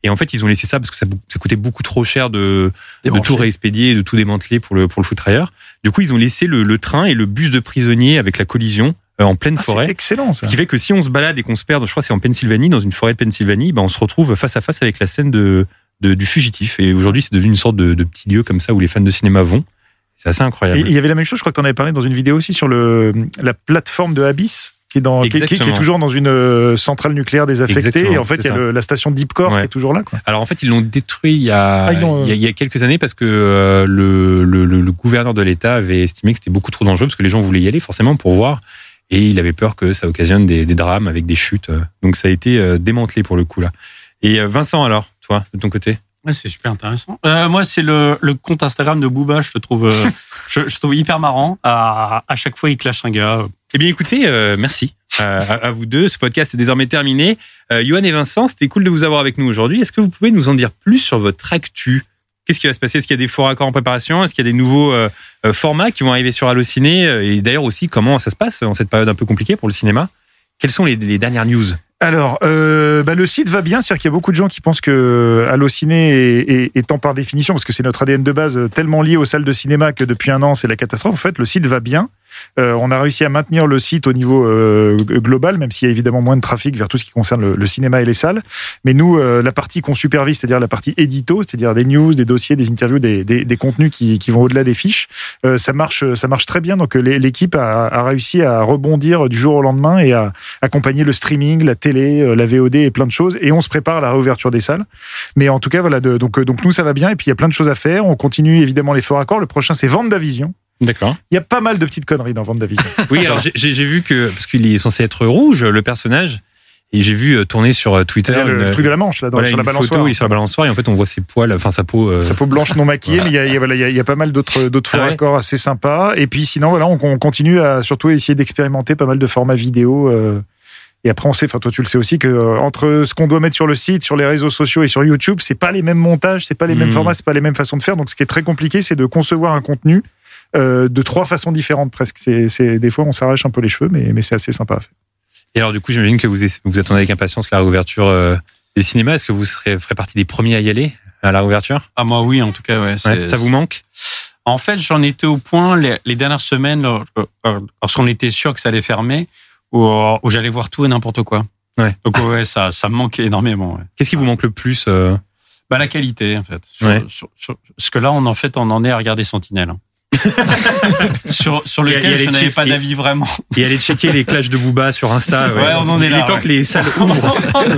Et en fait, ils ont laissé ça parce que ça, ça coûtait beaucoup trop cher de, de Démanteler. tout réexpédier, de tout démanteler pour le, pour le footrailleur. Du coup, ils ont laissé le, le train et le bus de prisonniers avec la collision euh, en pleine Ah, forêt. c'est excellent, ça. Ce qui fait que si on se balade et qu'on se perd, je crois que c'est en Pennsylvanie, dans une forêt de Pennsylvanie, ben on se retrouve face à face avec la scène de, de du fugitif. Et aujourd'hui, c'est devenu une sorte de, de petit lieu comme ça où les fans de cinéma vont. C'est assez incroyable. Et il y avait la même chose, je crois que tu en avais parlé dans une vidéo aussi sur le, la plateforme de Abyss, qui est, dans, qui, est- qui est- qui est Exactement. toujours dans une euh, centrale nucléaire désaffectée. Exactement, Et en fait, il c'est y a ça. le- la station Deepcore Ouais. qui est toujours là. Quoi. Alors en fait, ils l'ont détruit il y a, Ah, ils l'ont, euh, il y a, il y a quelques années parce que euh, le, le, le, le gouverneur de l'État avait estimé que c'était beaucoup trop dangereux parce que les gens voulaient y aller forcément pour voir. Et il avait peur que ça occasionne des, des drames avec des chutes. Donc ça a été euh, démantelé pour le coup là. Et euh, Vincent alors, toi, de ton côté? Ouais, c'est super intéressant. Euh, moi, c'est le, le compte Instagram de Booba, je le trouve, euh, je, je trouve hyper marrant. À, à chaque fois, il clash un gars. Eh bien, écoutez, euh, merci euh, à, à vous deux. Ce podcast est désormais terminé. Euh, Johan et Vincent, c'était cool de vous avoir avec nous aujourd'hui. Est-ce que vous pouvez nous en dire plus sur votre actu? Qu'est-ce qui va se passer? Est-ce qu'il y a des faux raccords en préparation? Est-ce qu'il y a des nouveaux euh, euh, formats qui vont arriver sur Allociné? Et d'ailleurs aussi, comment ça se passe en cette période un peu compliquée pour le cinéma? Quelles sont les, les dernières news? Alors, euh, bah, le site va bien, c'est-à-dire qu'il y a beaucoup de gens qui pensent que Allociné est, est, étant par définition, parce que c'est notre A D N de base, tellement lié aux salles de cinéma que depuis un an, c'est la catastrophe. En fait, le site va bien. Euh, on a réussi à maintenir le site au niveau euh, global, même s'il y a évidemment moins de trafic vers tout ce qui concerne le, le cinéma et les salles. Mais nous, euh, la partie qu'on supervise, c'est-à-dire la partie édito, c'est-à-dire des news, des dossiers, des interviews, des, des, des contenus qui, qui vont au-delà des fiches, euh, ça marche, ça marche très bien. Donc les- l'équipe a, a réussi à rebondir du jour au lendemain et à accompagner le streaming, la télé, euh, la V O D et plein de choses. Et on se prépare à la réouverture des salles. Mais en tout cas, voilà. De, donc, euh, donc nous, ça va bien. Et puis il y a plein de choses à faire. On continue évidemment les faux raccords. Le prochain, c'est Vendavision. D'accord. Il y a pas mal de petites conneries dans Vendavision. Oui, alors j'ai- j'ai j'ai vu que, parce qu'il est censé être rouge, le personnage, et j'ai vu euh, tourner sur euh, Twitter Il y a le une, truc de la manche là, dans, voilà, sur la une balançoire. photo, il est sur la balançoire, et en fait on voit ses poils, enfin sa peau. euh, Sa peau blanche non maquillée, Voilà. mais il y a, il y a, voilà, il y a, il y a pas mal d'autres, d'autres faux Ah ouais. raccords assez sympas. Et puis sinon, voilà, on, on continue à surtout essayer d'expérimenter pas mal de formats vidéo. euh, et après, on sait, enfin toi tu le sais aussi, que euh, entre ce qu'on doit mettre sur le site, sur les réseaux sociaux et sur YouTube, c'est pas les mêmes montages, c'est pas les mêmes Mhm. formats, c'est pas les mêmes façons de faire. Donc ce qui est très compliqué, c'est de concevoir un contenu euh, de trois façons différentes presque. C'est, c'est, des fois, on s'arrache un peu les cheveux, mais, mais c'est assez sympa à faire. Et alors du coup, j'imagine que vous, vous attendez avec impatience la réouverture euh, des cinémas. Est-ce que vous serez, ferez partie des premiers à y aller à la réouverture? Ah, moi, oui, en tout cas, ouais. c'est- Ouais, ça vous manque? En fait, j'en étais au point les, les dernières semaines, euh, euh, lorsqu'on était sûr que ça allait fermer, où, euh, où j'allais voir tout et n'importe quoi. Ouais. Donc ouais, ça, ça me manquait énormément. Ouais. Qu'est-ce qui vous manque le plus euh Bah la qualité en fait. Sur, Ouais. sur, sur- parce que là, on en fait, on en est à regarder Sentinelle. hein. sur sur Et- et lequel aller je n'avais check- pas et- d'avis vraiment. Et aller checker les clashs de Booba sur Insta. Ouais, on en est là, Il est temps ouais. que les salles ouvrent.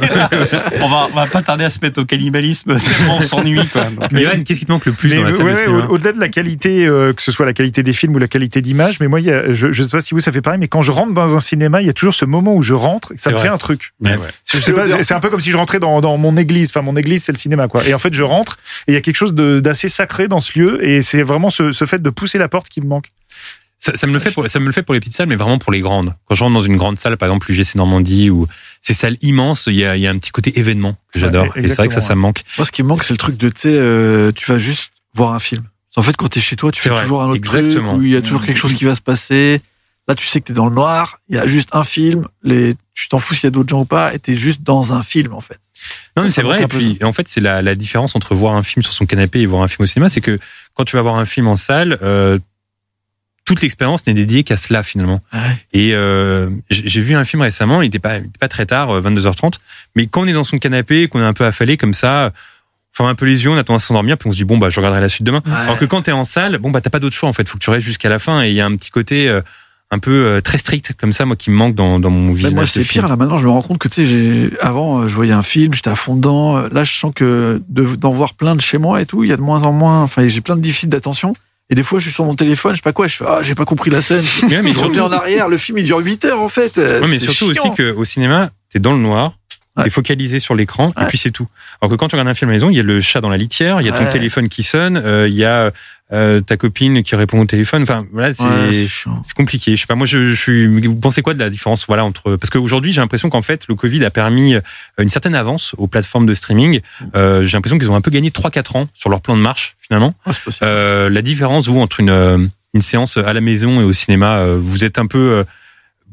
on va on va pas tarder à se mettre au cannibalisme tellement on s'ennuie quoi. Donc, Johan, qu'est-ce qui te manque le plus Mais dans la ouais, salle de ouais, cinéma? au- au-delà de la qualité, euh, que ce soit la qualité des films ou la qualité d'image, mais moi, il y a, je, je sais pas si vous ça fait pareil, mais quand je rentre dans un cinéma, il y a toujours ce moment où je rentre, et ça C'est me vrai. fait un truc. mais ouais. Je sais pas, c'est un peu comme si je rentrais dans, dans mon église. Enfin, mon église, c'est le cinéma, quoi. Et en fait, je rentre et il y a quelque chose de- d'assez sacré dans ce lieu, et c'est vraiment ce, ce fait de pousser la porte qui me manque. Ça, ça me le fait pour, ça me le fait pour les petites salles, mais vraiment pour les grandes. Quand je rentre dans une grande salle, par exemple, l'U G C Normandie, ou ces salles immenses, il y a, il y a un petit côté événement que j'adore. Ouais, et c'est vrai que ça, ça me manque. Moi, ce qui me manque, c'est le truc de, tu sais, euh, tu vas juste voir un film. En fait, quand t'es chez toi, tu C'est fais vrai, toujours un autre exactement. truc où il y a toujours quelque chose qui va se passer. Là, tu sais que t'es dans le noir, il y a juste un film, les, tu t'en fous s'il y a d'autres gens ou pas, et t'es juste dans un film, en fait. Non, mais Ça c'est manque vrai. un Et peu puis, en fait, c'est la, la différence entre voir un film sur son canapé et voir un film au cinéma, c'est que quand tu vas voir un film en salle, euh, toute l'expérience n'est dédiée qu'à cela finalement. Ouais. Et euh, j'ai j'ai vu un film récemment, il était pas, il était pas très tard, vingt-deux heures trente, mais quand on est dans son canapé, qu'on est un peu affalé comme ça, on ferme un peu les yeux, on a tendance à s'endormir, puis on se dit bon bah je regarderai la suite demain. Ouais. Alors que quand t'es en salle, bon bah t'as pas d'autre choix en fait, faut que tu restes jusqu'à la fin, et il y a un petit côté euh, un peu euh, très strict comme ça, moi qui me manque dans, dans mon Bah, visionnage. moi, de c'est film. pire. Là, maintenant, je me rends compte que, tu sais, j'ai, avant, euh, je voyais un film, j'étais à fond dedans. Là, je sens que de, d'en voir plein de chez moi et tout, il y a de moins en moins, enfin, j'ai plein de déficits d'attention. Et des fois, je suis sur mon téléphone, je sais pas quoi, je fais, ah, j'ai pas compris la scène. Ouais, mais je reviens en surtout, arrière, le film, il dure huit heures, en fait. ouais, mais C'est surtout chiant. aussi qu'au cinéma, t'es dans le noir, Ouais. t'es focalisé sur l'écran, et Ouais. puis c'est tout. Alors que quand tu regardes un film à la maison, il y a le chat dans la litière, il y a ton Ouais. téléphone qui sonne, euh, il y a euh, ta copine qui répond au téléphone. Enfin, voilà, c'est Ouais, c'est chiant. c'est compliqué. Je sais pas, moi, je, je suis. Vous pensez quoi de la différence, voilà, entre parce qu'aujourd'hui, j'ai l'impression qu'en fait, le Covid a permis une certaine avance aux plateformes de streaming. Euh, j'ai l'impression qu'ils ont un peu gagné trois quatre ans sur leur plan de marche finalement. Ouais, c'est possible. Euh, la différence, vous, entre une, euh, une séance à la maison et au cinéma, euh, vous êtes un peu euh,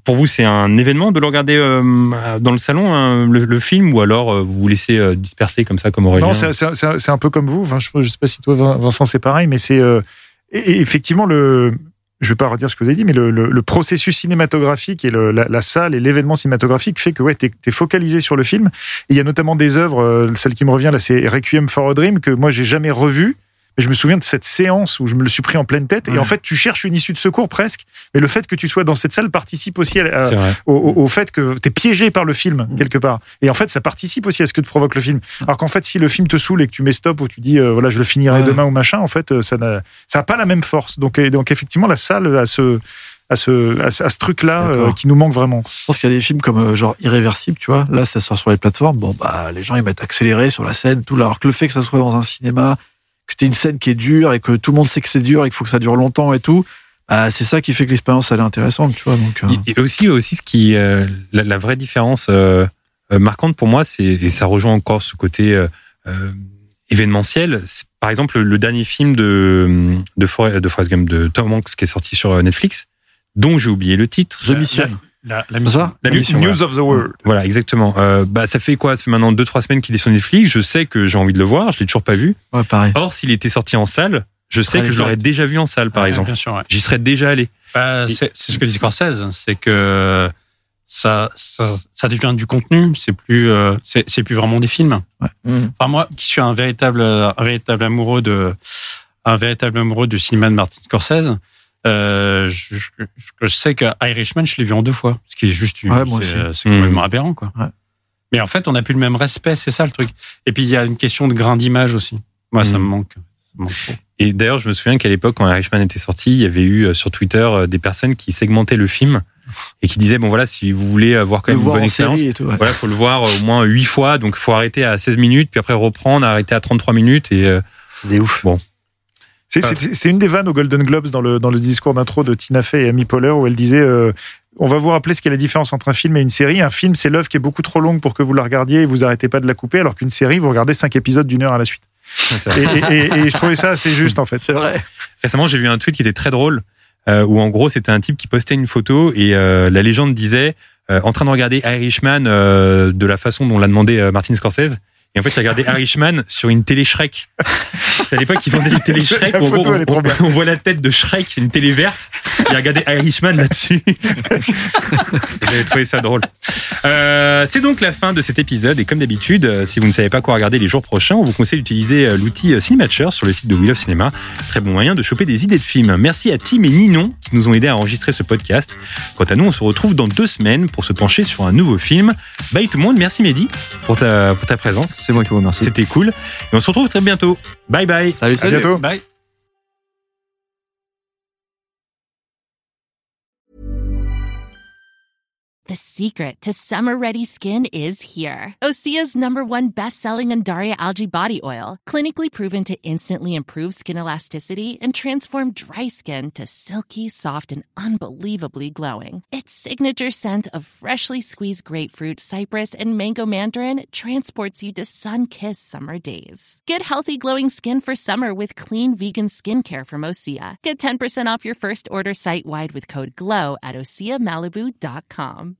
pour vous, c'est un événement de le regarder euh, dans le salon, hein, le, le film, ou alors euh, vous vous laissez euh, disperser comme ça, comme Aurélien? Non, c'est, c'est, c'est un peu comme vous. Enfin, je ne sais pas si toi, Vincent, c'est pareil, mais c'est euh, et, et effectivement le. Je ne vais pas redire ce que vous avez dit, mais le, le, le processus cinématographique et le, la, la salle et l'événement cinématographique fait que ouais, tu es focalisé sur le film. Et il y a notamment des œuvres, euh, celle qui me revient là, c'est Requiem for a Dream, que moi, j'ai jamais revu. Mais je me souviens de cette séance où je me le suis pris en pleine tête. Ouais. Et en fait, tu cherches une issue de secours presque. Mais le fait que tu sois dans cette salle participe aussi à, à, au, au, au fait que tu es piégé par le film, mmh. quelque part. Et en fait, ça participe aussi à ce que te provoque le film. Alors qu'en fait, si le film te saoule et que tu mets stop ou tu dis, euh, voilà, je le finirai ouais. demain ou machin, en fait, ça n'a, ça n'a pas la même force. Donc, et, donc effectivement, la salle a ce, à ce, à ce, à ce truc-là euh, qui nous manque vraiment. Je pense qu'il y a des films comme euh, genre Irréversible, tu vois. Là, ça sort sur les plateformes. Bon, bah, les gens, ils mettent accéléré sur la scène, tout. Alors que le fait que ça soit dans un cinéma, que t'aies une scène qui est dure et que tout le monde sait que c'est dur et qu'il faut que ça dure longtemps et tout, bah, c'est ça qui fait que l'expérience elle est intéressante, tu vois. Donc, euh... et aussi, aussi ce qui, euh, la, la vraie différence euh, marquante pour moi, c'est, et ça rejoint encore ce côté euh, événementiel. C'est, par exemple, le dernier film de de, For- de Forrest Gump de Tom Hanks qui est sorti sur Netflix, dont j'ai oublié le titre. The Mission. La, la mission. La, la mission. News voilà. of the World. Voilà, exactement. Euh, bah, ça fait quoi? Ça fait maintenant deux, trois semaines qu'il est sur Netflix. Je sais que j'ai envie de le voir. Je l'ai toujours pas vu. Ouais, pareil. Or, s'il était sorti en salle, je sais que je l'aurais déjà vu en salle, par ouais, exemple. Bien sûr, ouais. J'y serais déjà allé. Bah, c'est, c'est ce que dit Scorsese. C'est que ça, ça, ça devient du contenu. C'est plus, euh, c'est, c'est plus vraiment des films. Ouais. Mmh. Enfin, moi, qui suis un véritable, un véritable amoureux de, un véritable amoureux du cinéma de Martin Scorsese, Euh, je, je, je sais que Irishman, je l'ai vu en deux fois, ce qui est juste, ouais, moi c'est, aussi. c'est complètement mmh. aberrant, quoi. Ouais. Mais en fait, on n'a plus le même respect, c'est ça le truc. Et puis il y a une question de grain d'image aussi. Moi, mmh. ça me manque. Ça me manque trop. Et d'ailleurs, je me souviens qu'à l'époque, quand Irishman était sorti, il y avait eu sur Twitter des personnes qui segmentaient le film et qui disaient bon voilà, si vous voulez avoir quand même une bonne expérience, tout, ouais. voilà, faut le voir au moins huit fois, donc faut arrêter à seize minutes, puis après reprendre, arrêter à trente-trois minutes et euh, c'est des ouf. Bon. C'est, c'était, c'était une des vannes aux Golden Globes dans le, dans le discours d'intro de Tina Fey et Amy Poehler où elle disait euh, on va vous rappeler ce qu'est la différence entre un film et une série. Un film, c'est l'œuvre qui est beaucoup trop longue pour que vous la regardiez et vous arrêtez pas de la couper, alors qu'une série, vous regardez cinq épisodes d'une heure à la suite. Et, et, et, et je trouvais ça assez juste, en fait. C'est vrai. Récemment, j'ai vu un tweet qui était très drôle, euh, où en gros, c'était un type qui postait une photo et euh, la légende disait euh, en train de regarder Irishman euh, de la façon dont l'a demandé euh, Martin Scorsese. Et en fait, il regardait Irishman sur une télé Shrek. C'est à l'époque qu'ils vendaient une télé Shrek. Où, photo, on, on, on voit la tête de Shrek, une télé verte. Il regardait Irishman là-dessus. J'avais trouvé ça drôle. Euh, c'est donc la fin de cet épisode. Et comme d'habitude, si vous ne savez pas quoi regarder les jours prochains, on vous conseille d'utiliser l'outil Cinématcher sur le site de We Love Cinéma. Très bon moyen de choper des idées de films. Merci à Tim et Ninon qui nous ont aidés à enregistrer ce podcast. Quant à nous, on se retrouve dans deux semaines pour se pencher sur un nouveau film. Bye tout le monde. Merci Mehdi pour ta, pour ta présence. C'est moi qui vous remercie. C'était cool. Et on se retrouve très bientôt. Bye bye. Salut, salut. À bientôt. Bye. The secret to summer-ready skin is here. Osea's number one best-selling Undaria Algae Body Oil, clinically proven to instantly improve skin elasticity and transform dry skin to silky, soft, and unbelievably glowing. Its signature scent of freshly squeezed grapefruit, cypress, and mango mandarin transports you to sun-kissed summer days. Get healthy, glowing skin for summer with clean vegan skincare from Osea. Get ten percent off your first order site-wide with code GLOW at osea malibu dot com.